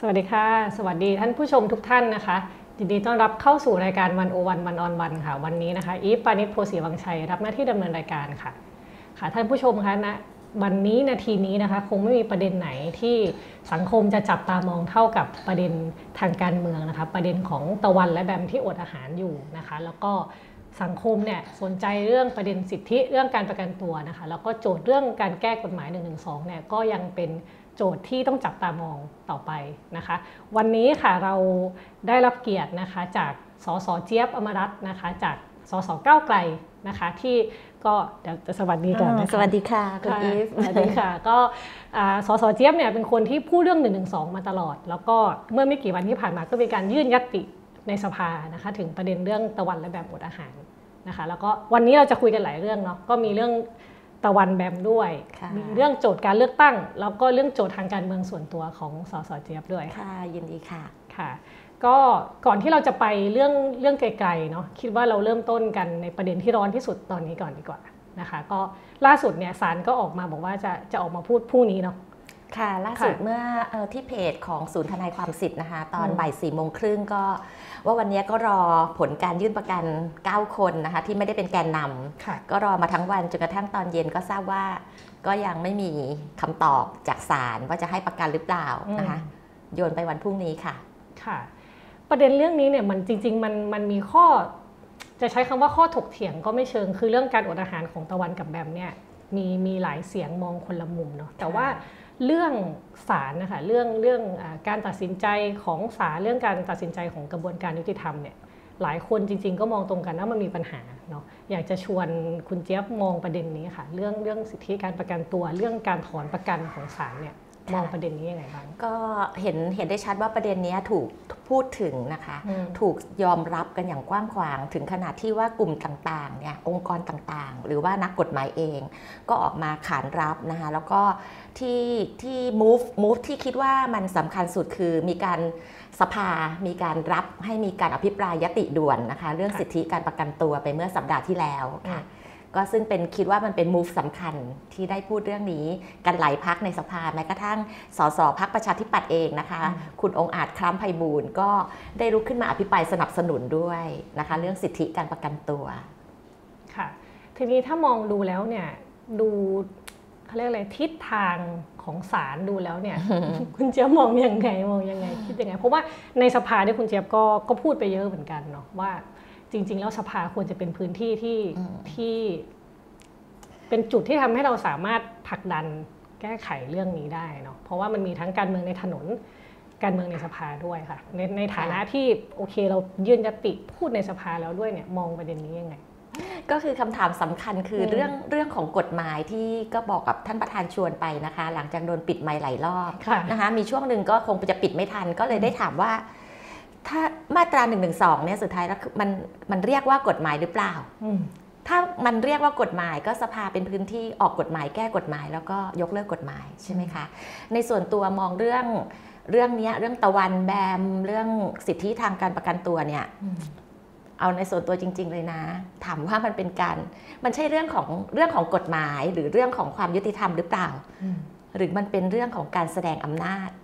วัสดีค่ะสวัสดีท่านผู้ชมทุกท่านนะคะยินดีต้อนรับเข้าสู่รายการ101 วันค่ะวันนี้นะคะอีฟปานิชโพสีวังชัยรับหน้าที่ดำเนินรายการค่ะท่านผู้ชมคะณวันนี้นาทีนี้นะคะคงไม่มีประเด็นไหนที่สังคมจะจับตามองเท่ากับประเด็นทางการเมืองนะคะประเด็นของตะวันและแบมที่อดอาหารอยู่นะคะแล้วก็สังคมเนี่ยสนใจเรื่องประเด็นสิทธิเรื่องการประกันตัวนะคะแล้วก็โจทย์เรื่องการแก้กฎหมาย112เนี่ยก็ยังเป็นโจทย์ที่ต้องจับตามองต่อไปนะคะวันนี้ค่ะเราได้รับเกียรตินะคะจากสสเจี๊ยบอมรรัตน์นะคะจากสสก้าวไกลนะคะที่ก็เดี๋ยวจะสวัสดีก่อนนะคะสวัสดีค่ะคุณอีฟสวัสดีค่ะก็สสเจี๊ยบเนี่ยเป็นคนที่พูดเรื่อง112มาตลอดแล้วก็เมื่อไม่กี่วันที่ผ่านมาก็มีการยื่นญัตติในสภานะคะถึงประเด็นเรื่องตะวันและแบมอดอาหารนะคะแล้วก็วันนี้เราจะคุยกันหลายเรื่องเนาะก็มีเรื่องตะวันแบมด้วยมีเรื่องโจทย์การเลือกตั้งแล้วก็เรื่องโจทย์ทางการเมืองส่วนตัวของสสเจี๊ยบด้วยค่ะยินดีค่ะค่ะก็ก่อนที่เราจะไปเรื่องไกลๆเนาะคิดว่าเราเริ่มต้นกันในประเด็นที่ร้อนที่สุดตอนนี้ก่อนดีกว่านะคะก็ล่าสุดเนี่ยศาลก็ออกมาบอกว่าจะออกมาพูดพรุ่งนี้เนาะค่ะล่าสุดเมื่อที่เพจของศูนย์ทนายความสิทธิ์นะคะตอนบ่าย4:30ก็ว่าวันนี้ก็รอผลการยื่นประกัน9คนนะคะที่ไม่ได้เป็นแกนนำก็รอมาทั้งวันจนกระทั่งตอนเย็นก็ทราบว่าก็ยังไม่มีคำตอบจากศาลว่าจะให้ประกันหรือเปล่านะคะโยนไปวันพรุ่งนี้ค่ะค่ะประเด็นเรื่องนี้เนี่ยมันจริงๆมันมีข้อจะใช้คำว่าข้อถกเถียงก็ไม่เชิงคือเรื่องการอดอาหารของตะวันกับแบมเนี่ยมีหลายเสียงมองคนละมุมเนาะแต่ว่าเรื่องศาลนะคะเรื่องการตัดสินใจของศาลเรื่องการตัดสินใจของกระบวนการยุติธรรมเนี่ยหลายคนจริงๆก็มองตรงกันว่ามันมีปัญหาเนาะอยากจะชวนคุณเจี๊ยบมองประเด็นนี้ค่ะเรื่องสิทธิการประกันตัวเรื่องการถอนประกันของศาลเนี่ยมองประเด็นนี้ยังไงบ้างก็เห็นได้ชัดว่าประเด็นนี้ถูกพูดถึงนะคะถูกยอมรับกันอย่างกว้างขวางถึงขนาดที่ว่ากลุ่มต่างๆเนี่ยองค์กรต่างๆหรือว่านักกฎหมายเองก็ออกมาขานรับนะคะแล้วก็ที่ move ที่คิดว่ามันสำคัญสุดคือมีการสภามีการรับให้มีการอภิปรายยติด่วนนะคะเรื่องสิทธิการประกันตัวไปเมื่อสัปดาห์ที่แล้วค่ะก็ซึ่งเป็นคิดว่ามันเป็น move สำคัญที่ได้พูดเรื่องนี้กันหลายพรรคในสภาแม้กระทั่งสสพรรคประชาธิปัตย์เองนะคะคุณองค์อาจคล้ำไพบูลย์ก็ได้ลุกขึ้นมาอภิปรายสนับสนุนด้วยนะคะเรื่องสิทธิการประกันตัวค่ะทีนี้ถ้ามองดูแล้วเนี่ยดูเขาเรียกอะไรทิศทางของศาลดูแล้วเนี่ย คุณเจี๊ยบมองยังไงคิดยังไงเพราะว่าในสภาเนี่ยคุณเจี๊ยบก็พูดไปเยอะเหมือนกันเนาะว่าจริงๆแล้วสภาควรจะเป็นพื้นที่ที่เป็นจุดที่ทำให้เราสามารถผลักดันแก้ไขเรื่องนี้ได้เนาะเพราะว่ามันมีทั้งการเมืองในถนนการเมืองในสภาด้วยค่ะในฐานะที่โอเคเรายื่นญัตติพูดในสภาแล้วด้วยเนี่ยมองประเด็นนี้ยังไงก็คือคำถามสำคัญคือเรื่องของกฎหมายที่ก็บอกกับท่านประธานชวนไปนะคะหลังจากโดนปิดไมค์หลายรอบนะคะมีช่วงหนึ่งก็คงจะปิดไม่ทันก็เลยได้ถามว่าถ้ามาตรา112เนี่ยสุดท้ายแล้วมันเรียกว่ากฎหมายหรือเปล่าถ้ามันเรียกว่ากฎหมายก็สภาเป็นพื้นที่ออกกฎหมายแก้กฎหมายแล้วก็ยกเลิกกฎหมายใช่ไหมคะในส่วนตัวมองเรื่องนี้เรื่องตะวันแบมเรื่องสิทธิทางการประกันตัวเนี่ยเอาในส่วนตัวจริงๆเลยนะถามว่ามันใช่เรื่องของกฎหมายหรือเรื่องของความยุติธรรมหรือเปล่าหรือมันเป็นเรื่องของการแสดงอำนาจ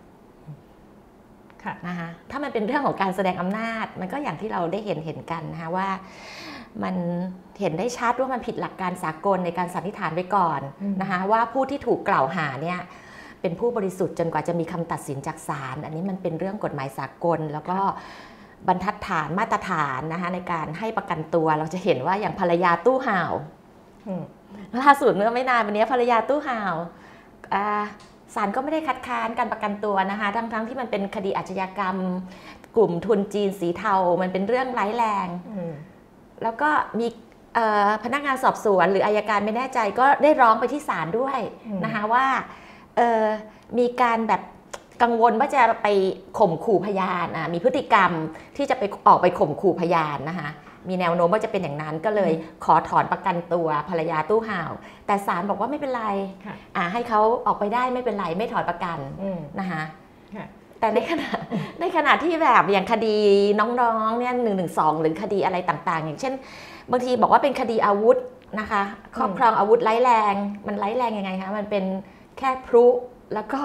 นะคะถ้ามันเป็นเรื่องของการแสดงอำนาจมันก็อย่างที่เราได้เห็นกันนะคะว่ามันเห็นได้ชัดว่ามันผิดหลักการสากลในการสันนิษฐานไว้ก่อนนะคะว่าผู้ที่ถูกกล่าวหาเนี่ยเป็นผู้บริสุทธิ์จนกว่าจะมีคำตัดสินจากศาลอันนี้มันเป็นเรื่องกฎหมายสากลแล้วก็บรรทัดฐานมาตรฐานนะคะในการให้ประกันตัวเราจะเห็นว่าอย่างภรรยาตู้ห่าวล่าสุดเมื่อไม่นานวันนี้ภรรยาตู้ห่าวศาลก็ไม่ได้คัดค้านการประกันตัวนะคะทั้งที่มันเป็นคดีอาชญากรรมกลุ่มทุนจีนสีเทามันเป็นเรื่องร้ายแรงแล้วก็มีพนักงานสอบสวนหรืออัยการไม่แน่ใจก็ได้ร้องไปที่ศาลด้วยนะคะว่ามีการแบบกังวลว่าจะไปข่มขู่พยานมีพฤติกรรมที่จะไปออกไปข่มขู่พยานนะคะมีแนวโน้มว่าจะเป็นอย่างนั้นก็เลยขอถอนประกันตัวภรรยาตู้ห่าวแต่ศาลบอกว่าไม่เป็นไรให้เขาออกไปได้ไม่เป็นไรไม่ถอนประกันนะคะแต่ในขณะที่แบบอย่างคดีน้องๆเนี่ย112หรือคดีอะไรต่างๆอย่างเช่นบางทีบอกว่าเป็นคดีอาวุธนะคะครอบครองอาวุธร้ายแรงมันร้ายแรงยังไงคะมันเป็นแค่พลุแล้วก็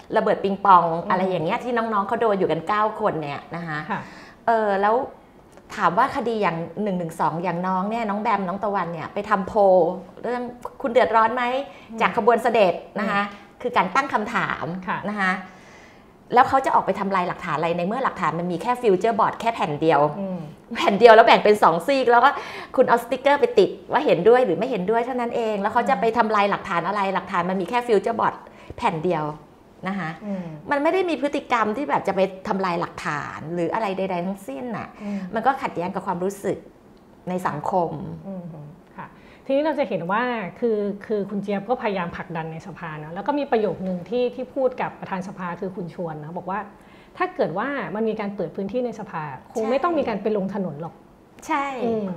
ระเบิดปิงปองอะไรอย่างเงี้ยที่น้องๆเขาโดนอยู่กัน9 คนเนี่ยนะคะแล้วถามว่าคดีอย่าง112อย่างน้องเนี่ยน้องแบมน้องตะวันเนี่ยไปทำโพลเรื่องคุณเดือดร้อนไหมจากขบวนเสด็จนะคะคือการตั้งคำถามนะคะแล้วเขาจะออกไปทำลายหลักฐานอะไรในเมื่อหลักฐานมันมีแค่ฟิวเจอร์บอร์ดแค่แผ่นเดียวแล้วแบ่งเป็น2 ซีกแล้วก็คุณเอาสติ๊กเกอร์ไปติดว่าเห็นด้วยหรือไม่เห็นด้วยเท่านั้นเองแล้วเขาจะไปทำลายหลักฐานอะไรหลักฐานมันมีแค่ฟิวเจอร์บอร์ดแผ่นเดียวนะคะมันไม่ได้มีพฤติกรรมที่แบบจะไปทำลายหลักฐานหรืออะไรใดๆทั้งสิ้นน่ะมันก็ขัดแย้งกับความรู้สึกในสังคมค่ะทีนี้เราจะเห็นว่าคือคุณเจี๊ยบก็พยายามผลักดันในสภานะแล้วก็มีประโยคนึงที่พูดกับประธานสภาคือคุณชวนนะบอกว่าถ้าเกิดว่ามันมีการเปิดพื้นที่ในสภาคงไม่ต้องมีการไปลงถนนหรอกใช่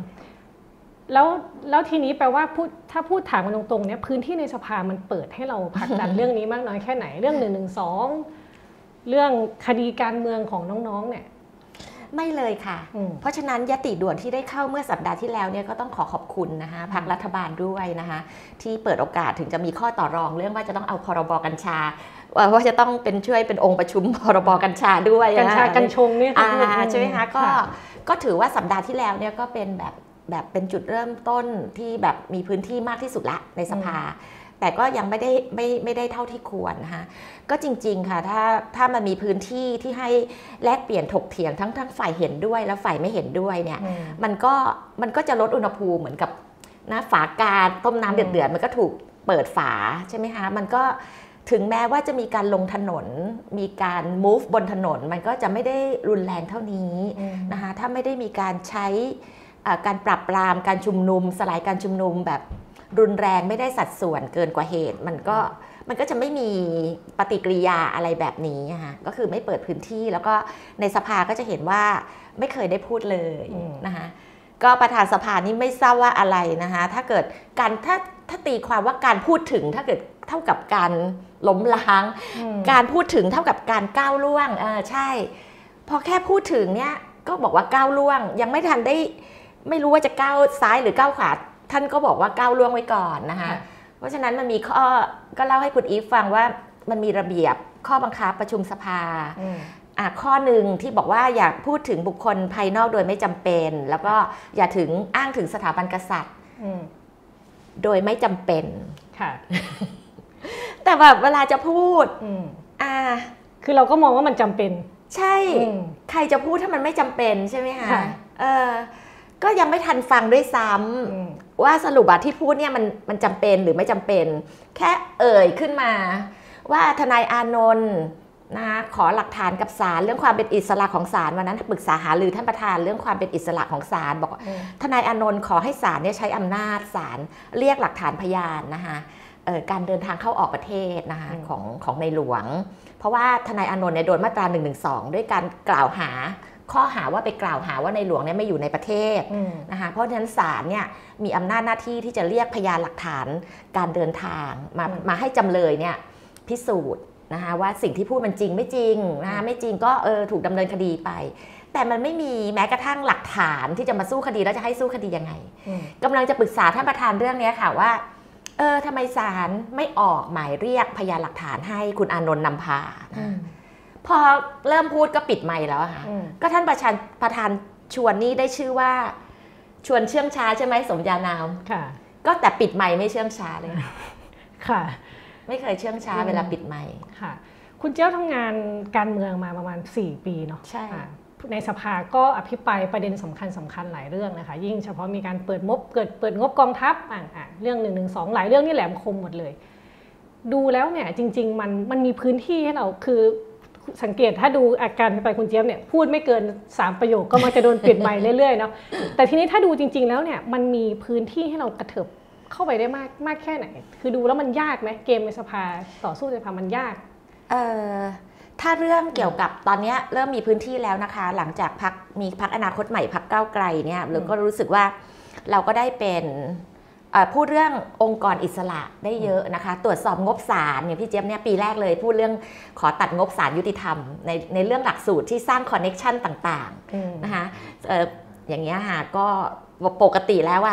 แล้วทีนี้แปลว่าถ้าพูดถามกันตรงๆเนี่ยพื้นที่ในสภามันเปิดให้เราผลักดันเรื่องนี้มากน้อยแค่ไหนเรื่อง112เรื่องคดีการเมืองของน้องๆเนี่ยไม่เลยค่ะเพราะฉะนั้นยติด่วนที่ได้เข้าเมื่อสัปดาห์ที่แล้วเนี่ยก็ต้องขอบคุณนะคะพรรครัฐบาลด้วยนะคะที่เปิดโอกาสถึงจะมีข้อต่อรองเรื่องว่าจะต้องเอาพรบกัญชาว่าจะต้องช่วยเป็นองค์ประชุมพรบกัญชาด้วยกัญชากัญชงเนี่ยใช่ไหมคะก็ถือว่าสัปดาห์ที่แล้วเนี่ยก็เป็นแบบเป็นจุดเริ่มต้นที่แบบมีพื้นที่มากที่สุดละในสภาแต่ก็ยังไม่ได้เท่าที่ควรนะคะก็จริงๆค่ะถ้ามันมีพื้นที่ที่ให้แลกเปลี่ยนถกเถียงทั้งฝ่ายเห็นด้วยและฝ่ายไม่เห็นด้วยเนี่ยมันก็จะลดอุณหภูมิเหมือนกับนะฝากาต้มน้ำเดือดๆมันก็ถูกเปิดฝาใช่ไหมคะมันก็ถึงแม้ว่าจะมีการลงถนนมีการ move บนถนนมันก็จะไม่ได้รุนแรงเท่านี้นะคะถ้าไม่ได้มีการใช้การปราบปรามการชุมนุมสลายการชุมนุมแบบรุนแรงไม่ได้สัดส่วนเกินกว่าเหตุมันก็จะไม่มีปฏิกิริยาอะไรแบบนี้นะคะก็คือไม่เปิดพื้นที่แล้วก็ในสภาก็จะเห็นว่าไม่เคยได้พูดเลยนะคะก็ประธานสภานี่ไม่ทราบว่าอะไรนะคะถ้าเกิดการถ้าตีความว่าการพูดถึงถ้าเกิดเท่ากับการล้มล้างการพูดถึงเท่ากับการก้าวล่วงใช่พอแค่พูดถึงเนี่ยก็บอกว่าก้าวล่วงยังไม่ทันได้ไม่รู้ว่าจะก้าวซ้ายหรือก้าวขวาท่านก็บอกว่าก้าวล่วงไว้ก่อนนะคะเพราะฉะนั้นมันมีข้อก็เล่าให้คุณอีฟฟังว่ามันมีระเบียบข้อบังคับประชุมสภาข้อหนึ่งที่บอกว่าอย่าพูดถึงบุคคลภายนอกโดยไม่จำเป็นแล้วก็อย่าอ้างถึงสถาบันกษัตริย์โดยไม่จำเป็นค่ะแต่แบบเวลาจะพูดคือเราก็มองว่ามันจำเป็นใช่ใครจะพูดถ้ามันไม่จำเป็นใช่ไหมคะก็ยังไม่ทันฟังด้วยซ้ำว่าสรุปที่พูดเนี่ยมันจำเป็นหรือไม่จำเป็นแค่เอ่ยขึ้นมาว่าทนายอานนท์นะคะขอหลักฐานกับศาลเรื่องความเป็นอิสระของศาลวันนั้นปรึกษาหารือท่านประธานเรื่องความเป็นอิสระของศาลบอกทนายอานนท์ขอให้ศาลเนี่ยใช้อำนาจศาลเรียกหลักฐานพยานนะคะการเดินทางเข้าออกประเทศนะคะของในหลวงเพราะว่าทนายอานนท์เนี่ยโดนมาตรา112ด้วยการกล่าวหาข้อหาว่าไปกล่าวหาว่าในหลวงเนี่ยไม่อยู่ในประเทศนะคะเพราะฉะนั้นศาลเนี่ยมีอำนาจหน้าที่ที่จะเรียกพยานหลักฐานการเดินทางมาให้จำเลยเนี่ยพิสูจน์นะคะว่าสิ่งที่พูดมันจริงไม่จริงนะคะไม่จริงก็ถูกดำเนินคดีไปแต่มันไม่มีแม้กระทั่งหลักฐานที่จะมาสู้คดีแล้วจะให้สู้คดียังไงกำลังจะปรึกษาท่านประธานเรื่องนี้ค่ะว่าทำไมศาลไม่ออกหมายเรียกพยานหลักฐานให้คุณอานนท์นำพาพอเริ่มพูดก็ปิดไมค์แล้วค่ะก็ท่านประธานชวนนี่ได้ชื่อว่าชวนเชื่องช้าใช่ไหมสมญานามก็แต่ปิดไมค์ไม่เชื่องช้าเลยค่ะไม่เคยเชื่องช้าเวลาปิดไมค์ค่ะคุณเจ้าทำงานการเมืองมาประมาณ4 ปีเนาะใช่ในสภาก็อภิปรายประเด็นสำคัญหลายเรื่องนะคะยิ่งเฉพาะมีการเปิดงบกองทัพเรื่อง112หลายเรื่องนี่แหลมคมหมดเลยดูแล้วเนี่ยจริงๆมันมีพื้นที่ให้เราคือสังเกตถ้าดูอาการไปคุณเจี๊ยบเนี่ยพูดไม่เกิน3 ประโยคก็มักจะโดนปิดไมค์เรื่อยๆเนาะแต่ทีนี้ถ้าดูจริงๆแล้วเนี่ยมันมีพื้นที่ให้เรากระเถิบเข้าไปได้มากแค่ไหนคือดูแล้วมันยากไหมเกมในสภาต่อสู้ในสภามันยากถ้าเรื่องเกี่ยวกับตอนนี้เริ่มมีพื้นที่แล้วนะคะหลังจากมีพรรคอนาคตใหม่พรรคก้าวไกลเนี่ยเราก็รู้สึกว่าเราก็ได้เป็นพูดเรื่ององค์กรอิสระได้เยอะนะคะตรวจสอบงบศาลเนี่ยพี่เจี๊ยบเนี่ยปีแรกเลยพูดเรื่องขอตัดงบศาลยุติธรรมในเรื่องหลักสูตรที่สร้างคอนเน็กชันต่างๆนะคะอย่างเงี้ยค่ะก็ปกติแล้ว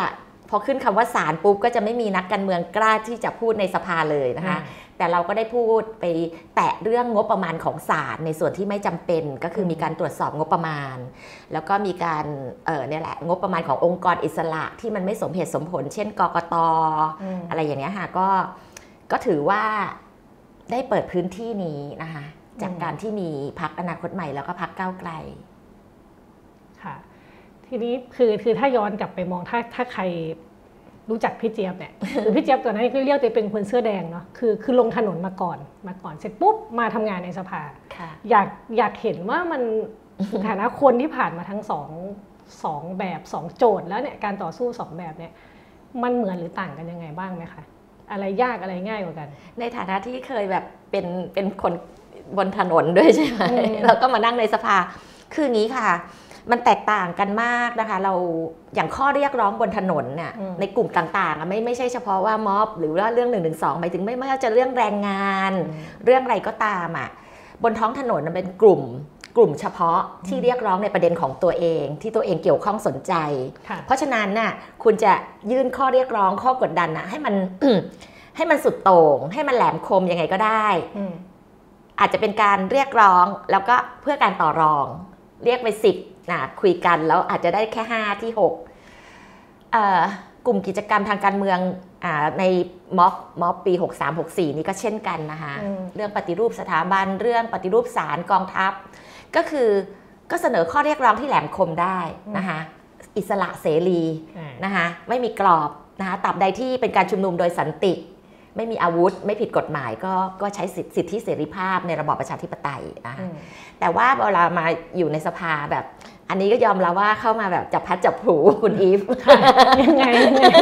พอขึ้นคำว่าศาลปุ๊บก็จะไม่มีนักการเมืองกล้าที่จะพูดในสภาเลยนะคะแต่เราก็ได้พูดไปแตะเรื่องงบประมาณของศาลในส่วนที่ไม่จำเป็นก็คือมีการตรวจสอบงบประมาณแล้วก็มีการเนี่ยแหละงบประมาณขององค์กรอิสระที่มันไม่สมเหตุสมผลเช่นกกต.อะไรอย่างเงี้ยค่ะก็ถือว่าได้เปิดพื้นที่นี้นะคะจากการที่มีพรรคอนาคตใหม่แล้วก็พรรคก้าวไกลค่ะทีนี้คือถ้าย้อนกลับไปมองถ้าใครรู้จักพี่เจี๊ยบเนี่ยคือพี่เจี๊ยบตอนนั้นก็เรียกตัวเป็นคนเสื้อแดงเนาะคือลงถนนมาก่อนเสร็จปุ๊บมาทำงานในสภาอยากเห็นว่ามันฐานะคนที่ผ่านมาทั้งสองแบบสองโจทย์แล้วเนี่ยการต่อสู้สองแบบเนี่ยมันเหมือนหรือต่างกันยังไงบ้างไหมคะอะไรยากอะไรง่ายกว่ากันในฐานะที่เคยแบบเป็นคนบนถนนด้วยใช่ไหมแล้วก็มานั่งในสภาคืออย่างนี้ค่ะมันแตกต่างกันมากนะคะเราอย่างข้อเรียกร้องบนถนนเนี่ยในกลุ่มต่างๆไม่ใช่เฉพาะว่าม็อบหรือว่าเรื่อง112หมายถึงไม่ว่าจะเรื่องแรงงานเรื่องอะไรก็ตามบนท้องถนนมันเป็นกลุ่มเฉพาะที่เรียกร้องในประเด็นของตัวเองที่ตัวเองเกี่ยวข้องสนใจเพราะฉะนั้นน่ะคุณจะยื่นข้อเรียกร้องข้อกดดันให้มัน ให้มันสุดโต่งให้มันแหลมคมยังไงก็ได้อาจจะเป็นการเรียกร้องแล้วก็เพื่อการต่อรองเรียกไป10คุยกันแล้วอาจจะได้แค่5ที่6กลุ่มกิจกรรมทางการเมืองในม็อบปี63-64นี่ก็เช่นกันนะคะเรื่องปฏิรูปสถาบันเรื่องปฏิรูปศาลกองทัพก็เสนอข้อเรียกร้องที่แหลมคมได้นะคะอิสระเสรีนะคะไม่มีกรอบนะคะตราบใดที่เป็นการชุมนุมโดยสันติไม่มีอาวุธไม่ผิดกฎหมายก็ใช้สิทธิเสรีภาพในระบอบประชาธิปไตยนะคะแต่ว่าเวลามาอยู่ในสภาแบบอันนี้ก็ยอมรับว่าเข้ามาแบบจับพัดจับผูคุณอีฟยังไง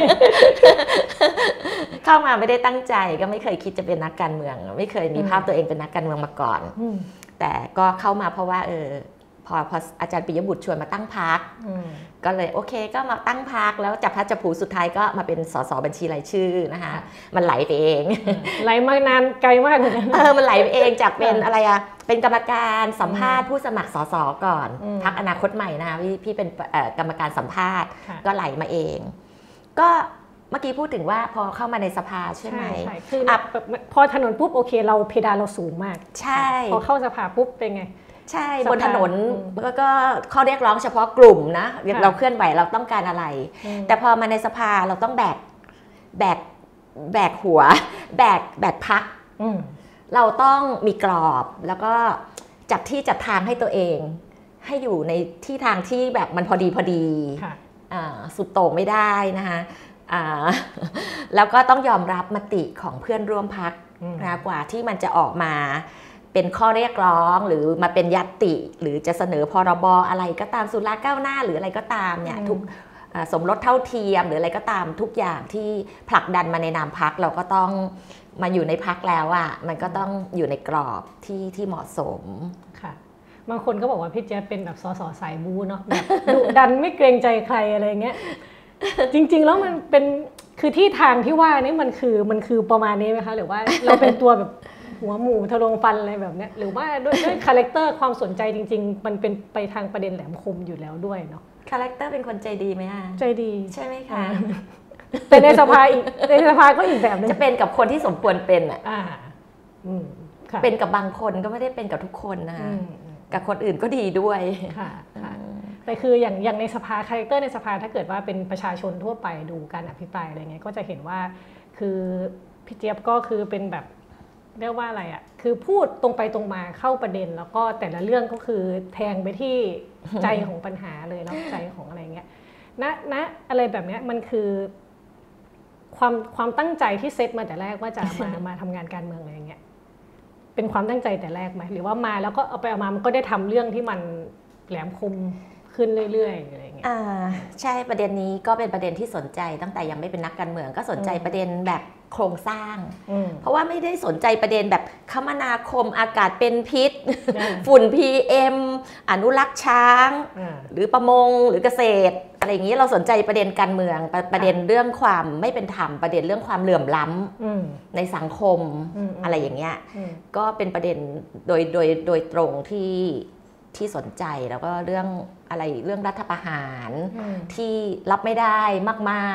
เข้ามาไม่ได้ตั้งใจก็ไม่เคยคิดจะเป็นนักการเมืองไม่เคยมีภาพตัวเองเป็นนักการเมืองมาก่อนแต่ก็เข้ามาเพราะว่าพออาจารย์ปิยบุตรชวนมาตั้งพรรคก็เลยโอเคก็มาตั้งพรรคแล้วจับพัดจับผูสุดท้ายก็มาเป็นสสบัญชีรายชื่อนะคะมันไหลไปเองไหลมานานไกลมากเลยมันไหลไปเองจากเป็นอะไรเป็นกรรมการสัมภาษณ์ผู้สมัครสสก่อนพรรคอนาคตใหม่นะคะพี่เป็นกรรมการสัมภาษณ์ก็ไหลมาเองก็เมื่อกี้พูดถึงว่าพอเข้ามาในสภาใช่ไหมใช่คือพอถนนปุ๊บโอเคเราเพดานเราสูงมากใช่พอเข้าสภาปุ๊บเป็นไงใช่บนถนนก็ข้อเรียกร้องเฉพาะกลุ่มนะเราเคลื่อนไหวเราต้องการอะไรแต่พอมาในสภาเราต้องแบกหัวแบกพรรคเราต้องมีกรอบแล้วก็จับที่จับทางให้ตัวเองให้อยู่ในที่ทางที่แบบมันพอดีสุดโต่งไม่ได้นะคะแล้วก็ต้องยอมรับมติของเพื่อนร่วมพรรคนะกว่าที่มันจะออกมาเป็นข้อเรียกร้องหรือมาเป็นญัตติหรือจะเสนอพรบอะไรก็ตามสุราก้าวหน้าหรืออะไรก็ตามเนี่ยทุกสมรสเท่าเทียมหรืออะไรก็ตามทุกอย่างที่ผลักดันมาในนามพรรคเราก็ต้องมาอยู่ในพรรคแล้วมันก็ต้องอยู่ในกรอบที่เหมาะสมค่ะบางคนก็บอกว่าพี่เจี๊ยบเป็นแบบสสสายบูเนาะแบบดุดันไม่เกรงใจใครอะไรเงี้ยจริงๆแล้วมันเป็นคือที่ทางที่ว่านี่มันคือประมาณนี้ไหมคะหรือว่าเราเป็นตัวแบบหัวหมูทะลวงฟันอะไรแบบเนี้ยหรือว่าด้วยคาแรคเตอร์ความสนใจจริงๆมันเป็นไปทางประเด็นแหลมคมอยู่แล้วด้วยเนาะคาแรคเตอร์เป็นคนใจดีไหมคะใจดีใช่ไหมคะแต่ในสภาก็อีกแบบนึงจะเป็นกับคนที่สมควรเป็นเป็นกับบางคนก็ไม่ได้เป็นกับทุกคนนะคะกับคนอื่นก็ดีด้วยค่ะแต่คืออย่างในสภาคาแรคเตอร์ในสภาถ้าเกิดว่าเป็นประชาชนทั่วไปดูการอภิปรายอะไรเงี้ยก็จะเห็นว่าคือพี่เจี๊ยบก็คือเป็นแบบเรียกว่าอะไรคือพูดตรงไปตรงมาเข้าประเด็นแล้วก็แต่ละเรื่องก็คือแทงไปที่ใจของปัญหาเลยเนาะใจของอะไรเงี้ยนะอะไรแบบเนี้ยมันคือความตั้งใจที่เซตมาแต่แรกว่าจะมาทำงานการเมืองอะไรเงี้ยเป็นความตั้งใจแต่แรกไหมหรือว่ามาแล้วก็เอาไปเอามามันก็ได้ทำเรื่องที่มันแหลมคมขึ้นเรื่อยๆอะไรเงี้ยใช่ประเด็นนี้ก็เป็นประเด็นที่สนใจตั้งแต่ยังไม่เป็นนักการเมืองก็สนใจประเด็นแบบโครงสร้างเพราะว่าไม่ได้สนใจประเด็นแบบคมนาคมอากาศเป็นพิษฝุ่น PM อนุรักษ์ช้างหรือประมงหรือเกษตรอะไรอย่างนี้เราสนใจประเด็นการเมืองประเด็นเรื่องความไม่เป็นธรรมประเด็นเรื่องความเหลื่อมล้ำในสังคมอะไรอย่างเงี้ยก็เป็นประเด็นโดยตรงที่สนใจแล้วก็เรื่องอะไรเรื่องรัฐประหารที่รับไม่ได้มาก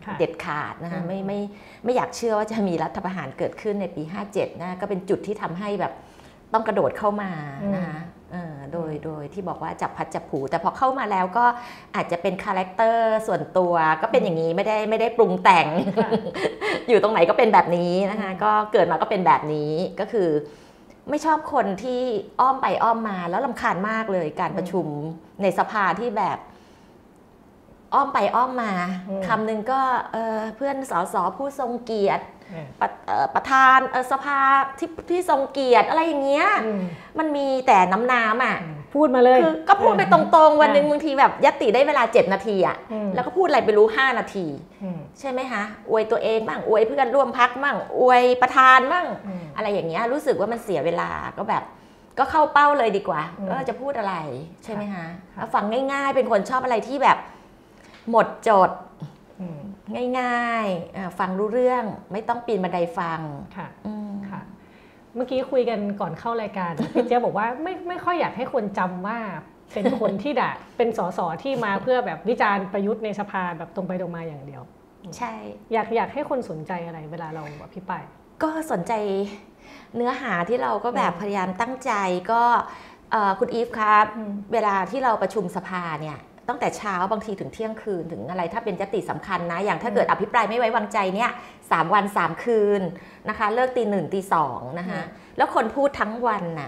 เด็ดขาดนะคะไม่อยากเชื่อว่าจะมีรัฐประหารเกิดขึ้นในปี 57นะก็เป็นจุดที่ทำให้แบบต้องกระโดดเข้ามานะคะโดยที่บอกว่าจับพัดจับผูแต่พอเข้ามาแล้วก็อาจจะเป็นคาแรคเตอร์ส่วนตัวก็เป็นอย่างนี้ไม่ได้ปรุงแต่ง อยู่ตรงไหนก็เป็นแบบนี้นะคะก็เกิดมาก็เป็นแบบนี้ก็คือไม่ชอบคนที่อ้อมไปอ้อมมาแล้วรำคาญมากเลยการประชุมในสภาที่แบบอ้อมไปอ้อมมาคำหนึ่งก็เพื่อนสสผู้ทรงเกียรติประธานสภาที่ทรงเกียรติอะไรอย่างเงี้ยมันมีแต่น้ำอ่ะพูดมาเลยคือก็พูดไปตรงๆวันหนึ่งบางทีแบบยติได้เวลา7 นาทีอ่ะแล้วก็พูดอะไรไปรู้5 นาทีใช่ไหมคะอวยตัวเองบ้างอวยเพื่อนร่วมพรรคบ้างอวยประธานบ้างอะไรอย่างเงี้ยรู้สึกว่ามันเสียเวลาก็แบบก็เข้าเป้าเลยดีกว่าจะพูดอะไรใช่ไหมคะฟังง่ายๆเป็นคนชอบอะไรที่แบบหมดจดง่ายๆฟังรู้เรื่องไม่ต้องปีนบันไดฟังค่ะค่ะเมื่อกี้คุยกันก่อนเข้ารายการพี่เจ๊บอกว่าไม่ค่อยอยากให้คนจำว่าเป็นคนที่ด่าเป็นสสที่มาเพื่อแบบวิจารณ์ประยุทธ์ในสภาแบบตรงไปตรงมาอย่างเดียวใช่อยากให้คนสนใจอะไรเวลาเราอภิปรายก็สนใจเนื้อหาที่เราก็แบบพยายามตั้งใจก็คุณอีฟครับเวลาที่เราประชุมสภาเนี่ยตั้งแต่เช้าบางทีถึงเที่ยงคืนถึงอะไรถ้าเป็นยติสำคัญนะอย่างถ้าเกิดอภิปรายไม่ไว้วางใจเนี่ย3 วัน 3 คืนนะคะเลิกตี 1 ตี 2นะคะแล้วคนพูดทั้งวันน่ะ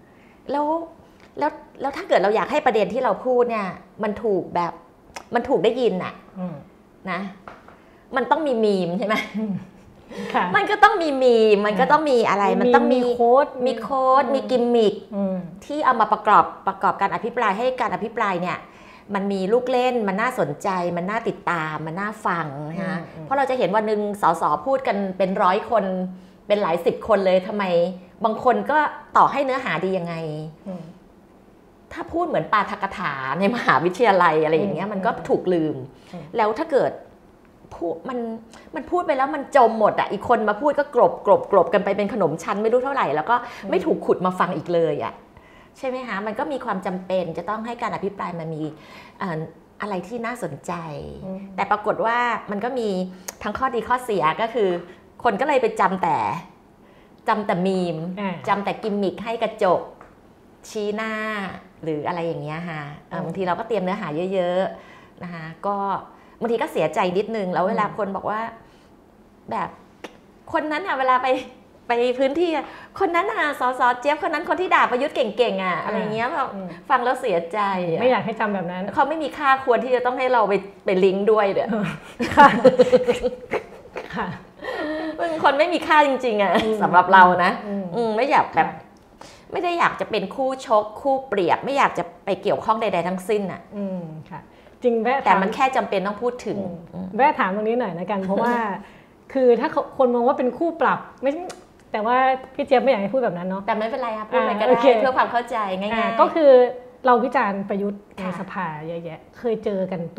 แล้วถ้าเกิดเราอยากให้ประเด็นที่เราพูดเนี่ยมันถูกได้ยินน่ะนะมันต้องมีมีมใช่ไหมมันก็ต้องมีมีมมันก็ต้องมีอะไรมันต้องมีโค้ดมีกิมมิคที่เอามาประกอบการอภิปรายให้การอภิปรายเนี่ยมันมีลูกเล่นมันน่าสนใจมันน่าติดตามมันน่าฟังนะเพราะเราจะเห็นวันหนึ่งสสพูดกันเป็น100 คนเป็นหลาย10 คนเลยทำไมบางคนก็ต่อให้เนื้อหาดียังไงถ้าพูดเหมือนปาฐกถาในมหาวิทยาลัยอะไรอย่างเงี้ยมันก็ถูกลืมแล้วถ้าเกิดพูดมันพูดไปแล้วมันจมหมดอ่ะอีกคนมาพูดก็กลบกันไปเป็นขนมชั้นไม่รู้เท่าไหร่แล้วก็ไม่ถูกขุดมาฟังอีกเลยอ่ะใช่ไหมคะมันก็มีความจำเป็นจะต้องให้การอภิปรายมันมีอะไรที่น่าสนใจแต่ปรากฏว่ามันก็มีทั้งข้อดีข้อเสียก็คือคนก็เลยไปจำแต่มีมจำแต่กิมมิคให้กระจกชี้หน้าหรืออะไรอย่างเงี้ยค่ะบางทีเราก็เตรียมเนื้อหาเยอะๆนะคะก็บางทีก็เสียใจนิดนึงแล้วเวลาคนบอกว่าแบบคนนั้นอ่ะเวลาไปพื้นที่คนนั้นอ่ะสสเจี๊ยบคนนั้นคนที่ด่าประยุทธ์เก่งๆอ่ะอะไรเงี้ยแบบฟังแล้วเสียใจไม่อยากให้จำแบบนั้นเขาไม่มีค่าควรที่จะต้องให้เราไปลิงก์ด้วยเด้อค่ะเป็นคนไม่มีค่าจริงๆอ่ะสำหรับเรานะไม่อยากแบบไม่ได้อยากจะเป็นคู่ชกคู่เปรียบไม่อยากจะไปเกี่ยวข้องใดๆทั้งสิ้นอ่ะค่ะจริงแต่มันแค่จำเป็นต้องพูดถึงแวะถามตรงนี้หน่อยนะกันเพราะว่าคือถ้าคนมองว่าเป็นคู่ปรับไม่แต่ว่าพี่เจี๊ยบไม่อยากให้พูดแบบนั้นเนาะแต่ไม่เป็นไรครับพูดไปก็ได้เพื่อความเข้าใจง่ายๆก็คือเราวิจารณ์ประยุทธ์ในสภาเยอะแยะเคยเจอกัน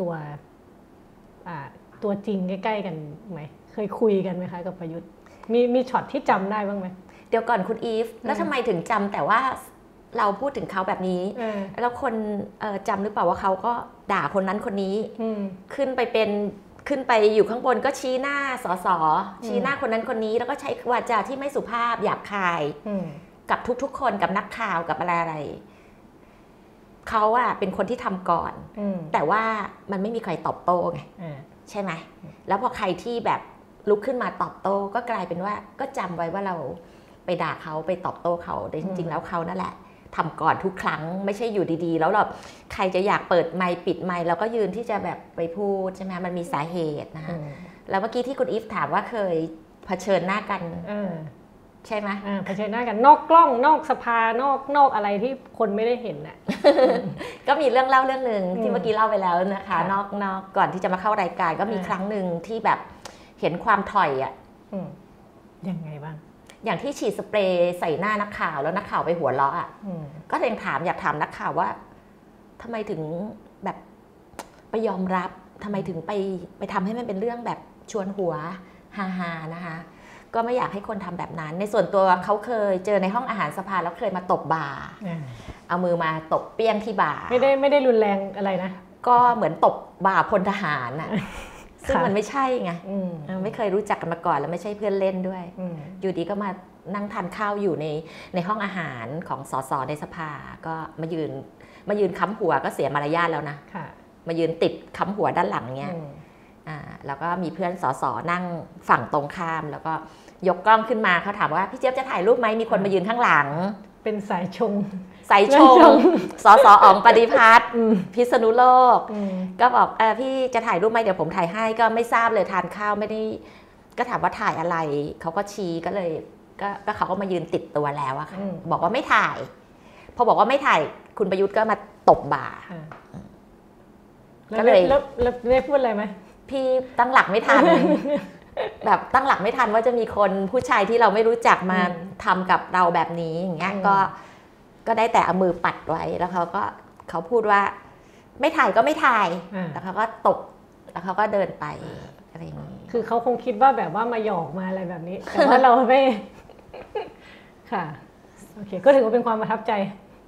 ตัวจริงใกล้ๆกันไหมเคยคุยกันไหมคะกับประยุทธ์มีช็อตที่จำได้บ้างไหมเดี๋ยวก่อนคุณอีฟแล้วทำไมถึงจำแต่ว่าเราพูดถึงเขาแบบนี้แล้วคนจำหรือเปล่าว่าเขาก็ด่าคนนั้นคนนี้ขึ้นไปอยู่ข้างบนก็ชี้หน้าสสชี้หน้าคนนั้นคนนี้แล้วก็ใช้วาจาที่ไม่สุภาพหยาบคายกับทุกๆคนกับนักข่าวกับอะไรเขาอะเป็นคนที่ทำก่อนแต่ว่ามันไม่มีใครตอบโต้ไงใช่ไหมแล้วพอใครที่แบบลุกขึ้นมาตอบโต้ก็กลายเป็นว่าก็จำไว้ว่าเราไปด่าเขาไปตอบโต้เขาแต่จริงๆแล้วเขานั่นแหละทำก่อนทุกครั้งไม่ใช่อยู่ดีๆแล้วเราใครจะอยากเปิดไมค์ปิดไมค์แล้วก็ยืนที่จะแบบไปพูดใช่ไหมมันมีสาเหตุนะคะแล้วเมื่อกี้ที่คุณอีฟถามว่าเคยเผชิญหน้ากันใช่ไหมเผชิญหน้ากันนอกกล้องนอกสภานอกอะไรที่คนไม่ได้เห็นน่ะก็มีเรื่องเล่าเรื่องนึงที่เมื่อกี้เล่าไปแล้วนะคะนอกก่อนที่จะมาเข้ารายการก็มีครั้งหนึ่งที่แบบเห็นความถอยอ่ะยังไงบ้างอย่างที่ฉีดสเปรย์ใส่หน้านักข่าวแล้วนักข่าวไปหัวเราะอ่ะก็เลยอยากถามนักข่าวว่าทำไมถึงแบบไปยอมรับทำไมถึงไปทำให้มันเป็นเรื่องแบบชวนหัวฮาๆนะคะก็ไม่อยากให้คนทำแบบนั้นในส่วนตัวเขาเคยเจอในห้องอาหารสภาแล้วเคยมาตบบ่าเอามือมาตบเปี้ยงที่บ่าไม่ได้รุนแรงอะไรนะก็เหมือนตบบ่าพลทหารอ่ะซึ่งมันไม่ใช่ไงไม่เคยรู้จักกันมาก่อนแล้วไม่ใช่เพื่อนเล่นด้วยอยู่ดีก็มานั่งทานข้าวอยู่ในห้องอาหารของสสในสภาก็มายืนค้ำหัวก็เสียมารยาทแล้วนะมายืนติดค้ำหัวด้านหลังเนี้ยแล้วก็มีเพื่อนสสนั่งฝั่งตรงข้ามแล้วก็ยกกล้องขึ้นมาเขาถามว่าพี่เจี๊ยบจะถ่ายรูปไหมมีคนมายืนข้างหลังเป็นสายชงสสอ๋องปฏิพัฒน์พิษณุโลกก็บอกพี่จะถ่ายรูปไหมเดี๋ยวผมถ่ายให้ก็ไม่ทราบเลยทานข้าวไม่ได้ก็ถามว่าถ่ายอะไรเขาก็ชี้ก็เลยก็เขาก็มายืนติดตัวแล้วอะค่ะบอกว่าไม่ถ่ายพอบอกว่าไม่ถ่ายคุณประยุทธ์ก็มาตบบ่าก็เลยแล้วได้พูดอะไรไหมพี่ตั้งหลักไม่ทันแบบตั้งหลักไม่ทันว่าจะมีคนผู้ชายที่เราไม่รู้จักมาทำกับเราแบบนี้อย่างเงี้ยก็ได้แต่เอามือปัดไว้แล้วเขาพูดว่าไม่ถ่ายก็ไม่ถ่ายแล้วเขาก็ตบแล้วเขาก็เดินไปอะไรอย่างนี้คือเขาคงคิดว่าแบบว่ามาหยอกมาอะไรแบบนี้แต่ว่าเราไม่ค่ะโอเคก็ถือว่าเป็นความประทับใจ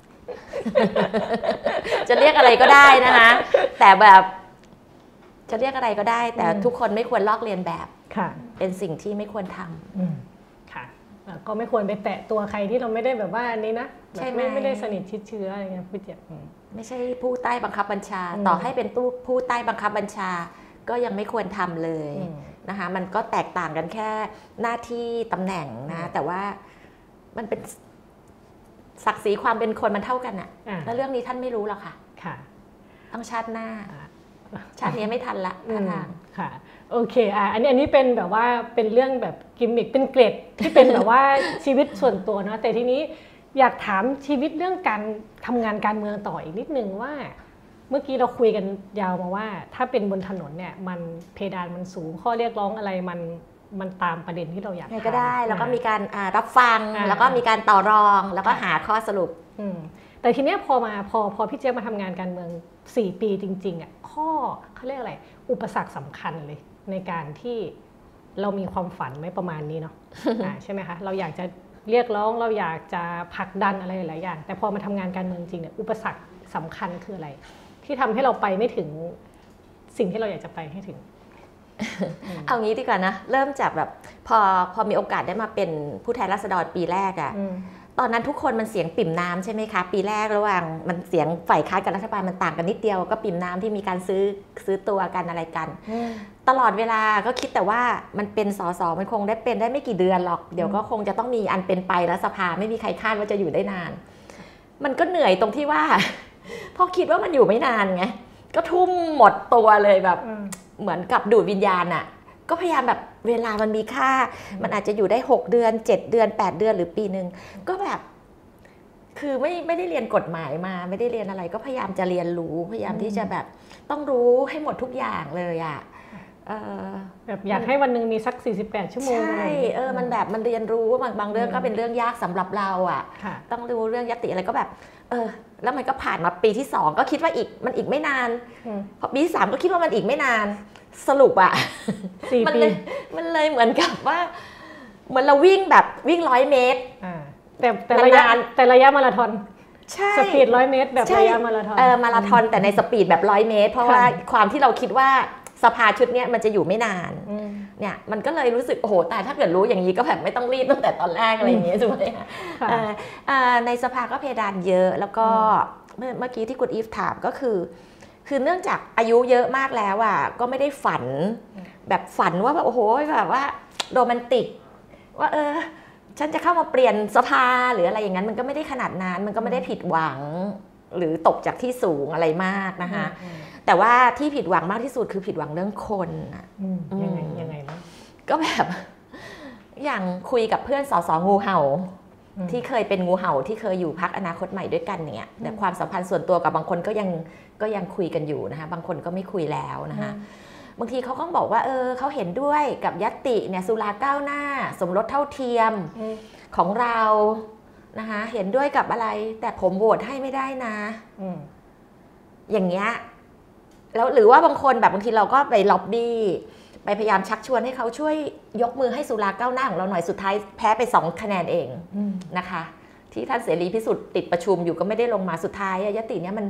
จะเรียกอะไรก็ได้นะคะแต่แบบจะเรียกอะไรก็ได้แต่ทุกคนไม่ควรลอกเลียนแบบเป็นสิ่งที่ไม่ควรทำค่ะก็ไม่ควรไปแตะตัวใครที่เราไม่ได้แบบว่าอันนี้นะใช่ไม่ได้สนิทชิดเชื้ออะไรเงี้ยพี่เจี๊ยบไม่ใช่ผู้ใต้บังคับบัญชาต่อให้เป็นผู้ใต้บังคับบัญชาก็ยังไม่ควรทำเลยนะคะมันก็แตกต่างกันแค่หน้าที่ตำแหน่งนะแต่ว่ามันเป็นศักดิ์ศรีความเป็นคนมันเท่ากันอะแล้วเรื่องนี้ท่านไม่รู้หรอกค่ะต้องชาติหน้าชาตินี้ไม่ทันละท่าทางค่ะโอเคอันนี้เป็นแบบว่าเป็นเรื่องแบบกิมมิคเป็นเกรดที่เป็นแบบว่าชีวิตส่วนตัวเนาะแต่ทีนี้อยากถามชีวิตเรื่องการทำงานการเมืองต่ออีกนิดนึงว่าเมื่อกี้เราคุยกันยาวมาว่าถ้าเป็นบนถนนเนี่ยมันเพดานมันสูงข้อเรียกร้องอะไรมันตามประเด็นที่เราอยากทำก็ได้แล้วก็มีการรับฟังแล้วก็มีการต่อรองแล้วก็หาข้อสรุปแต่ทีนี้พอพี่เจี๊ยบมาทำงานการเมือง4 ปีจริงๆอ่ะข้อเขาเรียกอะไรอุปสรรคสำคัญเลยในการที่เรามีความฝันไม่ประมาณนี้เนาะใช่ไหมคะเราอยากจะเรียกร้องเราอยากจะผลักดันอะไรหลายอย่างแต่พอมาทำงานการเมืองจริงเนี่ยอุปสรรคสำคัญคืออะไรที่ทำให้เราไปไม่ถึงสิ่งที่เราอยากจะไปให้ถึงเอางี้ดีกว่านะเริ่มจากแบบพอมีโอกาสได้มาเป็นผู้แทนราษฎรปีแรกอะตอนนั้นทุกคนมันเสียงปิ่มน้ำใช่ไหมคะปีแรกระหว่างมันเสียงฝ่ายค้านกับรัฐบาลมันต่างกันนิดเดียวก็ปิ่มน้ำที่มีการซื้อตัวกันอะไรกันตลอดเวลาก็คิดแต่ว่ามันเป็นสสมันคงได้เป็นได้ไม่กี่เดือนหรอกเดี๋ยวก็คงจะต้องมีอันเป็นไปแล้วสภาไม่มีใครคาดว่าจะอยู่ได้นานมันก็เหนื่อยตรงที่ว่าพอคิดว่ามันอยู่ไม่นานไงก็ทุ่มหมดตัวเลยแบบเหมือนกับดูดวิญญาณอะก็พยายามแบบเวลามันมีค่ามันอาจจะอยู่ได้6 เดือน7 เดือน8 เดือนหรือปีนึงก็แบบคือไม่ได้เรียนกฎหมายมาไม่ได้เรียนอะไรก็พยายามจะเรียนรู้พยายามที่จะแบบต้องรู้ให้หมดทุกอย่างเลยอะแบบอยากให้วันนึงมีสัก48 ชั่วโมงใช่มันแบบมันเรียนรู้ว่าบางเรื่องก็เป็นเรื่องยากสำหรับเราอะต้องรู้เรื่องญัตติอะไรก็แบบแล้วมันก็ผ่านมาปีที่2ก็คิดว่ามันอีกไม่นานพอปีที่3ก็คิดว่ามันอีกไม่นานสรุปอะมันเลยเหมือนกับว่าเหมือนเราวิ่ง100 เมตรแต่ระยะมาราธอนสปีด100 เมตรแบบระยะมาราธอนมาราธอนแต่ในสปีดแบบ100 เมตรเพราะว่าความที่เราคิดว่าสภาชุดนี้มันจะอยู่ไม่นานเนี่ยมันก็เลยรู้สึกโอ้โหแต่ถ้าเกิดรู้อย่างนี้ก็แบบไม่ต้องรีบตั้งแต่ตอนแรกอะไรอย่างเงี้ยใช่ไหมในสภาก็เพดานเยอะแล้วก็เมื่อกี้ที่คุณอีฟถามก็คือเนื่องจากอายุเยอะมากแล้วอ่ะก็ไม่ได้ฝันว่าแบบโอ้โหแบบว่าโรแมนติกว่าฉันจะเข้ามาเปลี่ยนสภาหรืออะไรอย่างนั้นมันก็ไม่ได้ขนาดนั้นมันก็ไม่ได้ผิดหวังหรือตกจากที่สูงอะไรมากนะคะแต่ว่าที่ผิดหวังมากที่สุดคือผิดหวังเรื่องคนยังไงนะก็แบบอย่างคุยกับเพื่อนสสงูเห่าที่เคยเป็นงูเห่าที่เคยอยู่พรรคอนาคตใหม่ด้วยกันเนี่ยแต่ความสัมพันธ์ส่วนตัวกับบางคนก็ยังคุยกันอยู่นะคะบางคนก็ไม่คุยแล้วนะคะบางทีเขาก็บอกว่าเขาเห็นด้วยกับญัตติเนี่ยสุราก้าวหน้าสมรสเท่าเทียมของเรานะคะเห็นด้วยกับอะไรแต่ผมโหวตให้ไม่ได้นะอย่างเงี้ยแล้วหรือว่าบางคนแบบบางทีเราก็ไปล็อบบี้ไปพยายามชักชวนให้เขาช่วยยกมือให้สุราก้าวหน้าของเราหน่อยสุดท้ายแพ้ไป2 คะแนนเองนะคะที่ท่านเสรีพิสุทธิ์ติดประชุมอยู่ก็ไม่ได้ลงมาสุดท้ายญัตติเนี้ย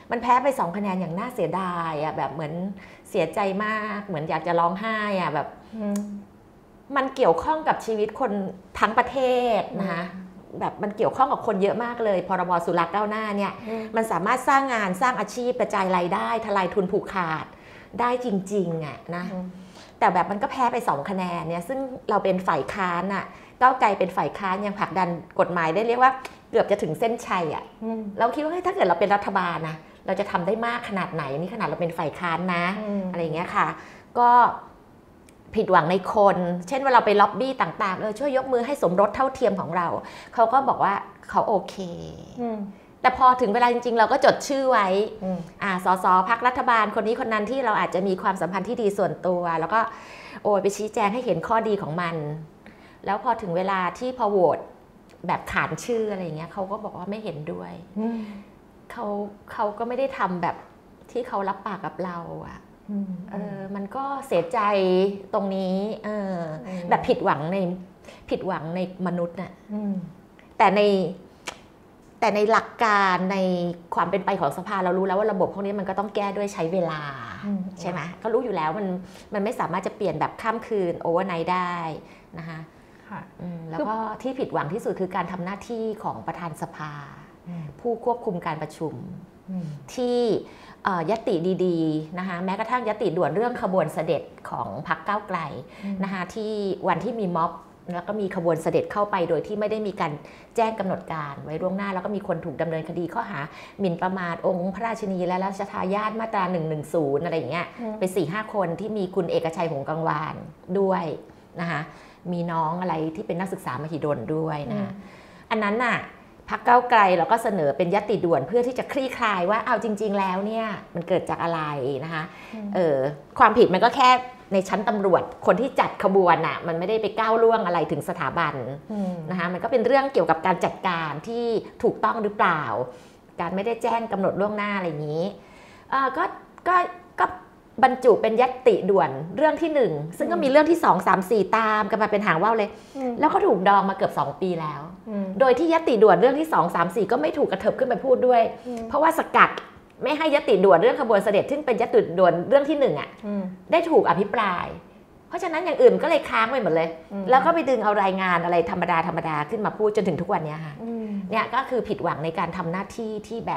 มันแพ้ไป2 คะแนนอย่างน่าเสียดายอ่ะแบบเหมือนเสียใจมากเหมือนอยากจะร้องไห้อ่ะแบบมันเกี่ยวข้องกับชีวิตคนทั้งประเทศนะคะแบบมันเกี่ยวข้องกับคนเยอะมากเลยพรบสุราก้าวหน้าเนี่ยมันสามารถสร้างงานสร้างอาชีพกระจายรายได้ทลายทุนผูกขาดได้จริงๆอ่ะนะแต่แบบมันก็แพ้ไป2 คะแนนเนี่ยซึ่งเราเป็นฝ่ายค้านอ่ะก้าวไกลเป็นฝ่ายค้านยังผลักดันกฎหมายได้เรียกว่าเกือบจะถึงเส้นชัยอ่ะเราคิดว่าถ้าเกิดเราเป็นรัฐบาลนะเราจะทำได้มากขนาดไหนนี่ขนาดเราเป็นฝ่ายค้านนะอะไรอย่างเงี้ยค่ะก็ผิดหวังในคนเช่นเวลาไปล็อบบี้ต่างๆช่วยยกมือให้สมรสเท่าเทียมของเราเขาก็บอกว่าเขาโอเคแต่พอถึงเวลาจริงๆเราก็จดชื่อไว้สสพรรครัฐบาลคนนี้คนนั้นที่เราอาจจะมีความสัมพันธ์ที่ดีส่วนตัวแล้วก็ไปชี้แจงให้เห็นข้อดีของมันแล้วพอถึงเวลาที่พอโหวตแบบขานชื่ออะไรเงี้ยเขาก็บอกว่าไม่เห็นด้วยเขาก็ไม่ได้ทำแบบที่เขารับปากกับเราอ่ะมันก็เสียใจตรงนี้แบบผิดหวังในมนุษย์น่ะแต่ในหลักการในความเป็นไปของสภาเรารู้แล้วว่าระบบพวกนี้มันก็ต้องแก้ด้วยใช้เวลาใช่ไหมก็รู้อยู่แล้วมันไม่สามารถจะเปลี่ยนแบบข้ามคืนโอเวอร์ไนท์ได้นะคะแล้วก็ที่ผิดหวังที่สุดคือการทำหน้าที่ของประธานสภาผู้ควบคุมการประชุมที่ยติดีๆนะคะแม้กระทั่งยติด่วนเรื่องขบวนเสด็จของพรรคก้าวไกลนะคะที่วันที่มีม็อบแล้วก็มีขบวนเสด็จเข้าไปโดยที่ไม่ได้มีการแจ้งกำหนดการไว้ล่วงหน้าแล้วก็มีคนถูกดำเนินคดีข้อหาหมิ่นประมาทองค์พระราชินีและราชทายาทมาตรา110อะไรอย่างเงี้ยไป 4-5 คนที่มีคุณเอกชัยหงส์กังวานด้วยนะคะมีน้องอะไรที่เป็นนักศึกษามหิดลด้วยนะอันนั้นน่ะพรรคก้าวไกลเราก็เสนอเป็นญัตติด่วนเพื่อที่จะคลี่คลายว่าเอาจริงๆแล้วเนี่ยมันเกิดจากอะไรนะคะความผิดมันก็แค่ในชั้นตำรวจคนที่จัดขบวนน่ะมันไม่ได้ไปก้าวล่วงอะไรถึงสถาบันนะคะมันก็เป็นเรื่องเกี่ยวกับการจัดการที่ถูกต้องหรือเปล่าการไม่ได้แจ้งกำหนดล่วงหน้าอะไรอย่างนี้ก็บรรจุเป็นญัตติด่วนเรื่องที่1ซึ่งก็มีเรื่องที่2 3 4ตามกันมาเป็นหางว่าวเลยแล้วก็ถูกดองมาเกือบ2 ปีแล้วโดยที่ญัตติด่วนเรื่องที่2 3 4ก็ไม่ถูกกระเถิบขึ้นไปพูดด้วยเพราะว่าสกัดไม่ให้ญัตติด่วนเรื่องขบวนเสด็จซึ่งเป็นญัตติด่วนเรื่องที่1อ่ะได้ถูกอภิปรายเพราะฉะนั้นอย่างอื่นก็เลยค้างไปหมดเลยแล้วก็ไปดึงเอารายงานอะไรธรรมดาขึ้นมาพูดจนถึงทุกวันนี้ค่ะเนี่ยก็คือผิดหวังในการทำหน้าที่ที่แบบ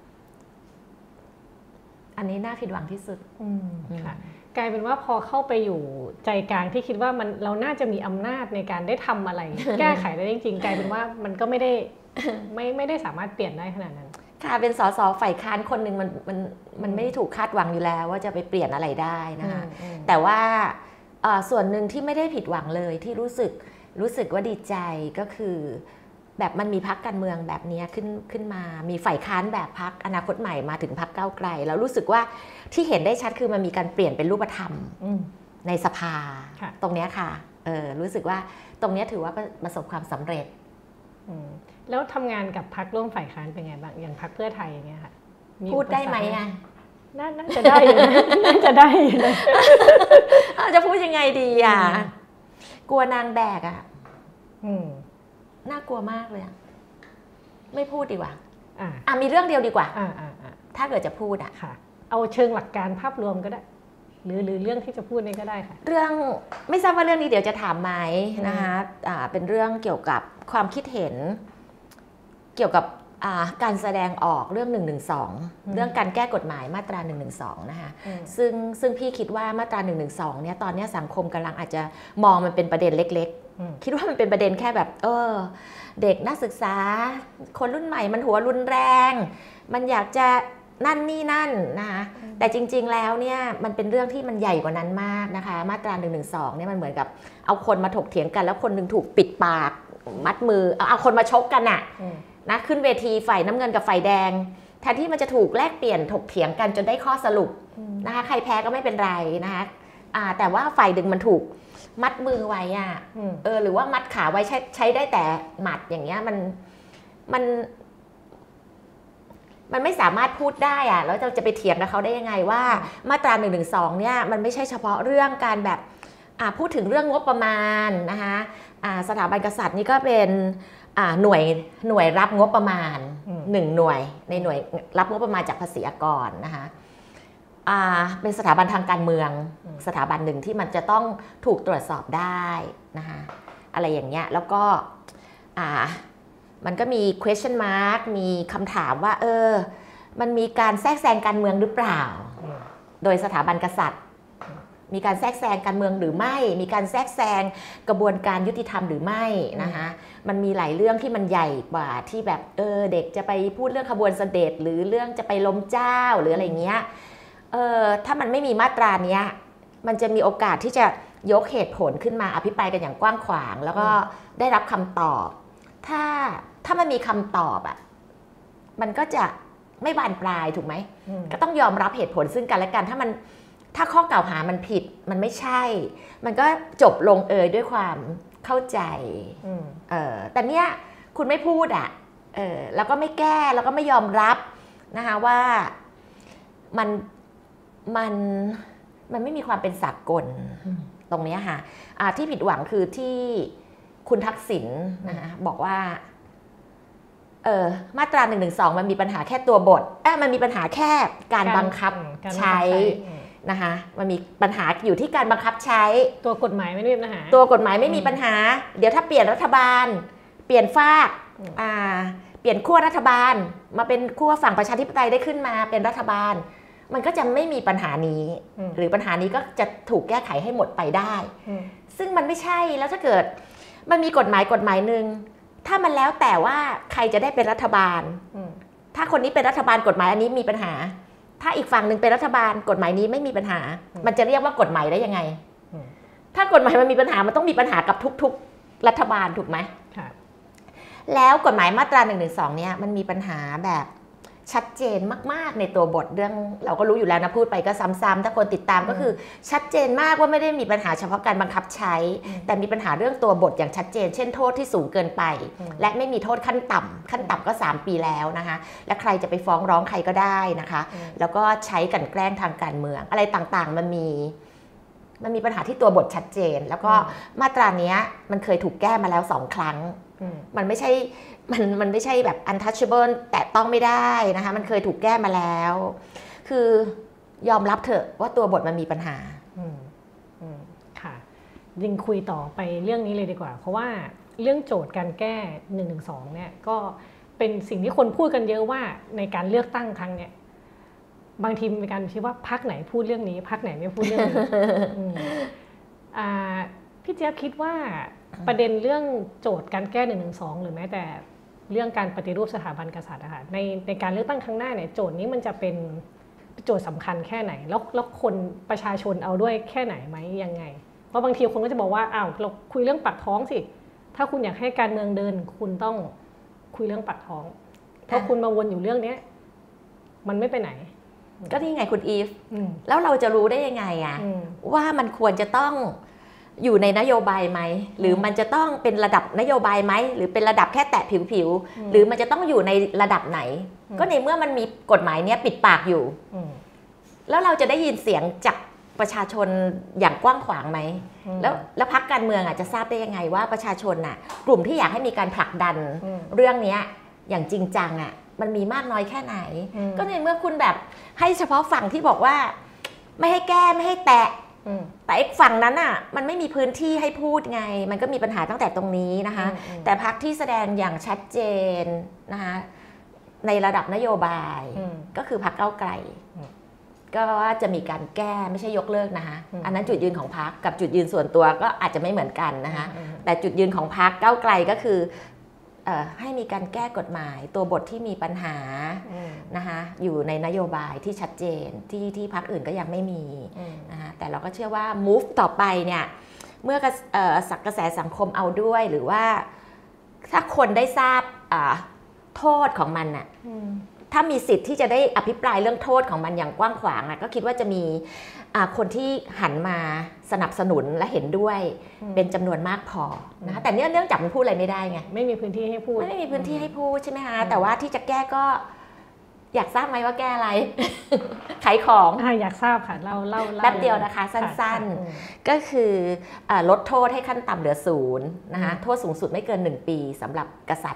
อันนี้น่าผิดหวังที่สุดค่ะกลายเป็นว่าพอเข้าไปอยู่ใจกลางที่คิดว่าเราน่าจะมีอำนาจในการได้ทำอะไร แก้ไขได้จริงๆกลายเป็นว่ามันก็ไม่ได้สามารถเปลี่ยนได้ขนาดนั้นค่ะเป็นสสฝ่ายค้านคนหนึ่งมันไม่ได้ถูกคาดหวังอยู่แล้วว่าจะไปเปลี่ยนอะไรได้นะคะแต่ว่าส่วนหนึ่งที่ไม่ได้ผิดหวังเลยที่รู้สึกว่าดีใจก็คือแบบมันมีพรรคการเมืองแบบนี้ขึ้นมามีฝ่ายค้านแบบพรรคอนาคตใหม่มาถึงพรรคก้าวไกลแล้วรู้สึกว่าที่เห็นได้ชัดคือมันมีการเปลี่ยนเป็นรูปธรรมในสภาตรงนี้ค่ะรู้สึกว่าตรงนี้ถือว่าประสบความสำเร็จแล้วทำงานกับพรรคร่วมฝ่ายค้านเป็นไงบ้างอย่างพรรคเพื่อไทยอย่างเงี้ยค่ะพูดได้ไหมอ่ะน่าจะได้อยู่น่าจะได้อยู่เลยจะพูดยังไงดีอ่ะกลัวนางแบกอ่ะน่ากลัวมากเลยอะไม่พูดดีกว่ามีเรื่องเดียวดีกว่าถ้าเกิดจะพูดอะค่ะเอาเชิงหลักการภาพรวมก็ได้หรือเรื่องที่จะพูดนี่ก็ได้ค่ะเรื่องไม่ทราบว่าเรื่องนี้เดี๋ยวจะถามไหมนะคะเป็นเรื่องเกี่ยวกับความคิดเห็นเกี่ยวกับการแสดงออกเรื่อง112เรื่องการแก้กฎหมายมาตรา112นะคะซึ่งพี่คิดว่ามาตรา112เนี่ยตอนนี้สังคมกำลังอาจจะมองมันเป็นประเด็นเล็กๆคิดว่ามันเป็นประเด็นแค่แบบเด็กนักศึกษาคนรุ่นใหม่มันหัวรุนแรงมันอยากจะนั่นนี่นั่นนะคะแต่จริงๆแล้วเนี่ยมันเป็นเรื่องที่มันใหญ่กว่านั้นมากนะคะมาตรา112เนี่ยมันเหมือนกับเอาคนมาถกเถียงกันแล้วคนนึงถูกปิดปากมัดมือเอาคนมาชกกันอะนะขึ้นเวทีฝ่ายน้ำเงินกับฝ่ายแดงแทนที่มันจะถูกแลกเปลี่ยนถกเถียงกันจนได้ข้อสรุปนะคะใครแพ้ก็ไม่เป็นไรนะคะแต่ว่าฝ่ายดึงมันถูกมัดมือไว้หรือว่ามัดขาไว้ใช้ได้แต่หมัดอย่างเงี้ยมันไม่สามารถพูดได้แล้วจะไปเถียงกับเขาได้ยังไงว่ามาตรา112เนี่ยมันไม่ใช่เฉพาะเรื่องการแบบพูดถึงเรื่องงบประมาณนะคะสถาบันกษัตริย์นี่ก็เป็นหน่วยรับงบประมาณ 1 หน่วยในหน่วยรับงบประมาณจากภาษีอากรนะคะเป็นสถาบันทางการเมืองสถาบันหนึ่งที่มันจะต้องถูกตรวจสอบได้นะคะอะไรอย่างเงี้ยแล้วก็มันก็มี question mark มีคำถามว่ามันมีการแทรกแซงการเมืองหรือเปล่าโดยสถาบันกษัตริย์มีการแทรกแซงการเมืองหรือไม่มีการแทรกแซงกระบวนการยุติธรรมหรือไม่นะคะมันมีหลายเรื่องที่มันใหญ่กว่าที่แบบเด็กจะไปพูดเรื่องขบวนเสด็จหรือเรื่องจะไปล้มเจ้าหรืออะไรเงี้ยถ้ามันไม่มีมาตราเนี้ยมันจะมีโอกาสที่จะยกเหตุผลขึ้นมาอภิปรายกันอย่างกว้างขวางแล้วก็ได้รับคำตอบถ้ามันมีคำตอบมันก็จะไม่บานปลายถูกไหมก็ต้องยอมรับเหตุผลซึ่งกันและกันถ้าข้อกล่าวหามันผิดมันไม่ใช่มันก็จบลงด้วยความเข้าใจแต่เนี้ยคุณไม่พูดแล้วก็ไม่แก้แล้วก็ไม่ยอมรับนะคะว่ามันไม่มีความเป็นสากลตรงนี้ค่ะที่ผิดหวังคือที่คุณทักษิณนะคะบอกว่ามาตรา112มันมีปัญหาแค่ตัวบทมันมีปัญหาแค่การบังคับใช้นะคะมันมีปัญหาอยู่ที่การบังคับใช้ตัวกฎหมายไม่มีปัญหาตัวกฎหมายไม่มีปัญหาเดี๋ยวถ้าเปลี่ยนรัฐบาลเปลี่ยนฝากเปลี่ยนขั้วรัฐบาลมาเป็นขั้วฝั่งประชาธิปไตยได้ขึ้นมาเป็นรัฐบาลมันก็จะไม่มีปัญหานี้หรือปัญหานี้ก็จะถูกแก้ไขให้หมดไปได้ซึ่งมันไม่ใช่แล้วถ้าเกิดมันมีกฎหมายหนึ่งถ้ามันแล้วแต่ว่าใครจะได้เป็นรัฐบาลถ้าคนนี้เป็นรัฐบาลกฎหมายอันนี้มีปัญหาถ้าอีกฝั่งหนึ่งเป็นรัฐบาลกฎหมายนี้ไม่มีปัญหามันจะเรียกว่ากฎหมายได้ยังไงถ้ากฎหมายมันมีปัญหามันต้องมีปัญหากับทุกๆรัฐบาลถูกไหมแล้วกฎหมายมาตรา112เนี่ยมันมีปัญหาแบบชัดเจนมากๆในตัวบทเรื่องเราก็รู้อยู่แล้วนะพูดไปก็ซ้ำๆถ้าคนติดตามก็คือชัดเจนมากว่าไม่ได้มีปัญหาเฉพาะการบังคับใช้แต่มีปัญหาเรื่องตัวบทอย่างชัดเจนเช่นโทษที่สูงเกินไปและไม่มีโทษขั้นต่ำก็3 ปีแล้วนะคะและใครจะไปฟ้องร้องใครก็ได้นะคะแล้วก็ใช้กลั่นแกล้งทางการเมืองอะไรต่างๆมันมีปัญหาที่ตัวบทชัดเจนแล้วก็มาตรานี้มันเคยถูกแก้มาแล้ว2 ครั้งมันไม่ใช่แบบ untouchable แต่ต้องไม่ได้นะคะมันเคยถูกแก้มาแล้วคือยอมรับเถอะว่าตัวบทมันมีปัญหาค่ะยิงคุยต่อไปเรื่องนี้เลยดีกว่าเพราะว่าเรื่องโจทย์การแก้112เนี่ยก็เป็นสิ่งที่คนพูดกันเยอะว่าในการเลือกตั้งครั้งเนี้ยบางทีมีการคิดว่าพรรคไหนพูดเรื่องนี้พรรคไหนไม่พูดเรื่องนี้พี่เจี๊ยบคิดว่าประเด็นเรื่องโจทย์การแก้112หรือแม้แต่เรื่องการปฏิรูปสถาบันกษัตริย์นะคะในการเลือกตั้งครั้งหน้าเนี่ยโจทย์นี้มันจะเป็นโจทย์สำคัญแค่ไหนแล้วคนประชาชนเอาด้วยแค่ไหนไหมยังไงเพราะบางทีคนก็จะบอกว่าอ้าวเราคุยเรื่องปากท้องสิถ้าคุณอยากให้การเมืองเดินคุณต้องคุยเรื่องปากท้องเพราะคุณมาวนอยู่เรื่องนี้มันไม่ไปไหนก็นี่ไงคุณอีฟแล้วเราจะรู้ได้ยังไงว่ามันควรจะต้องอยู่ในนโยบายไหมหรือมันจะต้องเป็นระดับนโยบายไหมหรือเป็นระดับแค่แตะผิวๆหรือมันจะต้องอยู่ในระดับไหนก็ในเมื่อมันมีกฎหมายเนี้ยปิดปากอยู่แล้วเราจะได้ยินเสียงจากประชาชนอย่างกว้างขวางไหมแล้วพรรคการเมืองจะทราบได้ยังไงว่าประชาชนกลุ่มที่อยากให้มีการผลักดันเรื่องนี้อย่างจริงจังมันมีมากน้อยแค่ไหนก็ในเมื่อคุณแบบให้เฉพาะฝั่งที่บอกว่าไม่ให้แก้ไม่ให้แตะแต่อีกฝั่งนั้นมันไม่มีพื้นที่ให้พูดไงมันก็มีปัญหาตั้งแต่ตรงนี้นะคะแต่พรรคที่แสดงอย่างชัดเจนนะคะในระดับนโยบายก็คือพรรคก้าวไกลก็ว่าจะมีการแก้ไม่ใช่ยกเลิกนะคะอันนั้นจุดยืนของพรรคกับจุดยืนส่วนตัวก็อาจจะไม่เหมือนกันนะคะแต่จุดยืนของพรรคก้าวไกลก็คือให้มีการแก้กฎหมายตัวบทที่มีปัญหานะคะอยู่ในนโยบายที่ชัดเจนที่พรรคอื่นก็ยังไม่มีนะคะแต่เราก็เชื่อว่า move ต่อไปเนี่ยเมื่อกระแสสังคมเอาด้วยหรือว่าถ้าคนได้ทราบโทษของมันถ้ามีสิทธิ์ที่จะได้อภิปรายเรื่องโทษของมันอย่างกว้างขวางก็คิดว่าจะมีคนที่หันมาสนับสนุนและเห็นด้วยเป็นจำนวนมากพอนะคะแต่เนื่องจากมันพูดอะไรไม่ได้ไงไม่มีพื้นที่ให้พูดไม่มีพื้นที่ให้พูดใช่ไหมคะแต่ว่าที่จะแก้ก็อยากทราบไหมว่าแก้อะไร ขายของอยากทราบค่ะเล่าแป๊บเดียวนะคะสั้นๆก็คือลดโทษให้ขั้นต่ำเหลือ0นะคะโทษสูงสุดไม่เกิน1 ปีสำหรับกษัตริย์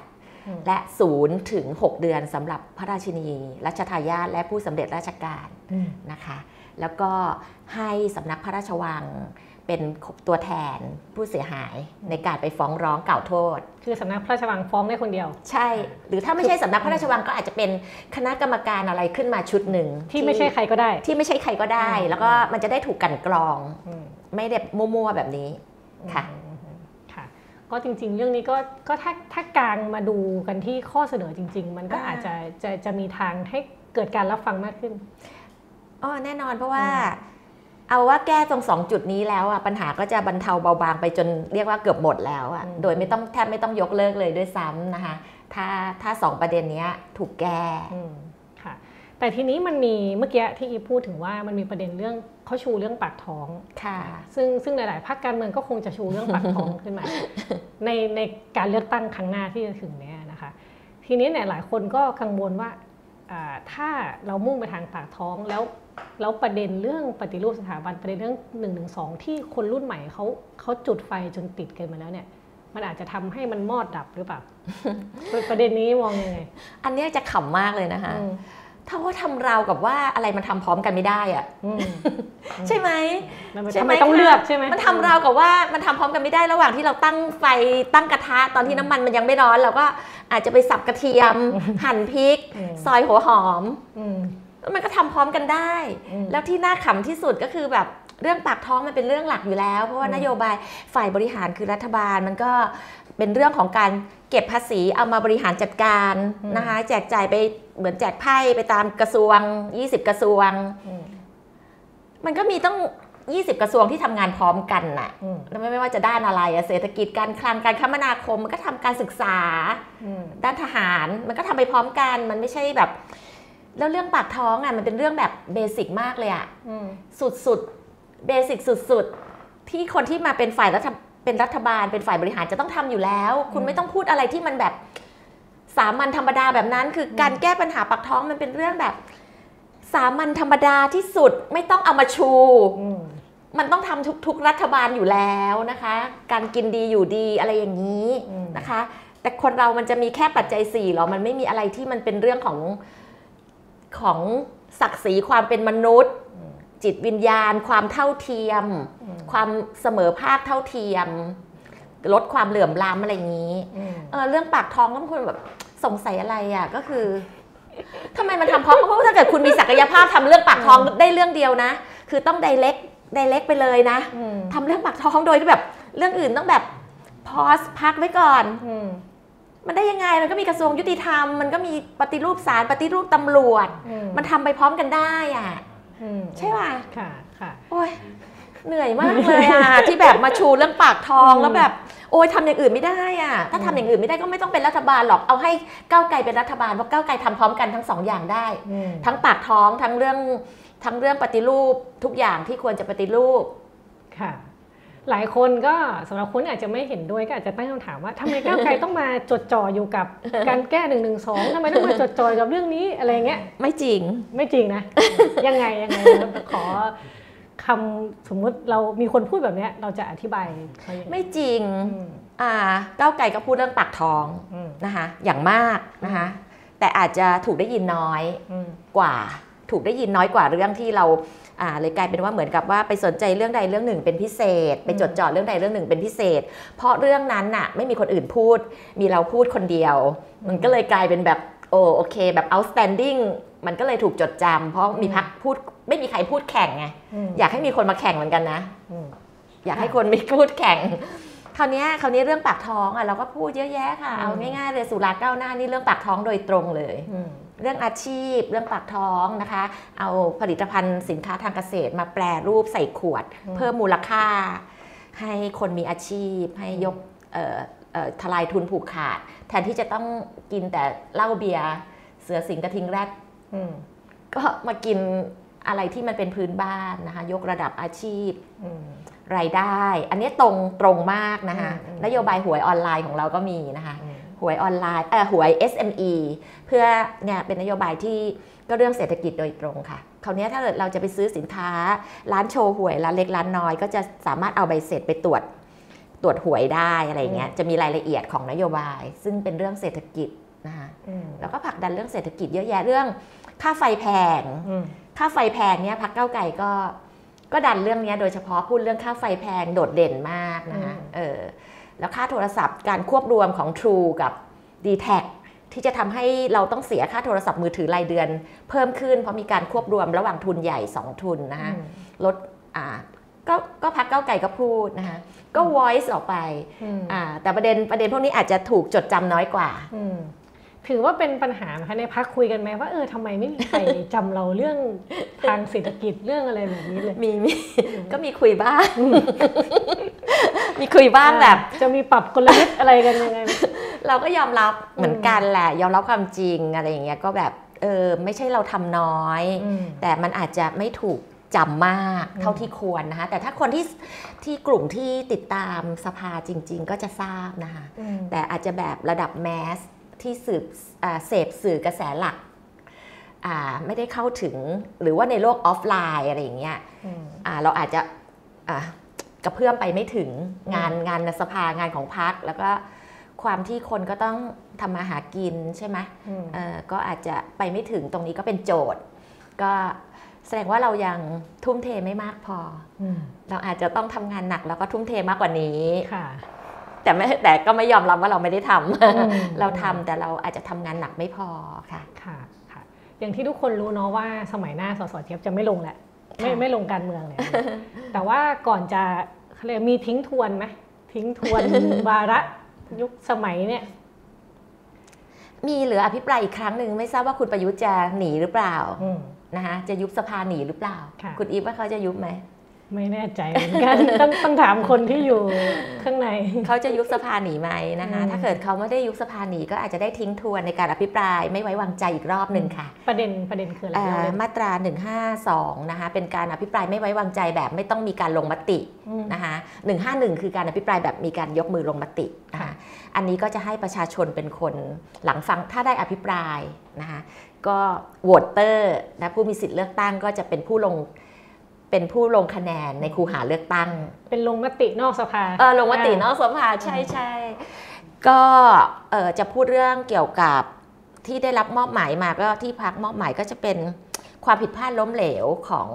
และ0 ถึง 6 เดือนสำหรับพระราชินีรัชทายาทและผู้สำเร็จราชการนะคะแล้วก็ให้สำนักพระราชวังเป็นตัวแทนผู้เสียหายในการไปฟ้องร้องกล่าวโทษคือสำนักพระราชวังฟ้องได้คนเดียวใช่หรือถ้าไม่ใช่สำนักพระราชวังก็อาจจะเป็นคณะกรรมการอะไรขึ้นมาชุดหนึ่งที่ไม่ใช่ใครก็ได้ที่ไม่ใช่ใครก็ได้แล้วก็มันจะได้ถูกกันกรองไม่ได้มั่วๆแบบนี้ค่ะก็จริงๆเรื่องนี้ก็ถ้ากางมาดูกันที่ข้อเสนอจริงๆมันก็อาจจะมีทางให้เกิดการรับฟังมากขึ้นแน่นอนเพราะว่าเอาว่าแก้ตรง2 จุดนี้แล้วปัญหาก็จะบรรเทาเบาบางไปจนเรียกว่าเกือบหมดแล้วโดยแทบไม่ต้องยกเลิกเลยด้วยซ้ำนะคะถ้า2 ประเด็นนี้ถูกแก้ค่ะแต่ทีนี้มันมีเมื่อกี้ที่อีพูดถึงว่ามันมีประเด็นเรื่องเขาชูเรื่องปากท้องค่ะซึ่งหลายๆพรรคการเมืองก็คงจะชูเรื่องปากท้องขึ้นมาในการเลือกตั้งครั้งหน้าที่จะถึงนี้นะคะทีนี้เนี่ยหลายคนก็กังวลว่าถ้าเรามุ่งไปทางปากท้องแล้วประเด็นเรื่องปฏิรูปสถาบันประเด็นเรื่อง112ที่คนรุ่นใหม่เขาจุดไฟจนติดกันมาแล้วเนี่ยมันอาจจะทำให้มันมอดดับหรือเปล่า ประเด็นนี้มองยังไงอันนี้จะขำมากเลยนะคะถ้าว่าทำเรากับว่าอะไรมันทำพร้อมกันไม่ได้อะใช่ไหมทำไมต้องเลือกใช่ไหมมันทำเรากับว่ามันทำพร้อมกันไม่ได้ระหว่างที่เราตั้งไฟตั้งกระทะตอนที่น้ำมันยังไม่ร้อนเราก็อาจจะไปสับกระเทียมหั่นพริกซอยหัวหอมมันก็ทำพร้อมกันได้แล้วที่น่าขำที่สุดก็คือแบบเรื่องปากท้องมันเป็นเรื่องหลักอยู่แล้วเพราะว่านโยบายฝ่ายบริหารคือรัฐบาลมันก็เป็นเรื่องของการเก็บภาษีเอามาบริหารจัดการนะคะแจกจ่ายไปเหมือนแจกไพ่ไปตามกระทรวง20 กระทรวงมันก็มีต้อง20 กระทรวงที่ทำงานพร้อมกันน่ะแล้วไม่ว่าจะด้านอะไรเศรษฐกิจการคลังการคมนาคมมันก็ทำการศึกษาด้านทหารมันก็ทำไปพร้อมกันมันไม่ใช่แบบแล้วเรื่องปากท้องมันเป็นเรื่องแบบเบสิกมากเลยสุดๆเบสิกสุดๆที่คนที่มาเป็นฝ่ายเป็นรัฐบาลเป็นฝ่ายบริหารจะต้องทำอยู่แล้วคุณไม่ต้องพูดอะไรที่มันแบบสามัญธรรมดาแบบนั้นคือการแก้ปัญหาปากท้องมันเป็นเรื่องแบบสามัญธรรมดาที่สุดไม่ต้องเอามาชูมันต้องทำทุกรัฐบาลอยู่แล้วนะคะการกินดีอยู่ดีอะไรอย่างนี้นะคะแต่คนเรามันจะมีแค่ปัจจัย4หรอมันไม่มีอะไรที่มันเป็นเรื่องของศักดิ์ศรีความเป็นมนุษย์จิตวิญญาณความเท่าเทียมความเสมอภาคเท่าเทียมลดความเหลื่อมล้ำอะไรอย่างนี้เรื่องปากท้องบางคนแบบสงสัยอะไรก็คือทำไมมันทำเพราะถ้าเกิดคุณมีศักยภาพทำเรื่องปากท้องได้เรื่องเดียวนะคือต้องไดเรกไปเลยนะทำเรื่องปากท้องโดยที่แบบเรื่องอื่นต้องแบบพอสพักไว้ก่อนมันได้ยังไงมันก็มีกระทรวงยุติธรรมมันก็มีปฏิรูปศาลปฏิรูปตำรวจมันทำไปพร้อมกันได้ใช่ป่ะค่ะโอ้ยเหนื่อยมากเลยที่แบบมาชูเรื่องปากท้องแล้วแบบโอ้ยทำอย่างอื่นไม่ได้ถ้าทำอย่างอื่นไม่ได้ก็ไม่ต้องเป็นรัฐบาลหรอกเอาให้ก้าวไกลเป็นรัฐบาลเพราะก้าวไกลทำพร้อมกันทั้ง2 อย่างได้ทั้งปากท้องทั้งเรื่องปฏิรูปทุกอย่างที่ควรจะปฏิรูปค่ะหลายคนก็สำหรับคนอาจจะไม่เห็นด้วยก็อาจจะตั้งคำถามว่าทำไมก้าวไกลต้องมาจดจ่ออยู่กับการแก้112ทำไมต้องมาจดจ่อกับเรื่องนี้อะไรเงี้ยไม่จริงนะ ยังไงขอคำสมมติเรามีคนพูดแบบนี้เราจะอธิบายไม่จริงก้าวไกลก็พูดเรื่องปากท้องนะคะอย่างมากนะคะแต่อาจจะถูกได้ยินน้อยกว่าเรื่องที่เราเลยกลายเป็นว่าเหมือนกับว่าไปสนใจเรื่องใดเรื่องหนึ่งเป็นพิเศษไปจดจ่อเรื่องใดเรื่องหนึ่งเป็นพิเศษเพราะเรื่องนั้นไม่มีคนอื่นพูดมีเราพูดคนเดียวมันก็เลยกลายเป็นแบบโอเคแบบ outstanding มันก็เลยถูกจดจำเพราะมีพรรคพูดไม่มีใครพูดแข่งไงอยากให้มีคนมาแข่งเหมือนกันนะอยากให้คนมีพูดแข่งคราวนี้เรื่องปากท้องเราก็พูดเยอะแยะค่ะเอาง่ายๆเลยสุราก้าวหน้านี่เรื่องปากท้องโดยตรงเลยเรื่องอาชีพเรื่องปากท้องนะคะเอาผลิตภัณฑ์สินค้าทางเกษตรมาแปรรูปใส่ขวดเพิ่มมูลค่าให้คนมีอาชีพให้ยกทลายทุนผูกขาดแทนที่จะต้องกินแต่เหล้าเบียร์เสือสิงกระทิงแรดก็มากินอะไรที่มันเป็นพื้นบ้านนะคะยกระดับอาชีพรายได้อันนี้ตรงมากนะคะนโยบายหวยออนไลน์ของเราก็มีนะคะหวยออนไลน์หวย SME เพื่อเนี่ยเป็นนโยบายที่ก็เรื่องเศรษฐกิจโดยตรงค่ะคราวนี้ถ้าเราจะไปซื้อสินค้าร้านโชว์หวยร้านเล็กร้านน้อยก็จะสามารถเอาใบเสร็จไปตรวจตรวจหวยได้อะไรเงี้ยจะมีรายละเอียดของนโยบายซึ่งเป็นเรื่องเศรษฐกิจนะคะแล้วก็ผลักดันเรื่องเศรษฐกิจเยอะแยะเรื่องค่าไฟแพงค่าไฟแพงเนี่ยพรรคก้าวไกลก็ดันเรื่องนี้โดยเฉพาะพูดเรื่องค่าไฟแพงโดดเด่นมากนะคะแล้วค่าโทรศัพท์การควบรวมของ True กับ D-Tag ที่จะทำให้เราต้องเสียค่าโทรศัพท์มือถือรายเดือนเพิ่มขึ้นเพราะมีการควบรวมระหว่างทุนใหญ่2ทุนนะคะลดก็พรรคก้าวไกลก็พูดนะคะก็ voice ออกไปแต่ประเด็นพวกนี้อาจจะถูกจดจำน้อยกว่าถือว่าเป็นปัญหาไหมคะในพรรคคุยกันไหมว่าทำไมไม่มีใครจำเราเรื่องทางเศรษฐกิจเรื่องอะไรแบบนี้เลยมีก็มีคุยบ้างมีคุยบ้างแบบจะมีปรับกลยุทธ์อะไรกันยังไงเราก็ยอมรับเหมือนกันแหละยอมรับความจริงอะไรอย่างเงี้ยก็แบบไม่ใช่เราทำน้อยแต่มันอาจจะไม่ถูกจำมากเท่าที่ควรนะคะแต่ถ้าคนที่กลุ่มที่ติดตามสภาจริงๆก็จะทราบนะคะแต่อาจจะแบบระดับแมสที่เสพสื่อกระแสหลักไม่ได้เข้าถึงหรือว่าในโลกออฟไลน์อะไรอย่างเงี้ยเราอาจจะกระเพื่อมไปไม่ถึงงานในสภางานของพรรคแล้วก็ความที่คนก็ต้องทำมาหากินใช่ไหมก็อาจจะไปไม่ถึงตรงนี้ก็เป็นโจทย์ก็แสดงว่าเรายังทุ่มเทไม่มากพอเราอาจจะต้องทำงานหนักแล้วก็ทุ่มเทมากกว่านี้แต่ก็ไม่ยอมรับว่าเราไม่ได้ทำเราทำแต่เราอาจจะทำงานหนักไม่พอค่ะค่ะอย่างที่ทุกคนรู้เนาะว่าสมัยหน้าสสเจี๊ยบจะไม่ลงแหละไม่ลงการเมืองเลยแต่ว่าก่อนจะเขาเรียกมีทิ้งทวนไหมทิ้งทวนวาระยุคสมัยเนี่ยมีเหลืออภิปรายอีกครั้งหนึ่งไม่ทราบว่าคุณประยุทธ์จะหนีหรือเปล่านะคะจะยุบสภาหนีหรือเปล่าคุณอีฟว่าเขาจะยุบไหมไม่แน่ใจเหมือนกันต้องถามคนที่อยู่ข้างในเขาจะยุบสภาหนีไหมนะคะถ้าเกิดเขาไม่ได้ยุบสภาหนีก็อาจจะได้ทิ้งทวนในการอภิปรายไม่ไว้วางใจอีกรอบหนึ่งค่ะประเด็นคืออะไรมาตรา152นะคะเป็นการอภิปรายไม่ไว้วางใจแบบไม่ต้องมีการลงมตินะคะ151คือการอภิปรายแบบมีการยกมือลงมตินะคะอันนี้ก็จะให้ประชาชนเป็นคนหลังฟังถ้าได้อภิปรายนะคะก็โหวตเตอร์นะผู้มีสิทธิ์เลือกตั้งก็จะเป็นผู้ลงคะแนนในคูหาเลือกตั้งเป็นลงมตินอกสภาลงมตินอกสภาใช่ก็จะพูดเรื่องเกี่ยวกับที่ได้รับมอบหมายมาก็ที่พรรคมอบหมายก็จะเป็นความผิดพลาดล้มเหลวของ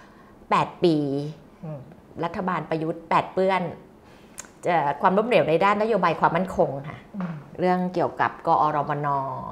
8ปีรัฐบาลประยุทธ์8เปื้อนความล้มเหลวในด้านนโยบายความมั่นคงค่ะเรื่องเกี่ยวกับกอรมน.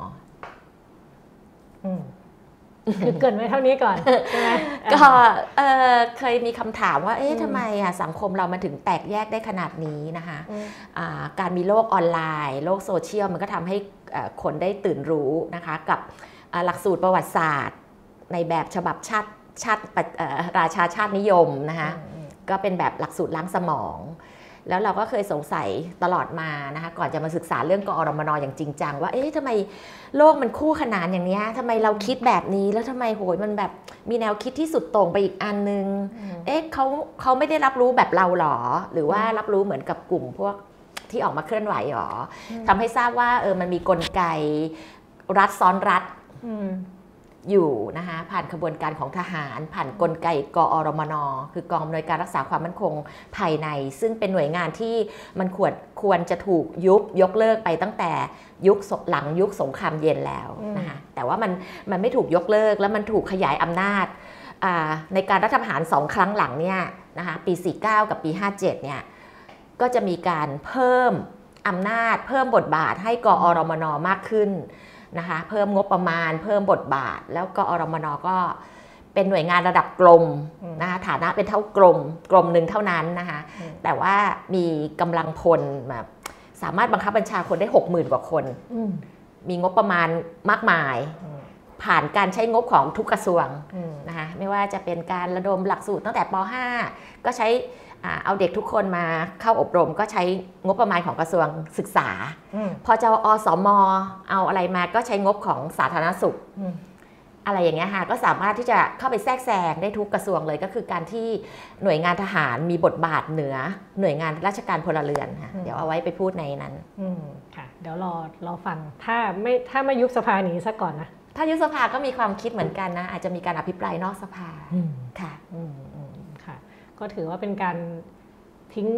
คือเกินไว้เท่านี้ก่อนใช่ไหมก็เคยมีคำถามว่าทำไมสังคมเรามันถึงแตกแยกได้ขนาดนี้นะคะการมีโลกออนไลน์โลกโซเชียลมันก็ทำให้คนได้ตื่นรู้นะคะกับหลักสูตรประวัติศาสตร์ในแบบฉบับชาติราชาชาตินิยมนะคะก็เป็นแบบหลักสูตรล้างสมองแล้วเราก็เคยสงสัยตลอดมานะคะก่อนจะมาศึกษาเรื่องกอรมน.อย่างจริงจังว่าทำไมโลกมันคู่ขนานอย่างนี้ทำไมเราคิดแบบนี้แล้วทำไมโหยมันแบบมีแนวคิดที่สุดโต่งไปอีกอันนึงเขาไม่ได้รับรู้แบบเราหรอหรือว่ารับรู้เหมือนกับกลุ่มพวกที่ออกมาเคลื่อนไหวหรอทำให้ทราบว่ามันมีกลไกรัฐซ้อนรัฐอยู่นะคะผ่านขบวนการของทหารผ่านกลไกกอรมน.คือกองอำนวยการรักษาความมั่นคงภายในซึ่งเป็นหน่วยงานที่มันควรจะถูกยกเลิกไปตั้งแต่หลังยุคสงครามเย็นแล้วนะคะแต่ว่ามันไม่ถูกยกเลิกแล้วมันถูกขยายอำนาจในการรัฐประหาร2ครั้งหลังเนี่ยนะคะปี49กับปี57เนี่ยก็จะมีการเพิ่มอำนาจเพิ่มบทบาทให้กอรมน.มากขึ้นนะคะเพิ่มงบประมาณเพิ่มบทบาทแล้วก็อรมน.ก็เป็นหน่วยงานระดับกรมนะคะฐานะเป็นเท่ากรมหนึ่งเท่านั้นนะคะแต่ว่ามีกำลังพลแบบสามารถบังคับบัญชาคนได้ 60,000 กว่าคนมีงบประมาณมากมายผ่านการใช้งบของทุกกระทรวงนะคะไม่ว่าจะเป็นการระดมหลักสูตรตั้งแต่ป .5 ก็ใช้เอาเด็กทุกคนมาเข้าอบรมก็ใช้งบประมาณของกระทรวงศึกษาพอจะอสม.เอาอะไรมาก็ใช้งบของสาธารณสุขอะไรอย่างเงี้ยค่ะก็สามารถที่จะเข้าไปแทรกแซงได้ทุกกระทรวงเลยก็คือการที่หน่วยงานทหารมีบทบาทเหนือหน่วยงานราชการพลเรือนค่ะเดี๋ยวเอาไว้ไปพูดในนั้นค่ะเดี๋ยวรอฟังถ้าไม่ยุบสภาหนีซะก่อนนะถ้ายุบสภาก็มีความคิดเหมือนกันนะอาจจะมีการอภิปรายนอกสภาค่ะก็ถือว่าเป็นการทิ้ง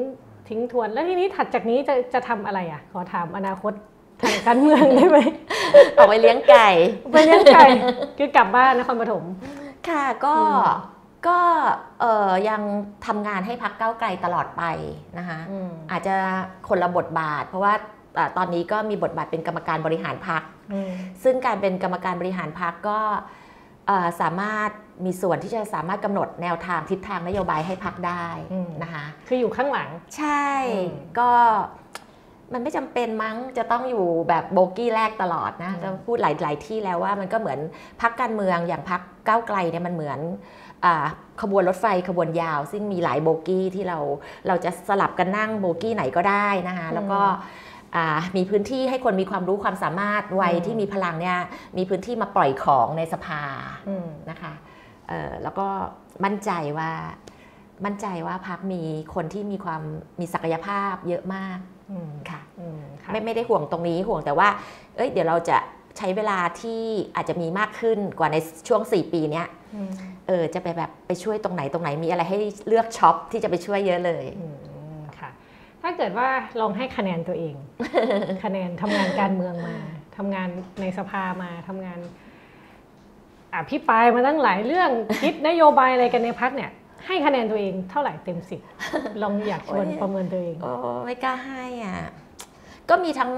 ทิ้งทวนแล้วทีนี้ถัดจากนี้จะทำอะไรอ่ะขอถามอนาคตทางการเมืองได้ไหมออกไปเลี้ยงไก่ไปเลี้ยงไก่คือกลับบ้านนครปฐมค่ะก็ยังทำงานให้พรรคก้าวไกลตลอดไปนะคะอาจจะคนละบทบาทเพราะว่าตอนนี้ก็มีบทบาทเป็นกรรมการบริหารพรรคซึ่งการเป็นกรรมการบริหารพรรคก็สามารถมีส่วนที่จะสามารถกำหนดแนวทางทิศทางนโยบายให้พรรคได้นะคะคืออยู่ข้างหลังใช่ก็มันไม่จำเป็นมั้งจะต้องอยู่แบบโบกี้แรกตลอดนะจะพูดหลายที่แล้วว่ามันก็เหมือนพรรคการเมืองอย่างพรรคก้าวไกลเนี่ยมันเหมือนขบวนรถไฟขบวนยาวซึ่งมีหลายโบกี้ที่เราจะสลับกันนั่งโบกี้ไหนก็ได้นะคะแล้วก็มีพื้นที่ให้คนมีความรู้ความสามารถวัยที่มีพลังเนี่ยมีพื้นที่มาปล่อยของในสภานะคะแล้วก็มั่นใจว่าพรรคมีคนที่มีศักยภาพเยอะมากค่ะไม่ได้ห่วงตรงนี้ห่วงแต่ว่าเดี๋ยวเราจะใช้เวลาที่อาจจะมีมากขึ้นกว่าในช่วง4 ปีเนี้ยจะไปช่วยตรงไหนมีอะไรให้เลือกช็อปที่จะไปช่วยเยอะเลยค่ะถ้าเกิดว่าลองให้คะแนนตัวเอง คะแนนทำงานการเมืองมาทำงานในสภามาทำงานอภิปรายมาตั้งหลายเรื่อง คิดนโยบายอะไรกันในพรรคเนี่ยให้คะแนนตัวเองเท่าไหร่เต็ม10ลองอยากชวนประเมินตัวเองไม่กล้าให้ก็มีทั้ง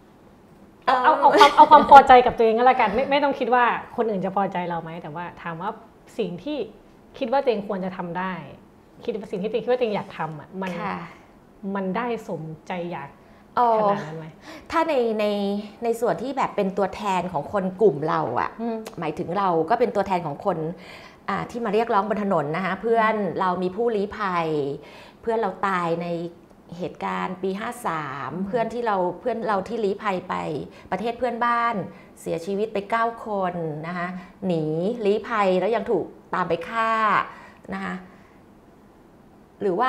เอาความพอใจกับตัวเองก็แล้วกันไม่ต้องคิดว่าคนอื่นจะพอใจเราไหมแต่ว่าถามว่าสิ่งที่คิดว่าตัวเองควรจะทำได้คิดว่าสิ่งที่ตัวเองคิดว่าตัวเองอยากทำมันได้สมใจอยากขนาดนั้นไหมถ้าในส่วนที่แบบเป็นตัวแทนของคนกลุ่มเราหมายถึงเราก็เป็นตัวแทนของคนที่มาเรียกร้องบนถนนนะคะเพื่อนเรามีผู้ลี้ภัยเพื่อนเราตายในเหตุการณ์ปี53เพื่อนเราที่ลี้ภัยไปประเทศเพื่อนบ้านเสียชีวิตไป9 คนนะคะหนีลี้ภัยแล้วยังถูกตามไปฆ่านะคะหรือว่า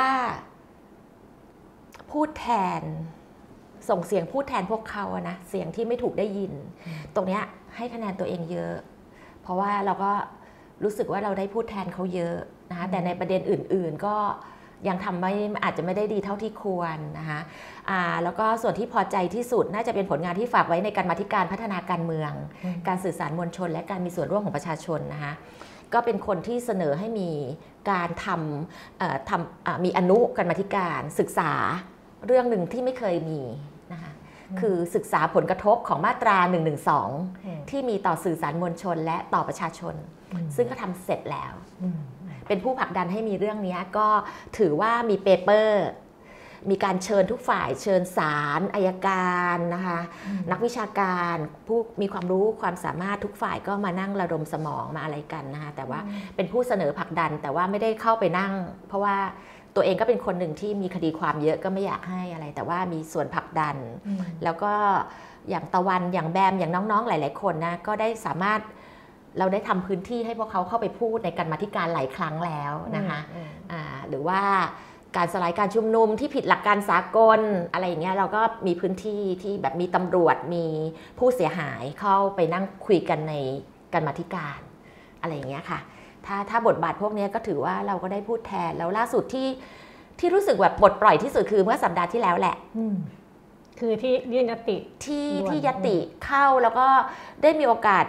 พูดแทนส่งเสียงพูดแทนพวกเขานะเสียงที่ไม่ถูกได้ยินตรงนี้ให้คะแนนตัวเองเยอะเพราะว่าเราก็รู้สึกว่าเราได้พูดแทนเขาเยอะนะคะแต่ในประเด็นอื่นๆก็ยังทำไม่อาจจะไม่ได้ดีเท่าที่ควรนะคะแล้วก็ส่วนที่พอใจที่สุดน่าจะเป็นผลงานที่ฝากไว้ในกรรมาธิการพัฒนาการเมืองการสื่อสารมวลชนและการมีส่วนร่วมของประชาชนนะคะก็เป็นคนที่เสนอให้มีการมีอนุกรรมาธิการศึกษาเรื่องหนึ่งที่ไม่เคยมีนะคะคือศึกษาผลกระทบของมาตรา112ที่มีต่อสื่อสารมวลชนและต่อประชาชนซึ่งก็ทำเสร็จแล้วเป็นผู้ผลักดันให้มีเรื่องนี้ก็ถือว่ามีเปเปอร์มีการเชิญทุกฝ่ายเชิญศาลอัยการนะคะนักวิชาการผู้มีความรู้ความสามารถทุกฝ่ายก็มานั่งระดมสมองมาอะไรกันนะคะแต่ว่าเป็นผู้เสนอผลักดันแต่ว่าไม่ได้เข้าไปนั่งเพราะว่าตัวเองก็เป็นคนหนึ่งที่มีคดีความเยอะก็ไม่อยากให้อะไรแต่ว่ามีส่วนผลักดันแล้วก็อย่างตะวันอย่างแบมอย่างน้องๆหลายๆคนนะก็ได้สามารถเราได้ทำพื้นที่ให้พวกเขาเข้าไปพูดในกรรมาธิการหลายครั้งแล้วนะคะหรือว่าการสลายการชุมนุมที่ผิดหลักการสากลอะไรอย่างเงี้ยเราก็มีพื้นที่ที่แบบมีตำรวจมีผู้เสียหายเข้าไปนั่งคุยกันในกรรมาธิการอะไรอย่างเงี้ยค่ะถ้าบทบาทพวกนี้ก็ถือว่าเราก็ได้พูดแทนแล้วล่าสุดที่รู้สึกแบบปลดปล่อยที่สุดคือเมื่อสัปดาห์ที่แล้วแหละคือที่ยื่นยติที่ยติเข้าแล้วก็ได้มีโอกาส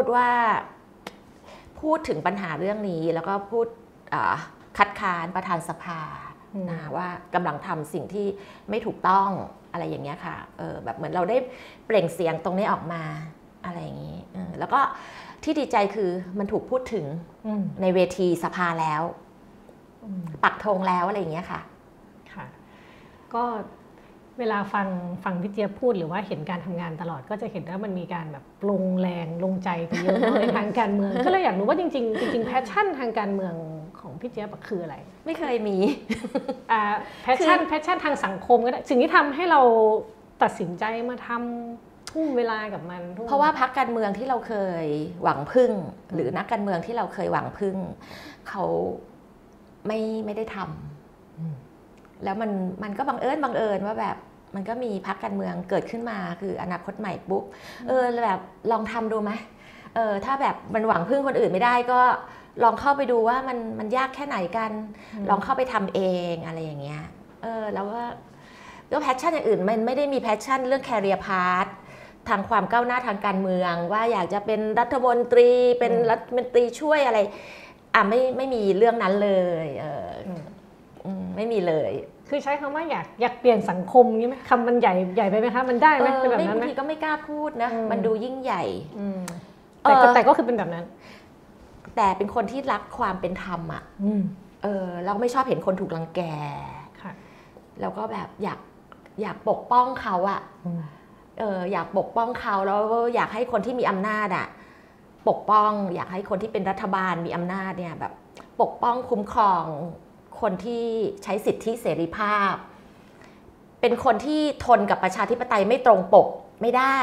พูดถึงปัญหาเรื่องนี้แล้วก็พูดคัดค้านประธานสภาว่ากำลังทำสิ่งที่ไม่ถูกต้องอะไรอย่างเงี้ยค่ะแบบเหมือนเราได้เปล่งเสียงตรงนี้ออกมาอะไรอย่างนี้แล้วก็ที่ดีใจคือมันถูกพูดถึงในเวทีสภาแล้วปักธงแล้วอะไรอย่างเงี้ยค่ะค่ะก็เวลาฟังพี่เจี๊ยบพูดหรือว่าเห็นการทำงานตลอดก็จะเห็นว่ามันมีการแบบลงแรงลงใจไปเยอะในทางการเมืองก็เลยอยากรู้ว่าจริงแพชชั่นทางการเมืองของพี่เจี๊ยบคืออะไรไม่เคยมีแพชชั่นทางสังคมก็ได้สิ่งที่ทำให้เราตัดสินใจมาทำทุ่มเวลากับมันเพราะว่าพรรคการเมืองที่เราเคยหวังพึ่งหรือนักการเมืองที่เราเคยหวังพึ่งเขาไม่ได้ทำแล้วมันก็บังเอิญว่าแบบมันก็มีพรรคการเมืองเกิดขึ้นมาคืออนาคตใหม่ปุ๊บแบบลองทำดูไหมถ้าแบบมันหวังพึ่งคนอื่นไม่ได้ก็ลองเข้าไปดูว่ามันยากแค่ไหนกันลองเข้าไปทำเองอะไรอย่างเงี้ยแล้วก็แพชชั่นอย่างอื่นมันไม่ได้มีแพชชั่นเรื่องแคเรียร์พาธทางความก้าวหน้าทางการเมืองว่าอยากจะเป็นรัฐมนตรีเป็นรัฐมนตรีช่วยอะไรไม่มีเรื่องนั้นเลยไม่มีเลยคือใช้คำว่าอยากเปลี่ยนสังคมงี้ไหมคำมันใหญ่ไปไหมคะมันได้ไหมเป็นแบบนั้นไหมบางทีก็ไม่กล้าพูดนะมันดูยิ่งใหญ่แต่ก็คือเป็นแบบนั้นแต่เป็นคนที่รักความเป็นธรรมอ่ะเราไม่ชอบเห็นคนถูกรังแกแล้วก็แบบอยากปกป้องเขาอ่ะอยากปกป้องเขาแล้วอยากให้คนที่มีอำนาจอ่ะปกป้องอยากให้คนที่เป็นรัฐบาลมีอำนาจเนี่ยแบบปกป้องคุ้มครองคนที่ใช้สิทธิเสรีภาพเป็นคนที่ทนกับประชาธิปไตยไม่ตรงปกไม่ได้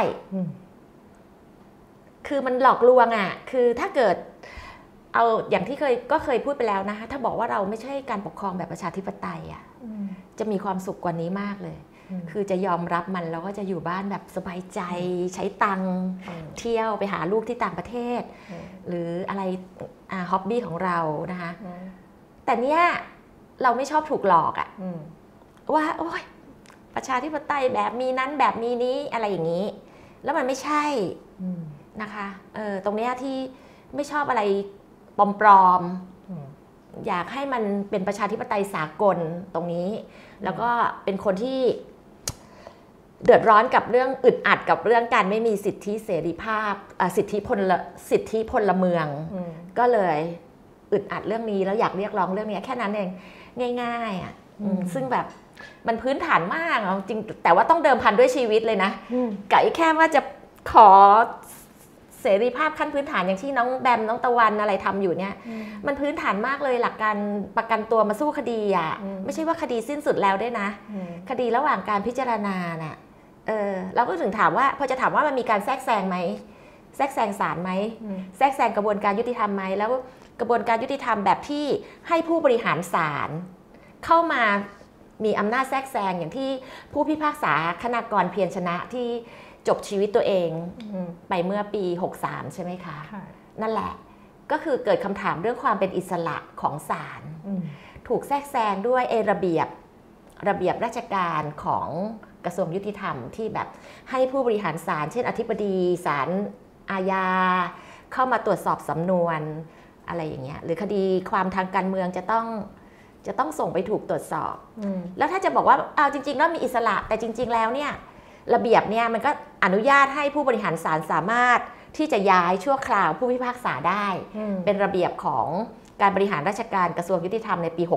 คือมันหลอกลวงอ่ะคือถ้าเกิดเอาอย่างที่เคยพูดไปแล้วนะคะถ้าบอกว่าเราไม่ใช่การปกครองแบบประชาธิปไตยอ่ะจะมีความสุขกว่านี้มากเลยคือจะยอมรับมันแล้วก็จะอยู่บ้านแบบสบายใจใช้ตังค์เที่ยวไปหาลูกที่ต่างประเทศหรืออะไรฮ็อบบี้ของเรานะคะแต่เนี้ยเราไม่ชอบถูกหลอกอ่ะว่าโอ๊ยประชาธิปไตยแบบมีนั้นแบบมีนี้อะไรอย่างนี้แล้วมันไม่ใช่นะคะตรงเนี้ยที่ไม่ชอบอะไรปลอมๆอยากให้มันเป็นประชาธิปไตยสากลตรงนี้แล้วก็เป็นคนที่เดือดร้อนกับเรื่องอึดอัดกับเรื่องการไม่มีสิทธิเสรีภาพสิทธิพลเมืองก็เลยอึดอัดเรื่องนี้แล้วอยากเรียกร้องเรื่องนี้แค่นั้นเองง่ายๆอ่ะซึ่งแบบมันพื้นฐานมากจริงแต่ว่าต้องเดิมพันด้วยชีวิตเลยนะกะแค่ว่าจะขอเสรีภาพขั้นพื้นฐานอย่างที่น้องแบมน้องตะวันอะไรทำอยู่เนี่ยมันพื้นฐานมากเลยหลักการประกันตัวมาสู้คดีอ่ะไม่ใช่ว่าคดีสิ้นสุดแล้วด้วยนะคดีระหว่างการพิจารณาน่ะเราก็ถึงถามว่าพอจะถามว่ามันมีการแทรกแซงไหมแทรกแซงศาลไหมแทรกแซงกระบวนการยุติธรรมไหมแล้วกระบวนการยุติธรรมแบบที่ให้ผู้บริหารศาลเข้ามามีอำนาจแทรกแซงอย่างที่ผู้พิพากษาคณากรเพียรชนะที่จบชีวิตตัวเองไปเมื่อปี63ใช่ไหมคะนั่นแหละก็คือเกิดคำถามเรื่องความเป็นอิสระของศาลถูกแทรกแซงด้วยระเบียบราชการของกระทรวงยุติธรรมที่แบบให้ผู้บริหารศาลเช่นอธิบดีศาลอาญาเข้ามาตรวจสอบสำนวนอะไรอย่างเงี้ยหรือคดีความทางการเมืองจะต้องส่งไปถูกตรวจสอบแล้วถ้าจะบอกว่าเอาจริงๆแล้วมีอิสระแต่จริงๆแล้วเนี่ยระเบียบเนี่ยมันก็อนุญาตให้ผู้บริหารศาลสามารถที่จะย้ายชั่วคราวผู้พิพากษาได้เป็นระเบียบของการบริหารราชการกระทรวงยุติธรรมในปี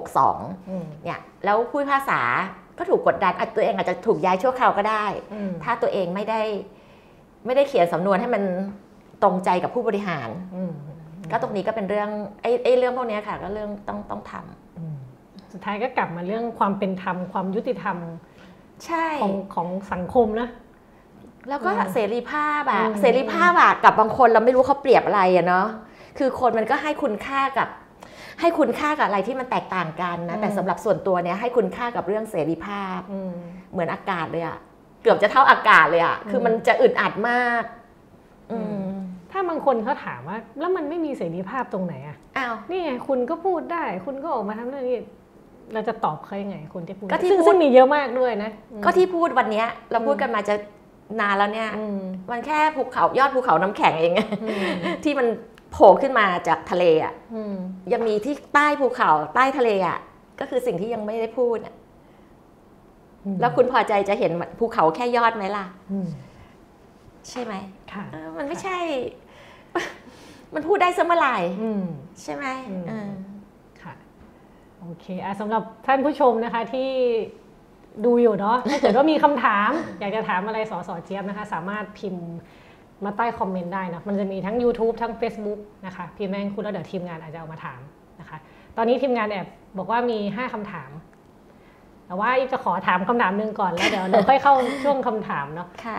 62เนี่ยแล้วผู้พิพากษาก็ถูกกดดันตัวเองอาจจะถูกย้ายชั่วคราวก็ได้ถ้าตัวเองไม่ได้เขียนสำนวนให้มันตรงใจกับผู้บริหารก็ตรงนี้ก็เป็นเรื่องเรื่องพวกนี้ค่ะก็เรื่องต้องทำสุดท้ายก็กลับมาเรื่องความเป็นธรรมความยุติธรรมใช่ของสังคมนะแล้วก็เสรีภาพกับบางคนเราไม่รู้เขาเปรียบอะไรอะเนาะคือคนมันก็ให้คุณค่ากับอะไรที่มันแตกต่างกันนะแต่สำหรับส่วนตัวเนี่ยให้คุณค่ากับเรื่องเสรีภาพเหมือนอากาศเลยอะเกือบจะเท่าอากาศเลยอะคือมันจะอึดอัดมากถ้าบางคนเขาถามว่าแล้วมันไม่มีเสรีภาพตรงไหนอะนี่ไงคุณก็พูดได้คุณก็ออกมาทำเรื่องนี้เราจะตอบเขายังไงคนที่พูดซึ่งมีเยอะมากด้วยนะก็ที่พูดวันนี้เราพูดกันมาจะนานแล้วเนี่ยมันแค่ยอดภูเขาน้ำแข็งเองที่มันโผล่ขึ้นมาจากทะเลอ่ะยังมีที่ใต้ภูเขาใต้ทะเลอ่ะก็คือสิ่งที่ยังไม่ได้พูดแล้วคุณพอใจจะเห็นภูเขาแค่ยอดไหมล่ะใช่ไหมมันไม่ใช่มันพูดได้เสมอไหร่ใช่ไหมโอเคสำหรับท่านผู้ชมนะคะที่ดูอยู่เนาะถ้าเกิดว่ามีคำถามอยากจะถามอะไรส.เจี๊ยบนะคะสามารถพิมพ์มาใต้คอมเมนต์ได้นะมันจะมีทั้ง YouTube ทั้ง Facebook นะคะพิมพ์แม่งคุณแล้วเดี๋ยวทีมงานอาจจะเอามาถามนะคะตอนนี้ทีมงานแอบบอกว่ามี5คำถามแต่ว่าอีฟจะขอถามคำถามนึงก่อนแล้วเดี๋ยวเราค่อยเข้าช่วงคำถามเนาะค่ะ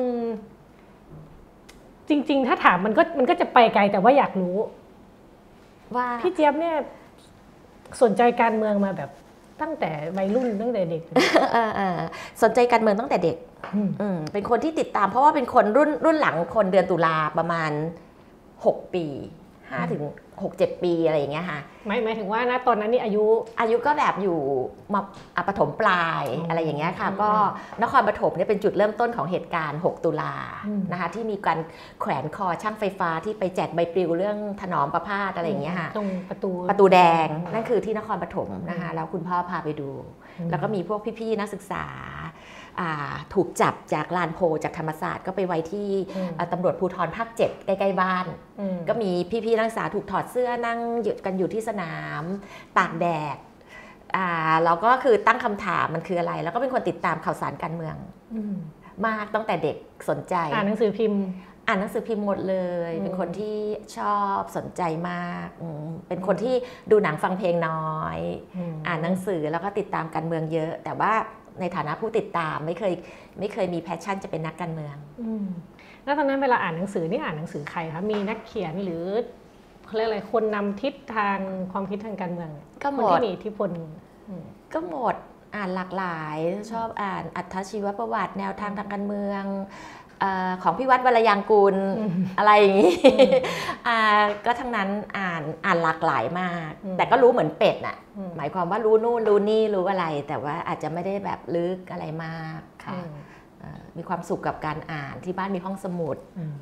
จริงๆถ้าถามมันก็จะไปไกลแต่ว่าอยากรู้ว่าพี่เจี๊ยบเนี่ยสนใจการเมืองมาแบบตั้งแต่วัยรุ่นตั้งแต่เด็กสนใจการเมืองตั้งแต่เด็กเป็นคนที่ติดตามเพราะว่าเป็นคนรุ่นหลังคนเดือนตุลาประมาณ6 ปี 5 ถึง 6-7 ปีอะไรอย่างเงี้ยค่ะหมายถึงว่าณตอนนั้นนี่อายุก็แบบอยู่มาประถมปลายอะไรอย่างเงี้ยค่ะก็นครปฐมเนี่ยเป็นจุดเริ่มต้นของเหตุการณ์6 ตุลานะคะที่มีการแขวนคอช่างไฟฟ้าที่ไปแจกใบปลิวเรื่องถนอมประพาสอะไรอย่างเงี้ยค่ะตรงประตูแดงนั่นคือที่นครปฐมนะคะแล้วคุณพ่อพาไปดูแล้วก็มีพวกพี่ๆนักศึกษาถูกจับจากลานโพจากธรรมศาสตร์ก็ไปไว้ที่ตำรวจภูธรภาค 7ใกล้ๆบ้านก็มีพี่ๆนักศึกษาถูกถอดเสื้อนั่งกันอยู่ที่สนามตากแดดเราก็คือตั้งคำถามมันคืออะไรแล้วก็เป็นคนติดตามข่าวสารการเมืองมากตั้งแต่เด็กสนใจอ่านหนังสือพิมพ์หมดเลยเป็นคนที่ชอบสนใจมากเป็นคนที่ดูหนังฟังเพลงน้อยอ่านหนังสือแล้วก็ติดตามการเมืองเยอะแต่ว่าในฐานะผู้ติดตามไม่เคยมีแพชชั่นจะเป็นนักการเมืองแล้วตอนนั้นเวลาอ่านหนังสือนี่อ่านหนังสือใครคะมีนักเขียนหรือเขาเรียกอะไรคนนำทิศทางความคิดทางการเมืองก็หมดที่มีอิทธิพลก็หมดอ่านหลากหลายชอบอ่านอัตชีวประวัติแนวทางทางการเมืองของพี่วัดวรยางกูลอะไรอย่างนี้ก็ทั้งนั้นอ่านหลากหลายมากแต่ก็รู้เหมือนเป็ดน่ะหมายความว่ารู้นู่นรู้นี่รู้อะไรแต่ว่าอาจจะไม่ได้แบบลึกอะไรมากค่ะมีความสุขกับการอ่านที่บ้านมีห้องสมุด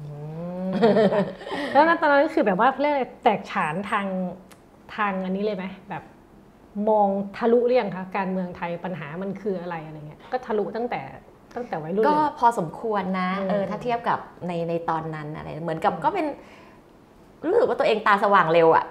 แล้วตอนนั้นคือแบบว่าเรียกแตกฉานทางอันนี้เลยไหมแบบมองทะลุเรื่องคะการเมืองไทยปัญหามันคืออะไรเงี้ยก็ทะลุตั้งแต่วัยรุ่นก็พอสมควรนะถ้าเทียบกับในตอนนั้นอะไรเหมือนกับก็เป็นรู้สึกว่าตัวเองตาสว่างเร็วอ่ะ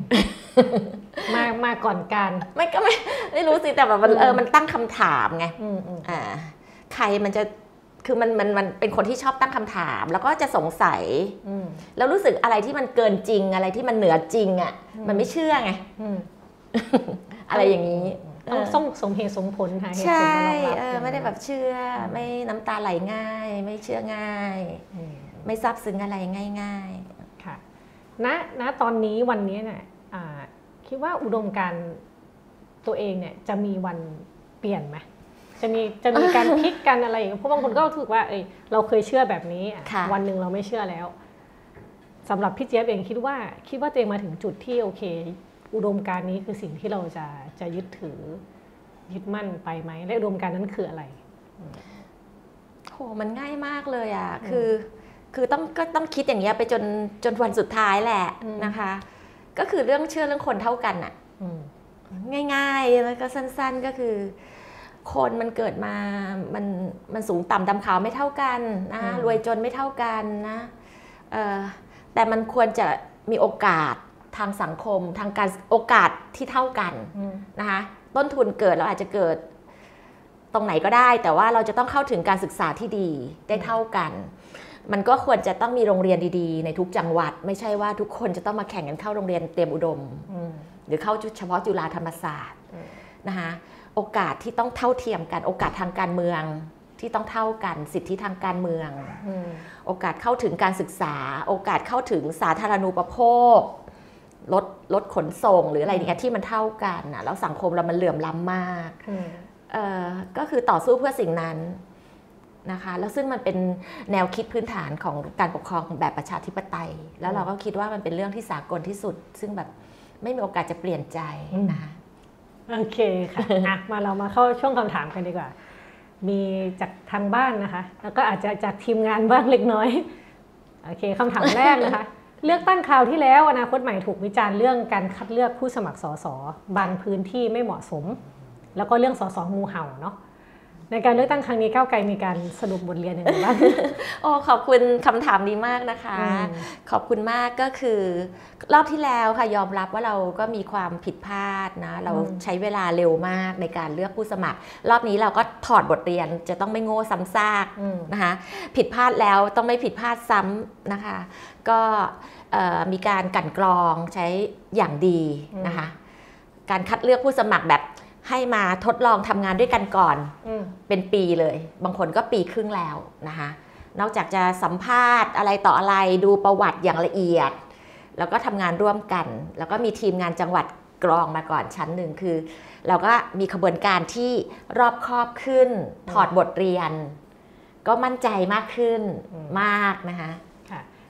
มาก่อนการไม่รู้สิแต่แบบมันตั้งคำถามไงใครมันจะคือมันเป็นคนที่ชอบตั้งคำถามแล้วก็จะสงสัยแล้วรู้สึกอะไรที่มันเกินจริงอะไรที่มันเหนือจริงอ่ะมันไม่เชื่อไงอะไรอย่างนี้ต้องสมเหตุสมผลค่ะใช่ไม่ได้แบบเชื่อไม่น้ำตาไหลง่ายไม่เชื่อง่ายไม่ซาบซึ้งอะไรง่ายๆค่ะณตอนนี้วันนี้เนี่ยคิดว่าอุดมการณ์ตัวเองเนี่ยจะมีวันเปลี่ยนไหมจะมีการพลิกกันอะไรเพราะบางคนก็รู้สึกว่าเราเคยเชื่อแบบนี้วันหนึ่งเราไม่เชื่อแล้วสำหรับพี่เจี๊ยบเองคิดว่าตัวเองมาถึงจุดที่โอเคอุดมการณ์นี้คือสิ่งที่เราจะยึดถือยึดมั่นไปไหมและอุดมการณ์นั้นคืออะไรโหมันง่ายมากเลยอ่ะคือต้องคิดอย่างเงี้ยไปจนวันสุดท้ายแหละนะคะก็คือเรื่องเชื่อเรื่องคนเท่ากันอ่ะง่ายๆแล้วก็สั้นๆก็คือคนมันเกิดมามันสูงต่ำดำขาวไม่เท่ากันนะรวยจนไม่เท่ากันนะแต่มันควรจะมีโอกาสทางสังคมทางการโอกาสที่เท่ากันนะคะต้นทุนเกิดเราอาจจะเกิดตรงไหนก็ได้แต่ว่าเราจะต้องเข้าถึงการศึกษาที่ดีได้เท่ากันมันก็ควรจะต้องมีโรงเรียนดีๆในทุกจังหวัดไม่ใช่ว่าทุกคนจะต้องมาแข่งกันเข้าโรงเรียนเตรียมอุดมหรือเข้าเฉพาะจุฬาธรรมศาสตร์นะคะโอกาสที่ต้องเท่าเทียมกันโอกาสทางการเมืองที่ต้องเท่ากันสิทธิทางการเมืองโอกาสเข้าถึงการศึกษาโอกาสเข้าถึงสาธารณูปโภครถขนส่งหรืออะไรอย่างเงี้ยที่มันเท่ากันนะแล้วสังคมเรามันเหลื่อมล้ำมากก็คือต่อสู้เพื่อสิ่งนั้นนะคะแล้วซึ่งมันเป็นแนวคิดพื้นฐานของการปกครองแบบประชาธิปไตยแล้วเราก็คิดว่ามันเป็นเรื่องที่สากลที่สุดซึ่งแบบไม่มีโอกาสจะเปลี่ยนใจนะคะโอเคค่ะเรามาเข้าช่วงคำถามกันดีกว่ามีจากทางบ้านนะคะแล้วก็อาจจะจากทีมงานบ้างเล็กน้อยโอเคคำถามแรกนะคะเลือกตั้งคราวที่แล้วอนาคตใหม่ถูกวิจารณ์เรื่องการคัดเลือกผู้สมัครสสบางพื้นที่ไม่เหมาะสมแล้วก็เรื่องสสงูเห่าเนาะในการเลือกตั้งครั้งนี้ก้าวไกลมีการสรุปบทเรียนอย่างไรบ้างโอ้ขอบคุณคำถามนี้มากนะคะขอบคุณมากก็คือรอบที่แล้วค่ะยอมรับว่าเราก็มีความผิดพลาดนะเราใช้เวลาเร็วมากในการเลือกผู้สมัครรอบนี้เราก็ถอดบทเรียนจะต้องไม่โง่ซ้ำซากนะคะผิดพลาดแล้วต้องไม่ผิดพลาดซ้ำนะคะก็มีการกลั่นกรองใช้อย่างดีนะคะการคัดเลือกผู้สมัครแบบให้มาทดลองทำงานด้วยกันก่อนเป็นปีเลยบางคนก็ปีครึ่งแล้วนะคะนอกจากจะสัมภาษณ์อะไรต่ออะไรดูประวัติอย่างละเอียดแล้วก็ทำงานร่วมกันแล้วก็มีทีมงานจังหวัดกรองมาก่อนชั้นหนึ่งคือเราก็มีขบวนการที่รอบคอบขึ้นถอดบทเรียนก็มั่นใจมากขึ้นมากนะคะค่ะ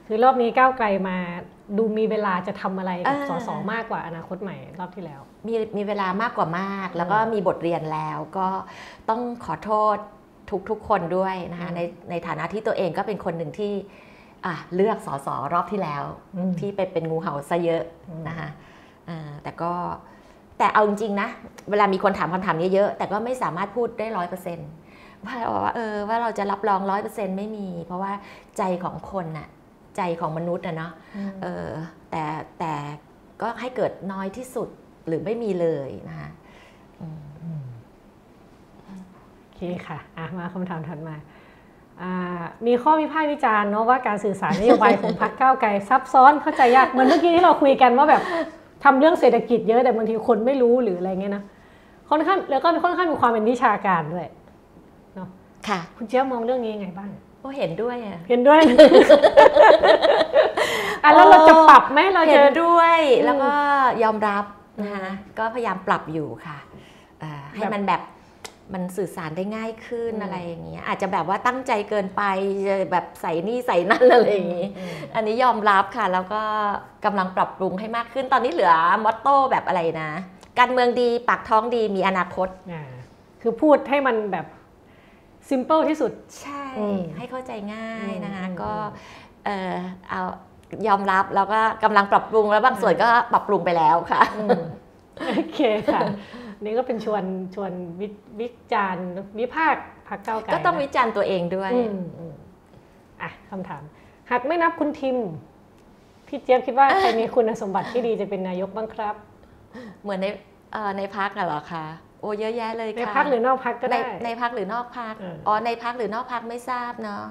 คือรอบนี้ก้าวไกลมาดูมีเวลาจะทำอะไรกับสสมากกว่าอนาคตใหม่รอบที่แล้วมีเวลามากกว่ามากแล้วก็มีบทเรียนแล้วก็ต้องขอโทษทุกคนด้วยนะคะในฐานะที่ตัวเองก็เป็นคนหนึ่งที่เลือกสสรอบที่แล้วที่ไปเป็นงูเห่าซะเยอะนะคะแต่เอาจริงๆนะเวลามีคนถามคำถามเยอะๆแต่ก็ไม่สามารถพูดได้ 100% ว่าเราจะรับรอง 100% ไม่มีเพราะว่าใจของคนน่ะใจของมนุษย์นะเนาะแต่ก็ให้เกิดน้อยที่สุดหรือไม่มีเลยนะคะโอเคค่ะมาคำถามถัดมามีข้อวิพากษ์วิจารณ์เนาะว่าการสื่อสารนโยบายของพรรคก้าวไกลซับซ้อนเข้าใจยากเหมือนเมื่อกี้ที่เราคุยกันว่าแบบทำเรื่องเศรษฐกิจเยอะแต่บางทีคนไม่รู้หรืออะไรเงี้ยนะค่อนข้างแล้วก็ค่อนข้างมีความเป็นวิชาการด้วยเนาะค่ะคุณเจี๊ยบมองเรื่องนี้ยังไงบ้างก็เห็นด้วยเห็นด้วยแล้วเราจะปรับไหมเราจะเห็นด้วยแล้วก็ยอมรับนะคะก็พยายามปรับอยู่ค่ะให้มันแบบมันสื่อสารได้ง่ายขึ้นอะไรอย่างเงี้ยอาจจะแบบว่าตั้งใจเกินไปแบบใส่นี่ใส่นั่นอะไรอย่างงี้อันนี้ยอมรับค่ะแล้วก็กำลังปรับปรุงให้มากขึ้นตอนนี้เหลือมอตโต้แบบอะไรนะการเมืองดีปากท้องดีมีอนาคตคือพูดให้มันแบบซิมเปิลที่สุดใช่ให้เข้าใจง่ายนะคะก็เอายอมรับแล้วก็กำลังปรับปรุงแล้วบางส่วนก็ปรับปรุงไปแล้วค่ะโอเคค่ะนี่ก็เป็นชวนวิจารณ์วิพากษ์พรรคก้าวไกลก็ต้องวิจารณ์ตัวเองด้วยคำถามหากไม่นับคุณทิมพี่เจี๊ยบคิดว่าใครมีคุณสมบัติที่ดีจะเป็นนายกบ้างครับเหมือนในพรรคเหรอคะโอ้เยอะแยะเลยค่ะในพรรคหรือนอกพรรคก็ได้ในพรรคหรือนอกพรรคในพรรคหรือนอกพรรคไม่ทราบเนาะ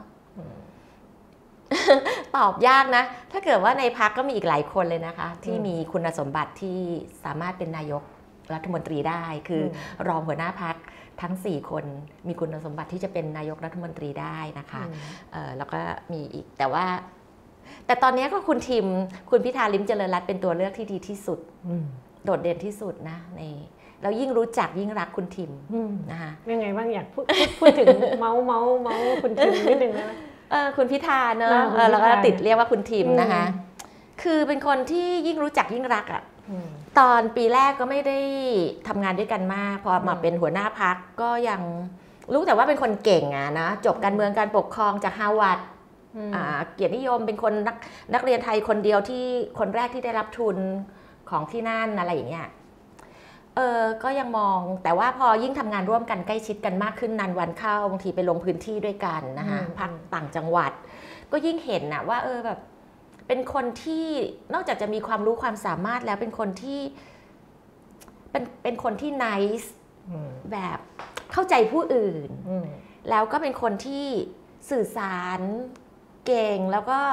ตอบยากนะถ้าเกิดว่าในพรรคก็มีอีกหลายคนเลยนะคะที่มีคุณสมบัติที่สามารถเป็นนายกรัฐมนตรีได้คือรองหัวหน้าพรรคทั้ง4คนมีคุณสมบัติที่จะเป็นนายกรัฐมนตรีได้นะคะแล้วก็มีอีกแต่ตอนนี้ก็คุณพิธาลิ้มเจริญรัตน์เป็นตัวเลือกที่ดีที่สุดโดดเด่นที่สุดนะแล้วยิ่งรู้จักยิ่งรักคุณทิมนะคะยังไงบ้างอยากพูดถึงเมาคุณทิมนิดนึงได้ไหมคุณพิธาเนอะแล้วก็ติดเรียกว่าคุณทิมนะคะคือเป็นคนที่ยิ่งรู้จักยิ่งรักอ่ะตอนปีแรกก็ไม่ได้ทำงานด้วยกันมากพอมาเป็นหัวหน้าพรรคก็ยังรู้แต่ว่าเป็นคนเก่งนะจบการเมืองการปกครองจากฮาร์วาร์ดเกียรตินิยมเป็นคนนักเรียนไทยคนเดียวที่คนแรกที่ได้รับทุนของที่นั่นอะไรอย่างเงี้ยก็ยังมองแต่ว่าพอยิ่งทำงานร่วมกันใกล้ชิดกันมากขึ้นนานวันเข้าบางทีไปลงพื้นที่ด้วยกันนะคะพักต่างจังหวัดก็ยิ่งเห็นนะว่าแบบเป็นคนที่นอกจากจะมีความรู้ความสามารถแล้วเป็นคนที่เป็นคนที่ nice แบบเข้าใจผู้อื่นแล้วก็เป็นคนที่สื่อสารเก่งแล้วก็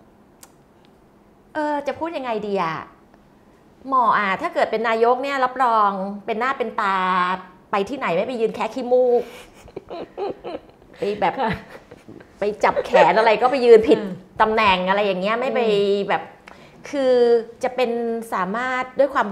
จะพูดยังไงดีอะหมอถ้าเกิดเป็นนายกเนี่ยรับรองเป็นหน้าเป็นตาไปที่ไหนไม่ไปยืนแค่ขี้มูกไปแบบไปจับแขนอะไรก็ไปยืนผิดตำแหน่งอะไรอย่างเงี้ยไม่ไปแบบคือจะเป็นสามารถด้วยความ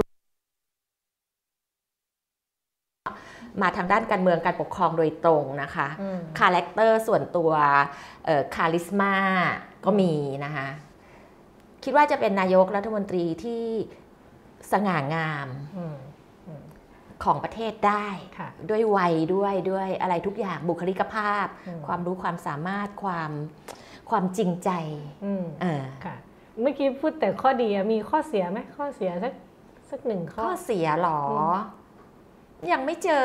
มาทางด้านการเมืองการปกครองโดยตรงนะคะคาแรคเตอร์ส่วนตัวคาลิสมาก็มีนะคะคิดว่าจะเป็นนายกรัฐมนตรีที่สง่างามของประเทศได้ด้วยวัยด้วยอะไรทุกอย่างบุคลิกภาพความรู้ความสามารถความจริงใจค่ะเมื่อกี้พูดแต่ข้อดีมีข้อเสียไหมข้อเสียสักหนึ่งข้อเสียหรอยังไม่เจอ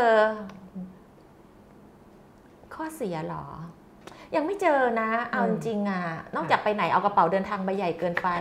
ข้อเสียหรอยังไม่เจอนะเอาจริงนอกจากไปไหนเอากระเป๋าเดินทางใบใหญ่เกินไป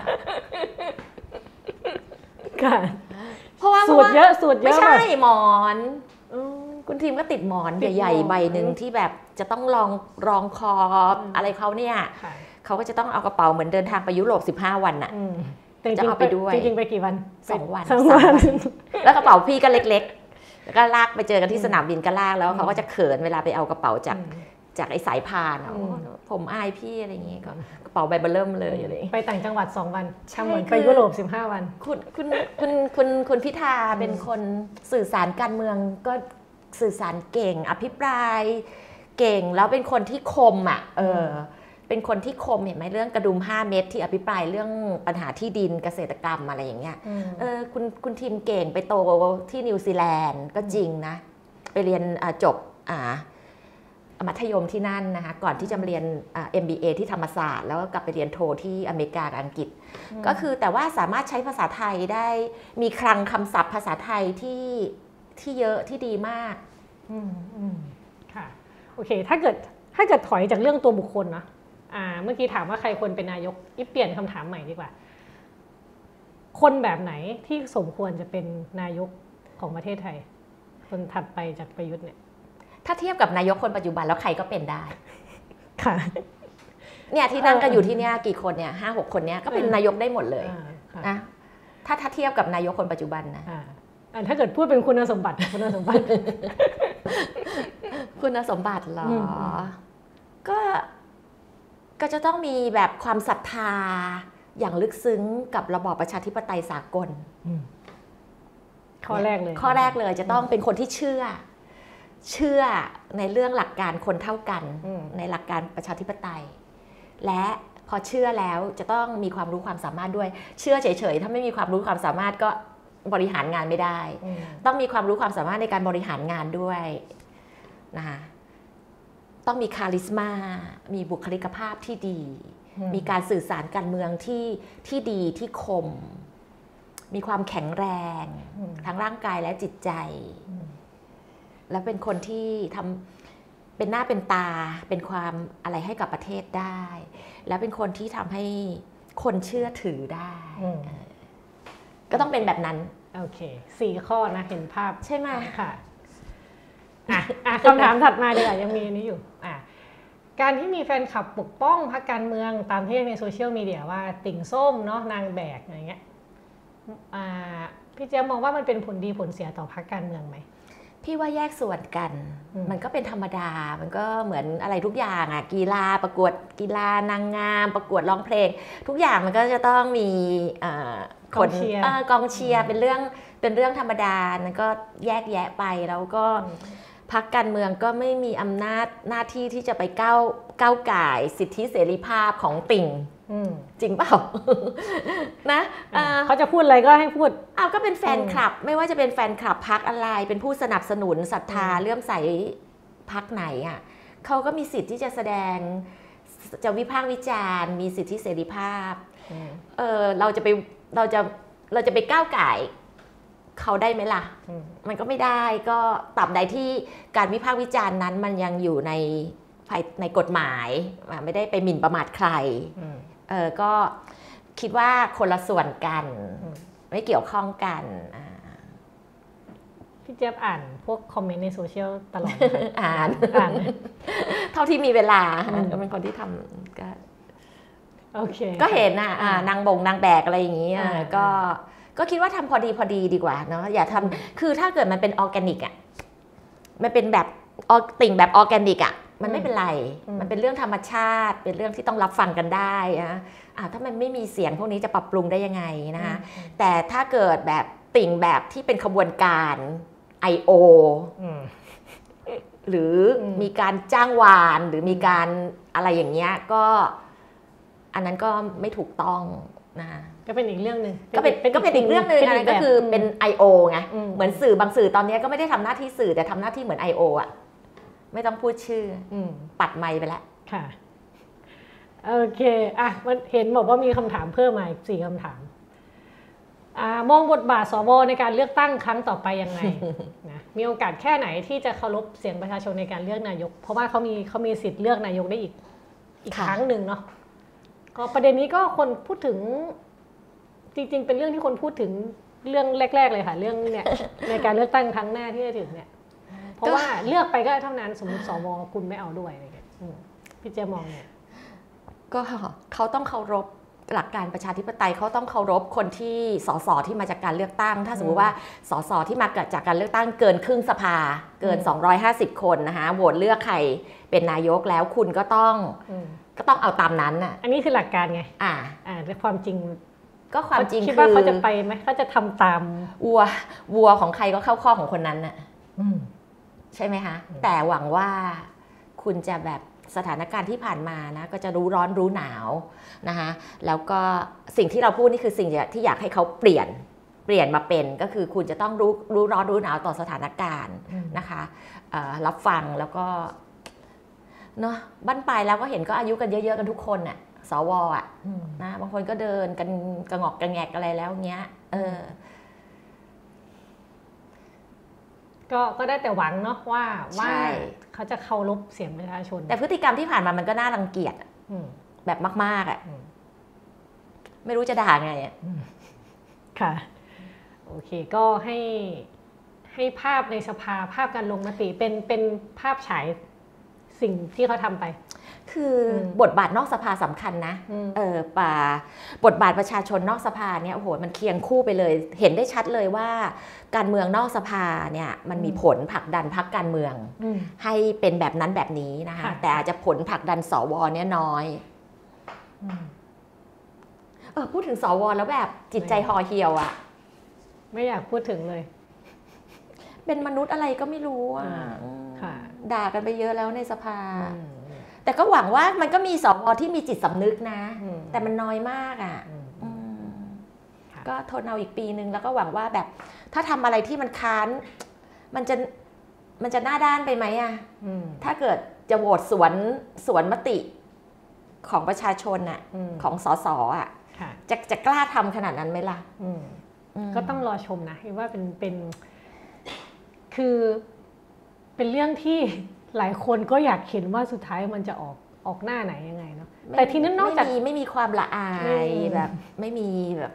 เพราะว่าสูตรเยอะไม่ใช่หมอนคุณทีมก็ติดหมอนใหญ่ๆใบหนึ่งที่แบบจะต้องรองคออะไรเขาเนี่ยเขาก็จะต้องเอากระเป๋าเหมือนเดินทางไปยุโรป15 วันน่ะจะเอาไปด้วยจริงๆไปกี่วัน 2 วันแล้วกระเป๋าพี่ก็เล็กๆแล้วก็ลากไปเจอกันที่สนามบินก็ลากแล้วเขาก็จะเขินเวลาไปเอากระเป๋าจากไอ้สายพานผมอายพี่อะไรอย่างงี้ก็กระเป๋าใบเบลเริ่มเลยอะไรไปต่างจังหวัด2 วันทำเหมือนไปยุโรป15 วันคุณพิธาเป็นคนสื่อสารการเมืองก็สื่อสารเก่งอภิปรายเก่งแล้วเป็นคนที่คมเป็นคนที่คมเห็นไหมเรื่องกระดุม5 เม็ดที่อภิปรายเรื่องปัญหาที่ดินเกษตรกรรมอะไรอย่างเงี้ยคุณทีมเก่งไปโตที่นิวซีแลนด์ก็จริงนะไปเรียนจบมัธยมที่นั่นนะคะก่อนที่จะมาเรียนMBA ที่ธรรมศาสตร์แล้วก็กลับไปเรียนโทที่อเมริกากับอังกฤษก็คือแต่ว่าสามารถใช้ภาษาไทยได้มีคลังคำศัพท์ภาษาไทยที่เยอะที่ดีมากค่ะโอเคถ้าเกิดถอยจากเรื่องตัวบุคคลนะเมื่อกี้ถามว่าใครควรเป็นนายกเปลี่ยนคำถามใหม่ดีกว่าคนแบบไหนที่สมควรจะเป็นนายกของประเทศไทยคนถัดไปจากประยุทธ์เนี่ยถ้าเทียบกับนายกคนปัจจุบันแล้วใครก็เป็นได้ค่ะเนี่ยที่นั่งกันอยู่ที่เนี่ยกี่คนเนี่ย5-6 คนเนี่ยก็เป็นนายกได้หมดเลยนะถ้าเทียบกับนายกคนปัจจุบันนะถ้าเกิดพูดเป็นคุณสมบัติคุณสมบัติเหรอก็จะต้องมีแบบความศรัทธาอย่างลึกซึ้งกับระบอบประชาธิปไตยสากลข้อแรกเลยจะต้องเป็นคนที่เชื่อในเรื่องหลักการคนเท่ากันในหลักการประชาธิปไตยและพอเชื่อแล้วจะต้องมีความรู้ความสามารถด้วยเชื่อเฉยๆถ้าไม่มีความรู้ความสามารถก็บริหารงานไม่ได้ต้องมีความรู้ความสามารถในการบริหารงานด้วยนะคะต้องมีคาริสมามีบุคลิกภาพที่ดีมีการสื่อสารการเมืองที่ดีที่คมมีความแข็งแรงทั้งร่างกายและจิตใจและเป็นคนที่ทำเป็นหน้าเป็นตาเป็นความอะไรให้กับประเทศได้แล้วเป็นคนที่ทำให้คนเชื่อถือได้ก็ต้องเป็นแบบนั้นโอเค4 ข้อนะเห็นภาพใช่ไหมค่ะคำถามถัดมาดีกว่ายังมีนี้อยู่การที่มีแฟนคลับปกป้องพรรคการเมืองตามที่ในโซเชียลมีเดียว่าติ่งส้มเนาะนางแบกอะไรเงี้ยพี่เจี๊ยบมองว่ามันเป็นผลดีผลเสียต่อพรรคการเมืองไหมพี่ว่าแยกส่วนกันมันก็เป็นธรรมดามันก็เหมือนอะไรทุกอย่างกีฬาประกวดกีฬานางงามประกวดร้องเพลงทุกอย่างมันก็จะต้องมีกองเชียร์เป็นเรื่องธรรมดามันก็แยกแยะไปแล้วก็พรรคการเมืองก็ไม่มีอำนาจหน้าที่ที่จะไปก้าวก่ายสิทธิเสรีภาพของติ่งจริงเปล่านะเขาจะพูดอะไรก็ให้พูดก็เป็นแฟนคลับไม่ว่าจะเป็นแฟนคลับพรรคอะไรเป็นผู้สนับสนุนศรัทธาเลื่อมใสพรรคไหนเขาก็มีสิทธิ์ที่จะแสดงจะวิพากษ์วิจารณ์มีสิทธิเสรีภาพเราจะไปก้าวก่ายเขาได้ไหมล่ะมันก็ไม่ได้ก็ตราบใดที่การวิพากษ์วิจารณ์นั้นมันยังอยู่ในกฎหมายไม่ได้ไปหมิ่นประมาทใครก็คิดว่าคนละส่วนกันไม่เกี่ยวข้องกันพี่เจี๊ยบอ่านพวกคอมเมนต์ในโซเชียลตลอดอ่านเท่าที่มีเวลาเป็นคนที่ทำก็โอเคก็เห็นนางแบกอะไรอย่างนี้ก็คิดว่าทำพอดีดีกว่าเนาะอย่าทำคือถ้าเกิดมันเป็นออร์แกนิกมันเป็นแบบติ่งแบบออร์แกนิกมันไม่เป็นไรมันเป็นเรื่องธรรมชาติเป็นเรื่องที่ต้องรับฟังกันได้นะถ้ามันไม่มีเสียงพวกนี้จะปรับปรุงได้ยังไงนะคะแต่ถ้าเกิดแบบติ่งแบบที่เป็นขบวนการ I.O. หรือมีการจ้างวานหรือมีการอะไรอย่างเงี้ยก็อันนั้นก็ไม่ถูกต้องนะก็เป็นอีกเรื่องนึงก็เป็นอีกเรื่องนึงก็คือเป็น I.O. ไงเหมือนสื่อบางสื่อตอนนี้ก็ไม่ได้ทำหน้าที่สื่อแต่ทำหน้าที่เหมือน I.O. ไม่ต้องพูดชื่อปัดไมค์ไปแล้วค่ะโอเคมันเห็นบอกว่ามีคำถามเพิ่มมาอีก4 คำถามมองบทบาทสวในการเลือกตั้งครั้งต่อไปยังไงนะมีโอกาสแค่ไหนที่จะเคารพเสียงประชาชนในการเลือกนายกเพราะว่าเขามีสิทธิ์เลือกนายกได้อีกครั้งหนึ่งเนาะก็ประเด็นนี้ก็คนพูดถึงจริงๆเป็นเรื่องที่คนพูดถึงเรื่องแรกๆเลยค่ะเรื่องเนี่ยในการเลือกตั้งครั้งหน้าที่จะถึงเนี่ยเพราะว่าเลือกไปก็เท่านั้นสมมติสวคุณไม่เอาด้วยอะไรเงี้ยพี่เจมองเนี่ยก็เขาต้องเคารพหลักการประชาธิปไตยเขาต้องเคารพคนที่สสที่มาจากการเลือกตั้งถ้าสมมติว่าสสที่มาจากการเลือกตั้งเกินครึ่งสภาเกิน250 คนนะคะโหวตเลือกใครเป็นนายกแล้วคุณก็ต้องเอาตามนั้นอันนี้คือหลักการไงแต่ความจริงก็ความจริงคิดว่าเขาจะไปไหมเขาจะทำตามวัวของใครก็เข้าข้อของคนนั้นน่ะใช่ไหมคะแต่หวังว่าคุณจะแบบสถานการณ์ที่ผ่านมานะก็จะรู้ร้อนรู้หนาวนะคะแล้วก็สิ่งที่เราพูดนี่คือสิ่งที่อยากให้เขาเปลี่ยนมาเป็นก็คือคุณจะต้องรู้ร้อนรู้หนาวต่อสถานการณ์นะคะรับฟังแล้วก็เนาะบั้นปลายแล้วก็เห็นก็อายุกันเยอะๆกันทุกคนน่ะสวอ่ะนะบางคนก็เดินกันกระงอกกระแงกอะไรแล้วเงี้ยก็ได้แต่หวังเนาะว่าเขาจะเคารพเสียงประชาชนแต่พฤติกรรมที่ผ่านมามันก็น่ารังเกียจแบบมากๆอ่ะไม่รู้จะด่าไงอ่ะค่ะโอเคก็ให้ภาพในสภาภาพการลงมติเป็นภาพฉายสิ่งที่เขาทำไปคือบทบาทนอกสภาสำคัญนะบทบาทประชาชนนอกสภาเนี่ยโอ้โหมันเคียงคู่ไปเลยเห็นได้ชัดเลยว่าการเมืองนอกสภาเนี่ยมันมีผลผลักดันพรรคการเมืองให้เป็นแบบนั้นแบบนี้นะคะแต่อาจจะผลผลักดันสวเนี่ยน้อยพูดถึงสวแล้วแบบจิตใจห่อเหี่ยวอ่ะไม่อยากพูดถึงเลยเป็นมนุษย์อะไรก็ไม่รู้อ่ะด่ากันไปเยอะแล้วในสภาแต่ก็หวังว่ามันก็มีสวที่มีจิตสำนึกนะแต่มันน้อยมากอ่ะก็ทนเอาอีกปีนึงแล้วก็หวังว่าแบบถ้าทำอะไรที่มันค้านมันจะหน้าด้านไปไหมอ่ะถ้าเกิดจะโหวตสวนมติของประชาชนอ่ะของสสอ่ะจะกล้าทำขนาดนั้นไหมล่ะก็ต้องรอชมนะว่าเป็นคือเป็นเรื่องที่หลายคนก็อยากเห็นว่าสุดท้ายมันจะออกหน้าไหนยังไงเนาะแต่ทีนั้นนอกจากไม่มีความละอายแบบไม่มีแบบ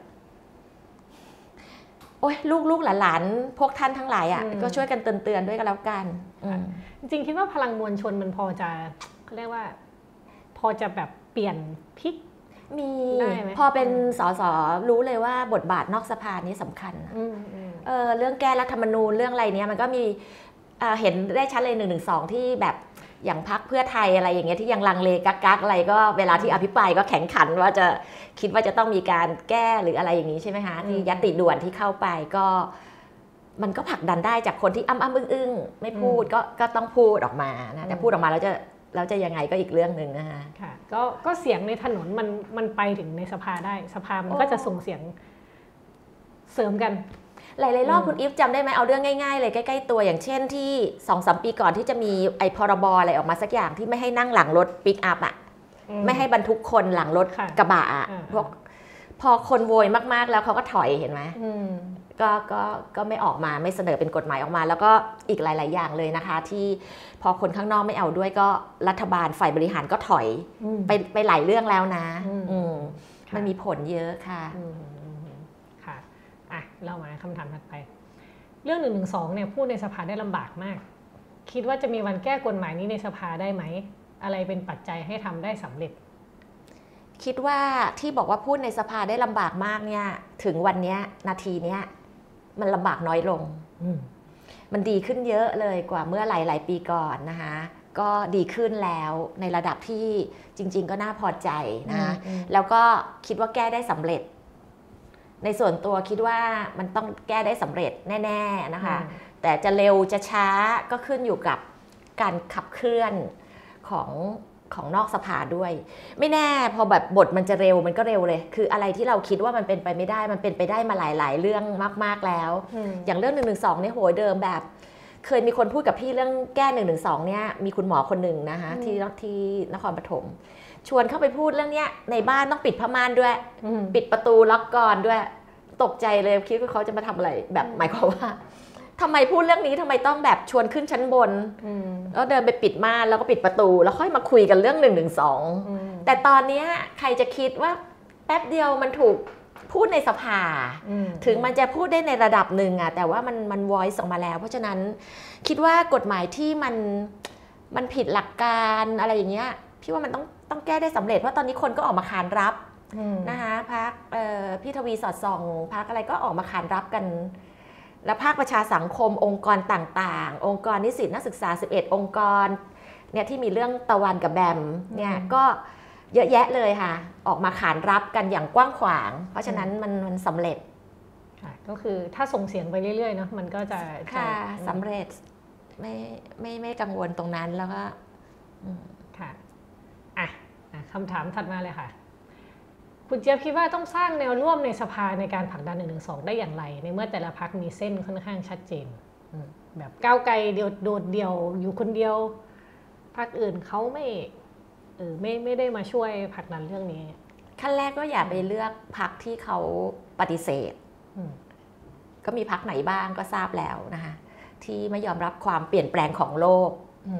โอ๊ยลูกหลานพวกท่านทั้งหลายอ่ะก็ช่วยกันเตือนด้วยกันแล้วกันจริงๆคิดว่าพลังมวลชนมันพอจะเขาเรียกว่าพอจะแบบเปลี่ยนพลิกมีพอเป็นสสรู้เลยว่าบทบาทนอกสภานี้สำคัญเรื่องแก้รัฐธรรมนูญเรื่องอะไรเนี้ยมันก็มีเห็นได้ชัดเลย112ที่แบบอย่างพรรคเพื่อไทยอะไรอย่างเงี้ยที่ยังลังเลกักอะไรก็เวลาที่อภิปรายก็แข็งขันว่าจะคิดว่าจะต้องมีการแก้หรืออะไรอย่างนี้ใช่ไหมคะที่ญัตติด่วนที่เข้าไปก็มันก็ผลักดันได้จากคนที่อ้ำอึ้งไม่พูดก็ต้องพูดออกมานะแต่พูดออกมาแล้วจะยังไงก็อีกเรื่องนึงนะคะค่ะก็เสียงในถนนมันไปถึงในสภาได้สภามันก็จะส่งเสียงเสริมกันหลายๆรอบคุณอีฟจำได้ไหมเอาเรื่องง่ายๆเลยใกล้ๆตัวอย่างเช่นที่ 2-3 ปีก่อนที่จะมีไอ้พรบอะไรออกมาสักอย่างที่ไม่ให้นั่งหลังรถปิกอัพอ่ะไม่ให้บรรทุกคนหลังรถกระบะอ่ะพอคนโวยมากๆแล้วเขาก็ถอยเห็นไหมก็ไม่ออกมาไม่เสนอเป็นกฎหมายออกมาแล้วก็อีกหลายๆอย่างเลยนะคะที่พอคนข้างนอกไม่เอาด้วยก็รัฐบาลฝ่ายบริหารก็ถอยไปหลายเรื่องแล้วนะมันมีผลเยอะค่ะเรามาคำถามถัดไปเรื่อง112เนี่ยพูดในสภาได้ลำบากมากคิดว่าจะมีวันแก้กฎหมายนี้ในสภาได้ไหมอะไรเป็นปัจจัยให้ทำได้สำเร็จคิดว่าที่บอกว่าพูดในสภาได้ลำบากมากเนี่ยถึงวันนี้นาทีเนี้ยมันลำบากน้อยลงมันดีขึ้นเยอะเลยกว่าเมื่อหลายปีก่อนนะคะก็ดีขึ้นแล้วในระดับที่จริงๆก็น่าพอใจนะแล้วก็คิดว่าแก้ได้สำเร็จในส่วนตัวคิดว่ามันต้องแก้ได้สำเร็จแน่ๆนะคะแต่จะเร็วจะช้าก็ขึ้นอยู่กับการขับเคลื่อนของนอกสภาด้วยไม่แน่พอแบบบทมันจะเร็วมันก็เร็วเลยคืออะไรที่เราคิดว่ามันเป็นไปไม่ได้มันเป็นไปได้มาหลายๆเรื่องมากๆแล้วอย่างเรื่อง112เนี่ยโหยเดิมแบบเคยมีคนพูดกับพี่เรื่องแก้112เนี่ยมีคุณหมอคนหนึ่งนะคะที่นครปฐมชวนเข้าไปพูดเรื่องนี้ในบ้านต้องปิดผ้าม่านด้วยปิดประตูล็อกกลอนด้วยตกใจเลยคิดว่าเขาจะมาทำอะไรแบบหมายความว่าทำไมพูดเรื่องนี้ทำไมต้องแบบชวนขึ้นชั้นบนแล้วเดินไปปิดม่านแล้วก็ปิดประตูแล้วค่อยมาคุยกันเรื่อง112แต่ตอนนี้ใครจะคิดว่าแป๊บเดียวมันถูกพูดในสภาถึงมันจะพูดได้ในระดับหนึ่งอะแต่ว่ามัน voice ออกมาแล้วเพราะฉะนั้นคิดว่ากฎหมายที่มันผิดหลักการอะไรอย่างเงี้ยพี่ว่ามันต้องแก้ได้สำเร็จเพราะตอนนี้คนก็ออกมาขานรับนะคะพรรคพี่ทวีสอดส่องพรรคอะไรก็ออกมาขานรับกันและภาคประชาสังคมองค์กรต่างๆองค์กรนิสิตนักศึกษา11องค์กรเนี่ยที่มีเรื่องตะวันกับแบมเนี่ยก็เยอะแยะเลยค่ะออกมาขานรับกันอย่างกว้างขวางเพราะฉะนั้นมันสำเร็จก็คือถ้าส่งเสียงไปเรื่อยๆเนาะมันก็จะสำเร็จไม่กังวลตรงนั้นแล้วก็ค่ะอ่ะคำถามถัดมาเลยค่ะคุณเจี๊ยบคิดว่าต้องสร้างแนวร่วมในสภาในการผลักดัน112ได้อย่างไรในเมื่อแต่ละพรรคมีเส้นค่อนข้างชัดเจนแบบก้าวไกลโดดเดี่ยวอยู่คนเดียวพรรคอื่นเขาไม่ได้มาช่วยผลักดันเรื่องนี้ขั้นแรกก็อย่าไปเลือกพรรคที่เขาปฏิเสธก็มีพรรคไหนบ้างก็ทราบแล้วนะคะที่ไม่ยอมรับความเปลี่ยนแปลงของโลก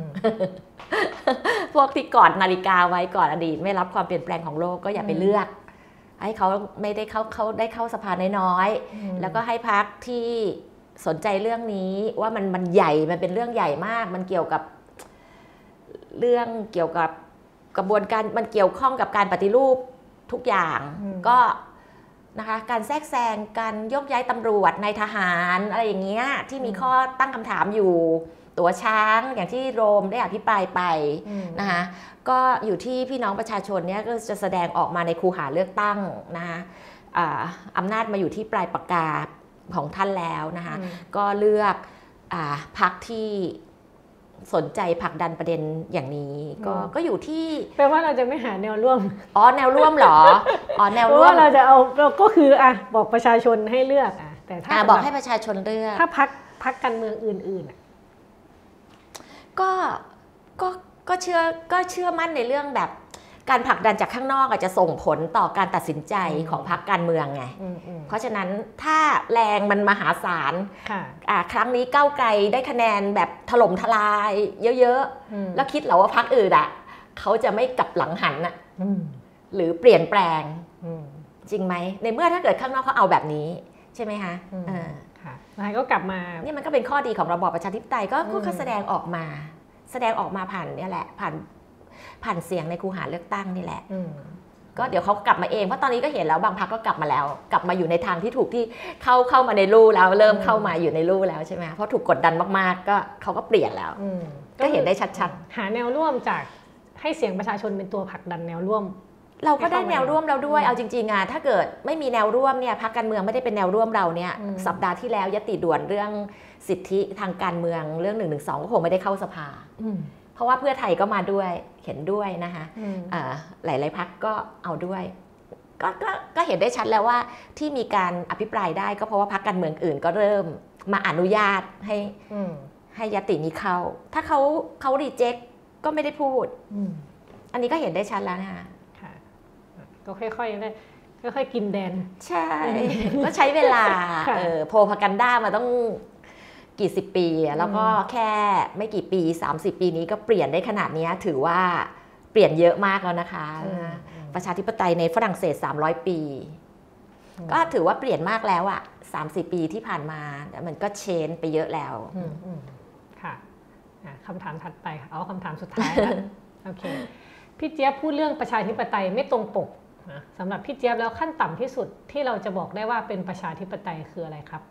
พวกที่กอดนาฬิกาไว้ก่อนอดีตไม่รับความเปลี่ยนแปลงของโลกก็อย่าไปเลือกให้เขาไม่ได้เขาได้เข้าสภาน้อยๆแล้วก็ให้พรรคที่สนใจเรื่องนี้ว่ามันใหญ่มันเป็นเรื่องใหญ่มากมันเกี่ยวกับเรื่องเกี่ยวกับกระบวนการมันเกี่ยวข้องกับการปฏิรูปทุกอย่างก็นะคะการแทรกแซงการยกย้ายตำรวจนายทหารอะไรอย่างเงี้ยที่มีข้อตั้งคำถามอยู่ตัวช้างอย่างที่โรมได้อภิปรายไปนะคะก็อยู่ที่พี่น้องประชาชนเนี่ยก็จะแสดงออกมาในคูหาเลือกตั้งนะคะอำนาจมาอยู่ที่ปลายปากกาของท่านแล้วนะคะก็เลือกพรรคที่สนใจผลักดันประเด็นอย่างนี้ก็อยู่ที่แปลว่าเราจะไม่หาแนวร่วมแนวร่วมเหรอแนวร่วมเราจะเอาเราก็คือบอกประชาชนให้เลือกแต่ถ้าบอกให้ประชาชนเลือกถ้าพรรคการเมืองอื่นๆก็เชื่อมั่นในเรื่องแบบการผลักดันจากข้างนอกอาจจะส่งผลต่อการตัดสินใจของพรรคการเมืองไงเพราะฉะนั้นถ้าแรงมันมหาศาลครั้งนี้ก้าวไกลได้คะแนนแบบถล่มทลายเยอะๆแล้วคิดเหรอว่าพรรคอื่นเขาจะไม่กลับหลังหันหรือเปลี่ยนแปลงจริงไหมในเมื่อถ้าเกิดข้างนอกเขาเอาแบบนี้ใช่ไหมคะแล้วก็กลับมานี่มันก็เป็นข้อดีของระบอบประชาธิปไตยก็แสดงออกมาผ่านเนี่ยแหละผ่านเสียงในคูหาเลือกตั้งนี่แหละก็เดี๋ยวเขากลับมาเองเพราะตอนนี้ก็เห็นแล้วบางพรรคก็กลับมาแล้วกลับมาอยู่ในทางที่ถูกที่เข้ามาในลู่แล้วเริ่มเข้ามาอยู่ในลู่แล้วใช่ไหมเพราะถูกกดดันมากๆก็เขาก็เปลี่ยนแล้วก็เห็นได้ชัดๆหาแนวร่วมจากให้เสียงประชาชนเป็นตัวผลักดันแนวร่วมเราก็ได้แนวร่วมแล้วด้วยเอาจริงๆถ้าเกิดไม่มีแนวร่วมเนี่ยพรรคการเมืองไม่ได้เป็นแนวร่วมเราเนี่ยสัปดาห์ที่แล้วยติด่วนเรื่องสิทธิทางการเมืองเรื่อง112ก็คงไม่ได้เข้าสภาเพราะว่าเพื่อไทยก็มาด้วยเห็นด้วยนะคะหลายๆพรรคก็เอาด้วยก็เห็นได้ชัดแล้วว่าที่มีการอภิปรายได้ก็เพราะว่าพรรคการเมืองอื่นก็เริ่มมาอนุญาตให้ยตินี้เข้าถ้าเขารีเจ็คก็ไม่ได้พูดอันนี้ก็เห็นได้ชัดแล้วนะคะก็ค่อยๆกินแดนใช่ก็ใช้เวลาโพพากันด้ามาต้องกี่สิบปีแล้วก็แค่ไม่กี่ปี30 ปีนี้ก็เปลี่ยนได้ขนาดนี้ถือว่าเปลี่ยนเยอะมากแล้วนะคะประชาธิปไตยในฝรั่งเศส300 ปีก็ถือว่าเปลี่ยนมากแล้ว30 ปีที่ผ่านมามันก็เชนไปเยอะแล้วค่ะคำถามถัดไปเอาคำถามสุดท้ายแล้วโอเคพี่เจี๊ยบพูดเรื่องประชาธิปไตยไม่ตรงปกสำหรับพี่เจี๊ยบแล้วขั้นต่ำที่สุดที่เราจะบอกได้ว่าเป็นประชาธิปไตยคืออะไรครับ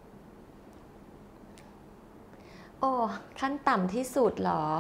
ขั้นต่ำที่สุดเหรอ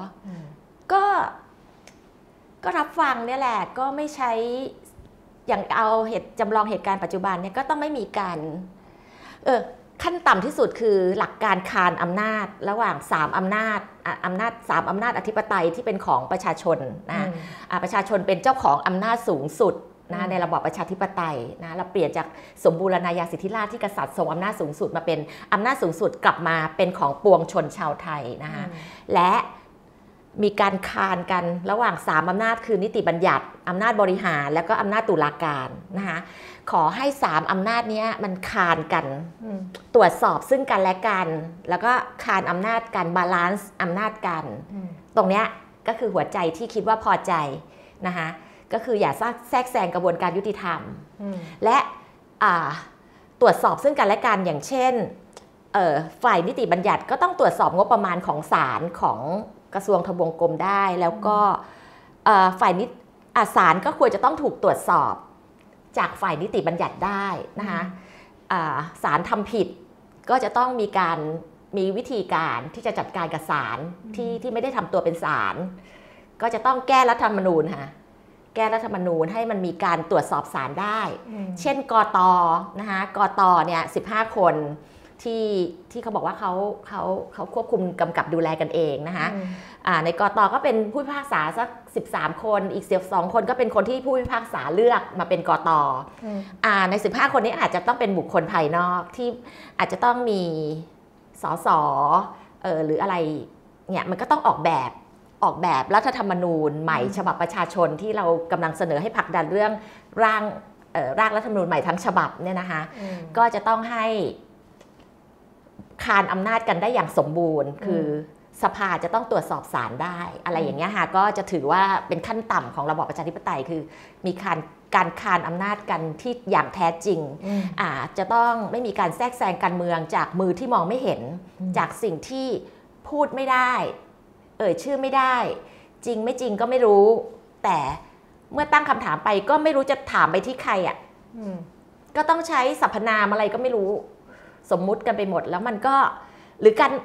ก็รับฟังเนี่ยแหละก็ไม่ใช้อย่างเอาจำลองเหตุการณ์ปัจจุบันเนี่ยก็ต้องไม่มีการขั้นต่ำที่สุดคือหลักการคานอำนาจระหว่าง3 อำนาจ3 อำนาจอธิปไตยที่เป็นของประชาชนนะประชาชนเป็นเจ้าของอำนาจสูงสุดนะในระบอบประชาธิปไตยนะเราเปลี่ยนจากสมบูรณาญาสิทธิราชย์ที่กษัตริย์ทรงอำนาจสูงสุดมาเป็นอำนาจสูงสุดกลับมาเป็นของปวงชนชาวไทยนะคะและมีการคานกันระหว่าง3 อำนาจคือนิติบัญญัติอำนาจบริหารแล้วก็อำนาจตุลาการนะคะขอให้3 อำนาจนี้มันคานกันตรวจสอบซึ่งกันและกันแล้วก็คานอำนาจกันบาลานซ์อำนาจกันตรงนี้ก็คือหัวใจที่คิดว่าพอใจนะคะก็คืออย่าแทรกแซงกระบวนการยุติธรรมและตรวจสอบซึ่งกันและกันอย่างเช่นฝ่ายนิติบัญญัติก็ต้องตรวจสอบงบประมาณของศาลของกระทรวงทบวงกรมได้แล้วก็ฝ่ายศาลก็ควรจะต้องถูกตรวจสอบจากฝ่ายนิติบัญญัติได้นะคะศาลทำผิดก็จะต้องมีวิธีการที่จะจัดการกับศาลที่ไม่ได้ทำตัวเป็นศาลก็จะต้องแก้รัฐธรรมนูญค่ะแก้รัฐธรรมนูญให้มันมีการตรวจสอบศาลได้เช่นกต.นะคะกต.เนี่ย15 คนที่เขาบอกว่าเขาควบคุมกำกับดูแลกันเองนะคะในกต.ก็เป็นผู้พิพากษาสัก13 คนอีก12 คนก็เป็นคนที่ผู้พิพากษาเลือกมาเป็นกต.ใน15 คนนี้อาจจะต้องเป็นบุคคลภายนอกที่อาจจะต้องมีสสหรืออะไรเนี่ยมันก็ต้องออกแบบรัฐธรรมนูญใหม่ฉบับประชาชนที่เรากำลังเสนอให้ผลักดันเรื่องร่างรัฐธรรมนูญใหม่ทั้งฉบับเนี่ยนะคะก็จะต้องให้คานอำนาจกันได้อย่างสมบูรณ์คือสภาจะต้องตรวจสอบศาลได้อะไรอย่างเงี้ยค่ะก็จะถือว่าเป็นขั้นต่ำของระบอบประชาธิปไตยคือมีการคานอำนาจกันที่อย่างแท้จริงจะต้องไม่มีการแทรกแซงการเมืองจากมือที่มองไม่เห็นจากสิ่งที่พูดไม่ได้ชื่อไม่ได้จริงไม่จริงก็ไม่รู้แต่เมื่อตั้งคำถามไปก็ไม่รู้จะถามไปที่ใครก็ต้องใช้สรรพนามอะไรก็ไม่รู้สมมุติกันไปหมดแล้วมันก็หรือการ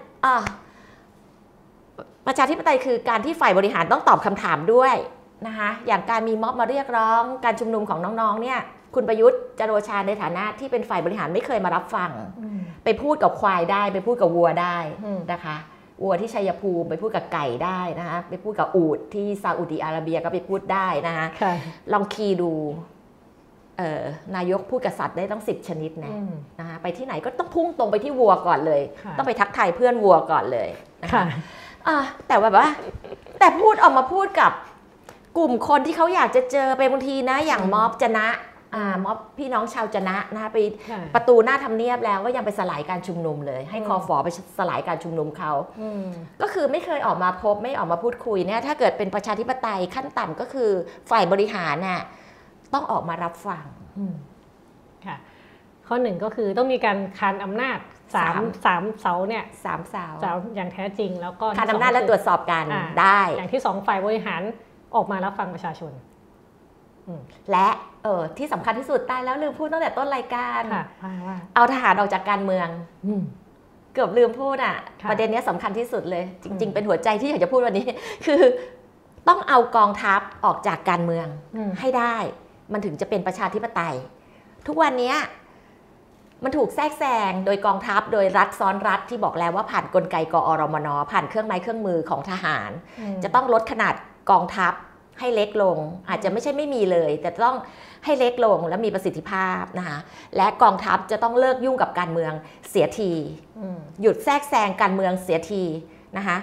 ประชาธิปไตยคือการที่ฝ่ายบริหารต้องตอบคำถามด้วยนะคะอย่างการมีม็อบมาเรียกร้องการชุมนุมของน้องๆเนี่ยคุณประยุทธ์จันทร์โอชาในฐานะที่เป็นฝ่ายบริหารไม่เคยมารับฟังไปพูดกับควายได้ไปพูดกับวัวได้นะคะวัวที่ชัยภูมิไปพูดกับไก่ได้นะคะไปพูดกับอูฐที่ซาอุดิอาระเบียก็ไปพูดได้นะคะลองคีย์ดูนายกพูดกับสัตว์ได้ต้อง10 ชนิดนะคะไปที่ไหนก็ต้องพุ่งตรงไปที่วัวก่อนเลยต้องไปทักทายเพื่อนวัวก่อนเลยนะคะแต่ว่าแต่พูดออกมาพูดกับกลุ่มคนที่เขาอยากจะเจอไปบางทีนะอย่างม็อบจะนะม็อบพี่น้องชาวจะนะนะคะไปประตูหน้าทำเนียบแล้วก็ยังไปสลายการชุมนุมเลยให้คฟ.ไปสลายการชุมนุมเขาก็คือไม่เคยออกมาพบไม่ออกมาพูดคุยเนี่ยถ้าเกิดเป็นประชาธิปไตยขั้นต่ำก็คือฝ่ายบริหารน่ะต้องออกมารับฟังค่ะข้อหนึ่งก็คือต้องมีการคานอำนาจสามเสาเนี่ย 3 เสาอย่างแท้จริงแล้วก็คานอำนาจและตรวจสอบกันได้อย่างที่2ฝ่ายบริหารออกมารับฟังประชาชนและที่สำคัญที่สุดได้แล้วลืมพูดตั้งแต่ต้นรายการเอาทหารออกจากการเมืองเกือบลืมพูดประเด็นนี้สำคัญที่สุดเลยจริงๆเป็นหัวใจที่อยากจะพูดวันนี้คือต้องเอากองทัพออกจากการเมืองให้ได้มันถึงจะเป็นประชาธิปไตยทุกวันนี้มันถูกแทรกแซงโดยกองทัพโดยรัฐซ้อนรัฐที่บอกแล้วว่าผ่านกลไกกอรมนผ่านเครื่องไม้เครื่องมือของทหารจะต้องลดขนาดกองทัพให้เล็กลงอาจจะไม่ใช่ไม่มีเลยแต่ต้องให้เล็กลงและมีประสิทธิภาพนะคะและกองทัพจะต้องเลิกยุ่งกับการเมืองเสียทีหยุดแทรกแซงการเมืองเสียทีนะคะ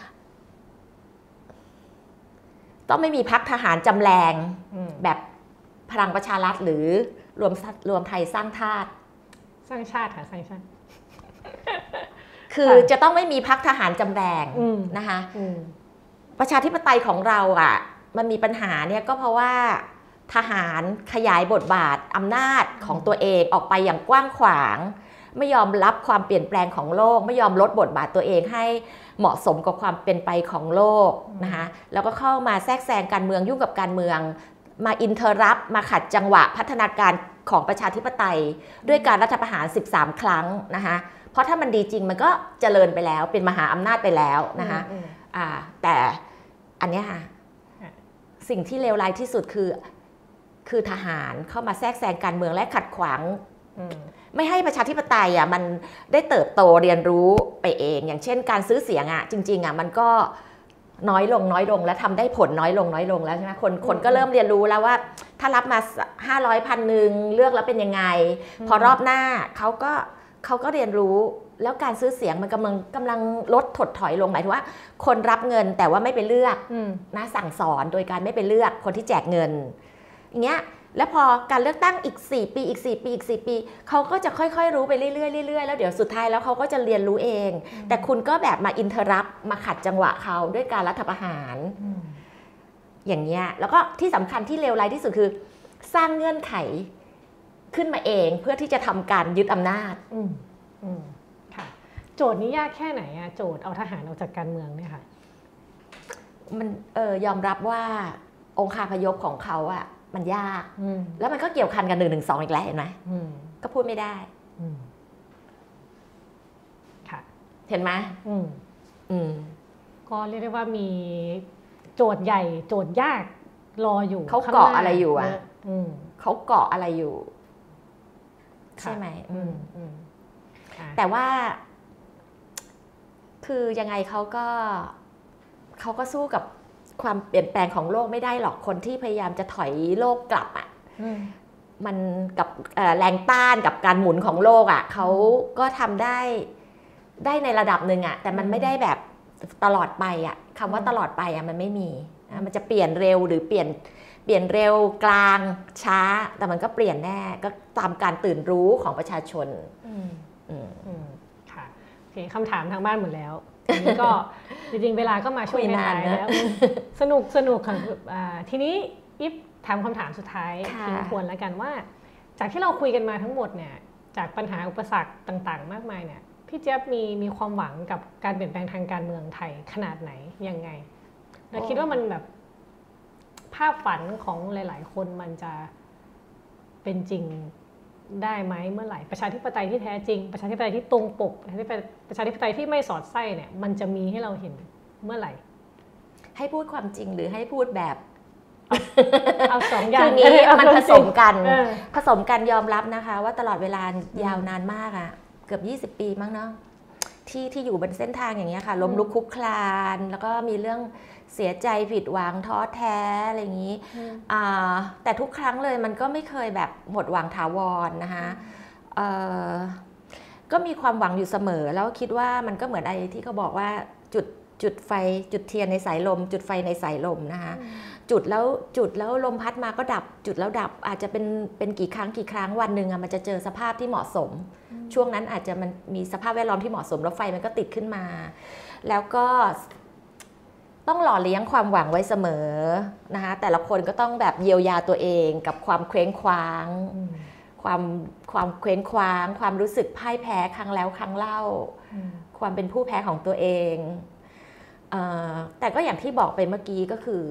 ต้องไม่มีพรรคทหารจำแรงแบบพลังประชารัฐหรือรวมไทยสร้างชาติค่ะสร้างชาติคือจะต้องไม่มีพรรคทหารจำแรงนะคะประชาธิปไตยของเรามันมีปัญหาเนี่ยก็เพราะว่าทหารขยายบทบาทอำนาจของตัวเองออกไปอย่างกว้างขวางไม่ยอมรับความเปลี่ยนแปลงของโลกไม่ยอมลดบทบาทตัวเองให้เหมาะสมกับความเป็นไปของโลกนะคะแล้วก็เข้ามาแทรกแซงการเมืองยุ่งกับการเมืองมาอินเทอร์รัปมาขัดจังหวะพัฒนาการของประชาธิปไตยด้วยการรัฐประหาร13 ครั้งนะคะเพราะถ้ามันดีจริงมันก็เจริญไปแล้วเป็นมหาอำนาจไปแล้วนะคะแต่อันนี้ค่ะสิ่งที่เลวร้ายที่สุดคือทหารเข้ามาแทรกแซงการเมืองและขัดขวางไม่ให้ประชาธิปไตยมันได้เติบโตเรียนรู้ไปเองอย่างเช่นการซื้อเสียงจริงๆมันก็น้อยลงและทำได้ผลน้อยลงแล้วใช่ไหมคนก็เริ่มเรียนรู้แล้วว่าถ้ารับมา500 1,000เลือกแล้วเป็นยังไงพอรอบหน้าเขาก็เรียนรู้แล้วการซื้อเสียงมันกำลังลดถดถอยลงหมายถึงว่าคนรับเงินแต่ว่าไม่ไปเลือกนะสั่งสอนโดยการไม่ไปเลือกคนที่แจกเงินอย่างเงี้ยแล้วพอการเลือกตั้งอีก4 ปีอีก4 ปีอีก4 ปีเขาก็จะค่อยๆรู้ไปเรื่อยๆแล้วเดี๋ยวสุดท้ายแล้วเขาก็จะเรียนรู้เองแต่คุณก็แบบมาอินเทอร์รัปมาขัดจังหวะเขาด้วยการรัฐประหารอย่างเงี้ยแล้วก็ที่สำคัญที่เลวร้ายที่สุดคือสร้างเงื่อนไขขึ้นมาเองเพื่อที่จะทำการยึดอำนาจค่ะโจทย์นี้ยากแค่ไหนโจทย์เอาทหารออกจากการเมืองเนี่ยค่ะมันยอมรับว่าองคาพยพของเขามันยากแล้วมันก็เกี่ยวพันกัน112อีกแล้วเห็นไหมก็พูดไม่ได้ค่ะเห็นไหมก็เรียกได้ว่ามีโจทย์ใหญ่โจทย์ยากรออยู่เขาเกาะอะไรอยู่เขาเกาะอะไรอยู่ใช่ไหมแต่ว่าคือยังไงเขาก็สู้กับความเปลี่ยนแปลงของโลกไม่ได้หรอกคนที่พยายามจะถอยโลกกลับอ่ะมันกับแรงต้านกับการหมุนของโลกอ่ะเขาก็ทำได้ในระดับหนึ่งอ่ะแต่มันไม่ได้แบบตลอดไปอ่ะคำว่าตลอดไปอ่ะมันไม่มีมันจะเปลี่ยนเร็วหรือเปลี่ยนเร็วกลางช้าแต่มันก็เปลี่ยนแน่ก็ตามการตื่นรู้ของประชาชนค่ะโอเคคำถามทางบ้านหมดแล้วทีนี้ก็จริงๆเวลาก็มาช่วยนานแล้วสนุกค่ะทีนี้อิฟถามคำถามสุดท้ายทิ้งทวนแล้วกันว่าจากที่เราคุยกันมาทั้งหมดเนี่ยจากปัญหาอุปสรรคต่างๆมากมายเนี่ยพี่เจี๊ยบมีความหวังกับการเปลี่ยนแปลงทางการเมืองไทยขนาดไหนยังไงเราคิดว่ามันแบบภาพฝันของหลายๆคนมันจะเป็นจริงได้ไหมเมื่อไหร่ประชาธิปไตยที่แท้จริงประชาธิปไตยที่ตรงปกประชาธิปไตยที่ไม่สอดไส้เนี่ยมันจะมีให้เราเห็นเมื่อไหร่ให้พูดความจริงหรือให้พูดแบบเอาสองอย่างนี้มันผสมกันยอมรับนะคะว่าตลอดเวลายาวนานมากอะเกือบ20 ปีมั้งเนาะที่อยู่บนเส้นทางอย่างเงี้ยค่ะล้มลุกคลุกคลานแล้วก็มีเรื่องเสียใจผิดหวังท้อแท้อะไรอย่างนี้แต่ทุกครั้งเลยมันก็ไม่เคยแบบหมดหวังถาวรนะคะก็มีความหวังอยู่เสมอแล้วคิดว่ามันก็เหมือนไอ้ที่เขาบอกว่าจุดไฟจุดเทียนในสายลมจุดไฟในสายลมนะคะจุดแล้วลมพัดมาก็ดับจุดแล้วดับอาจจะเป็นกี่ครั้งวันหนึ่งอะมันจะเจอสภาพที่เหมาะสมช่วงนั้นอาจจะมันมีสภาพแวดล้อมที่เหมาะสมแล้วไฟมันก็ติดขึ้นมาแล้วก็ต้องหล่อเลี้ยงความหวังไว้เสมอนะคะแต่ละคนก็ต้องแบบเยียวยาตัวเองกับความเคว้งคว้างความเคว้งคว้างความรู้สึกพ่ายแพ้ครั้งแล้วครั้งเล่าความเป็นผู้แพ้ของตัวเองแต่ก็อย่างที่บอกไปเมื่อกี้ก็คือ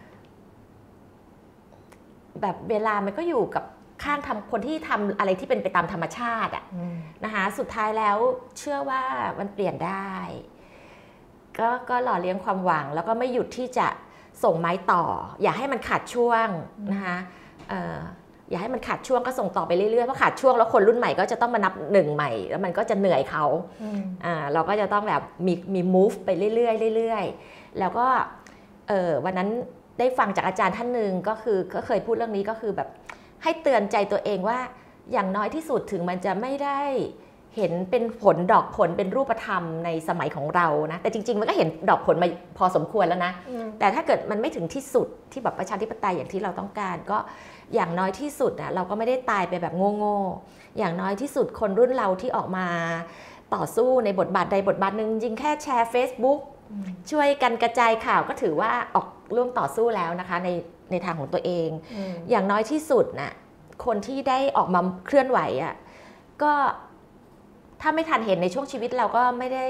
แบบเวลามันก็อยู่กับข้างคนที่ทำอะไรที่เป็นไปตามธรรมชาติอะนะคะสุดท้ายแล้วเชื่อว่ามันเปลี่ยนได้ก็หล่อเลี้ยงความหวังแล้วก็ไม่หยุดที่จะส่งไม้ต่ออย่าให้มันขาดช่วงนะคะอย่าให้มันขาดช่วงก็ส่งต่อไปเรื่อยๆเพราะขาดช่วงแล้วคนรุ่นใหม่ก็จะต้องมานับหนึ่งใหม่แล้วมันก็จะเหนื่อยเขาเราก็จะต้องแบบมี move ไปเรื่อยๆเรื่อยๆแล้วก็วันนั้นได้ฟังจากอาจารย์ท่านหนึ่งก็เคยพูดเรื่องนี้ก็คือแบบให้เตือนใจตัวเองว่าอย่างน้อยที่สุดถึงมันจะไม่ได้เห็นเป็นดอกผลเป็นรูปธรรมในสมัยของเรานะแต่จริงๆมันก็เห็นดอกผลมาพอสมควรแล้วนะแต่ถ้าเกิดมันไม่ถึงที่สุดที่แบบประชาธิปไตยอย่างที่เราต้องการก็อย่างน้อยที่สุดนะเราก็ไม่ได้ตายไปแบบโง่ๆอย่างน้อยที่สุดคนรุ่นเราที่ออกมาต่อสู้ในบทบาทใดบทบาทหนึ่งจริงแค่แชร์ Facebook ช่วยกันกระจายข่าวก็ถือว่าออกร่วมต่อสู้แล้วนะคะในทางของตัวเองอย่างน้อยที่สุดนะคนที่ได้ออกมาเคลื่อนไหวอ่ะก็ถ้าไม่ทันเห็นในช่วงชีวิตเราก็ไม่ได้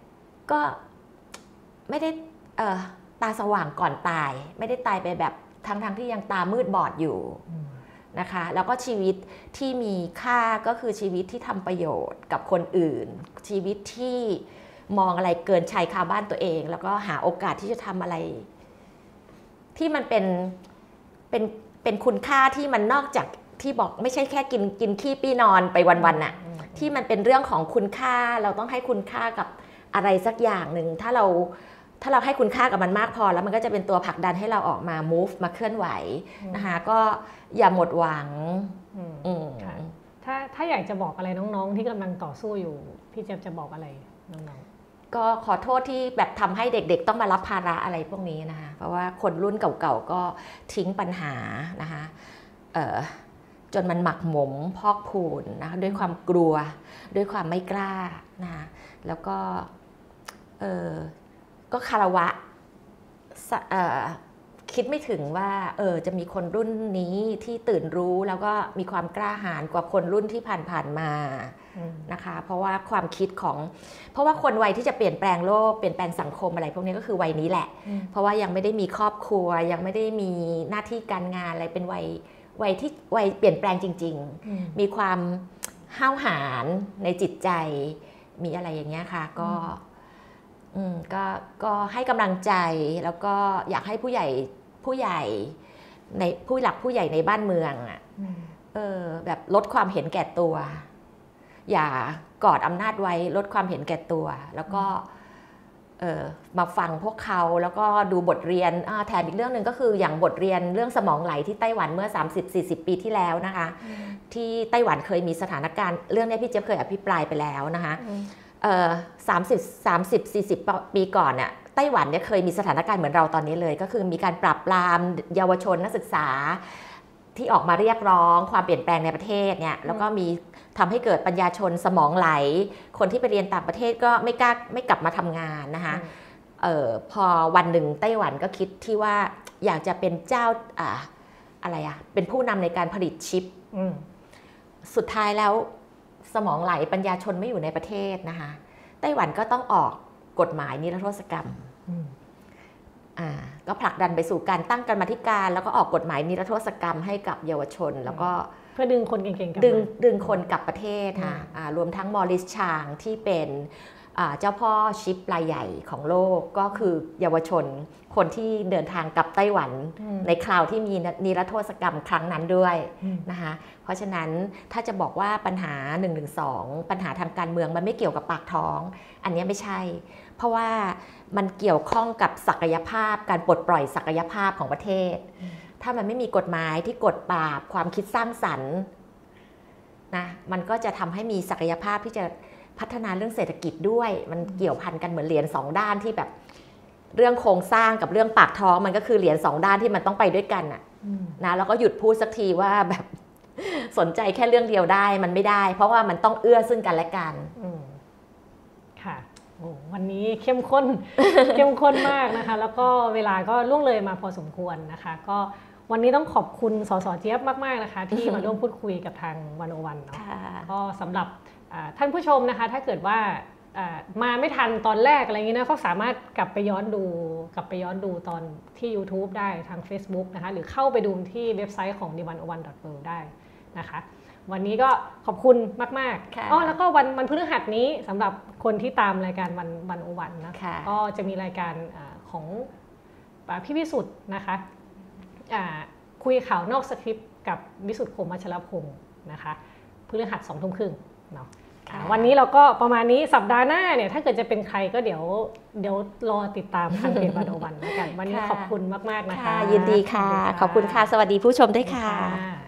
ตาสว่างก่อนตายไม่ได้ตายไปแบบทั้งที่ยังตามืดบอดอยู่นะคะแล้วก็ชีวิตที่มีค่าก็คือชีวิตที่ทำประโยชน์กับคนอื่นชีวิตที่มองอะไรเกินชายคาบ้านตัวเองแล้วก็หาโอกาสที่จะทำอะไรที่มันเป็นคุณค่าที่มันนอกจากที่บอกไม่ใช่แค่กินขี้ปี้นอนไปวันๆน่ะที่มันเป็นเรื่องของคุณค่าเราต้องให้คุณค่ากับอะไรสักอย่างหนึ่งถ้าเราให้คุณค่ากับมันมากพอแล้วมันก็จะเป็นตัวผลักดันให้เราออกมา move มาเคลื่อนไหวนะคะก็อย่าหมดหวังถ้าอยากจะบอกอะไรน้องๆที่กำลังต่อสู้อยู่พี่เจี๊ยบจะบอกอะไรน้องๆก็ขอโทษที่แบบทำให้เด็กๆต้องมารับภาระอะไรพวกนี้นะคะเพราะว่าคนรุ่นเก่าๆก็ทิ้งปัญหานะคะจนมันหมักหมมพอกพูนนะคะด้วยความกลัวด้วยความไม่กล้านะคะแล้วก็คารวะคิดไม่ถึงว่าจะมีคนรุ่นนี้ที่ตื่นรู้แล้วก็มีความกล้าหาญกว่าคนรุ่นที่ผ่านมานะคะเพราะว่าความคิดเพราะว่าคนวัยที่จะเปลี่ยนแปลงโลกเปลี่ยนแปลงสังคมอะไรพวกนี้ก็คือวัยนี้แหละเพราะว่ายังไม่ได้มีครอบครัวยังไม่ได้มีหน้าที่การงานอะไรเป็นวัยที่เปลี่ยนแปลงจริงๆมีความห้าวหาญในจิตใจมีอะไรอย่างเงี้ยค่ะก็ให้กำลังใจแล้วก็อยากให้ผู้ใหญ่ในผู้หลักผู้ใหญ่ในบ้านเมืองแบบลดความเห็นแก่ตัวอย่ากอดอำนาจไว้ลดความเห็นแก่ตัวแล้วก็มาฟังพวกเขาแล้วก็ดูบทเรียนแถมอีกเรื่องหนึ่งก็คืออย่างบทเรียนเรื่องสมองไหลที่ไต้หวันเมื่อ 30-40 ปีที่แล้วนะคะที่ไต้หวันเคยมีสถานการณ์เรื่องนี้พี่เจี๊ยบเคยอภิปรายไปแล้วนะคะ30-40 ปีก่อนเนี่ยไต้หวันเนี่ยเคยมีสถานการณ์เหมือนเราตอนนี้เลยก็คือมีการปราบปรามเยาวชนนักศึกษาที่ออกมาเรียกร้องความเปลี่ยนแปลงในประเทศเนี่ยแล้วก็มีทำให้เกิดปัญญาชนสมองไหลคนที่ไปเรียนต่างประเทศก็ไม่กลับมาทำงานนะคะพอวันหนึ่งไต้หวันก็คิดที่ว่าอยากจะเป็นเจ้าอะไรเป็นผู้นำในการผลิตชิปสุดท้ายแล้วสมองไหลปัญญาชนไม่อยู่ในประเทศนะคะไต้หวันก็ต้องออกกฎหมายนิรโทษกรรมก็ผลักดันไปสู่การตั้งกรรมาธิการแล้วก็ออกกฎหมายนิรโทษกรรมให้กับเยาวชนแล้วก็เพื่อดึงคนเก่งๆกลับดึงคนกลับประเทศค่ะรวมทั้งมอริสชางที่เป็นเจ้าพ่อชิปรายใหญ่ของโลกก็คือเยาวชนคนที่เดินทางกลับไต้หวันในคราวที่มีนิรโทษกรรมครั้งนั้นด้วยนะคะเพราะฉะนั้นถ้าจะบอกว่าปัญหา112ปัญหาทางการเมืองมันไม่เกี่ยวกับปากท้องอันนี้ไม่ใช่เพราะว่ามันเกี่ยวข้องกับศักยภาพการปลดปล่อยศักยภาพของประเทศถ้ามันไม่มีกฎหมายที่กดปราบความคิดสร้างสรรค์นะมันก็จะทำให้มีศักยภาพที่จะพัฒนาเรื่องเศรษฐกิจด้วยมันเกี่ยวพันกันเหมือนเหรียญ2ด้านที่แบบเรื่องโครงสร้างกับเรื่องปากท้องมันก็คือเหรียญ2ด้านที่มันต้องไปด้วยกันนะแล้วก็หยุดพูดสักทีว่าแบบสนใจแค่เรื่องเดียวได้มันไม่ได้เพราะว่ามันต้องเอื้อซึ่งกันและกันค่ะวันนี้เข้มข้น เข้มข้นมากนะคะแล้วก็เวลาก็ล่วงเลยมาพอสมควรนะคะก็วันนี้ต้องขอบคุณสสเจี๊ยบมากๆนะคะที่มาร่วมพูดคุยกับทาง101เนาะก็สำหรับท่านผู้ชมนะคะถ้าเกิดว่ามาไม่ทันตอนแรกอะไรอย่างนี้นะก็สามารถกลับไปย้อนดูตอนที่ YouTube ได้ทาง Facebook นะคะหรือเข้าไปดูที่เว็บไซต์ของ d101.world ได้นะคะวันนี้ก็ขอบคุณมากๆแล้วก็วันพฤหัสนี้สำหรับคนที่ตามรายการ101นะก็จะมีรายการของพี่วิสุทธ์นะคะคุยข่าวนอกสคริปต์กับวิสุทธ์ คมวัชรพงศ์นะคะพฤหัส 20:30 นเนาะวันนี้เราก็ประมาณนี้สัปดาห์หน้าเนี่ยถ้าเกิดจะเป็นใครก็เดี๋ยวรอติดตามทางเพจ101แล้วกันวันนี้ขอบคุณมากๆนะคะยินดีค่ะขอบคุณค่ะสวัสดีผู้ชมด้วยค่ะ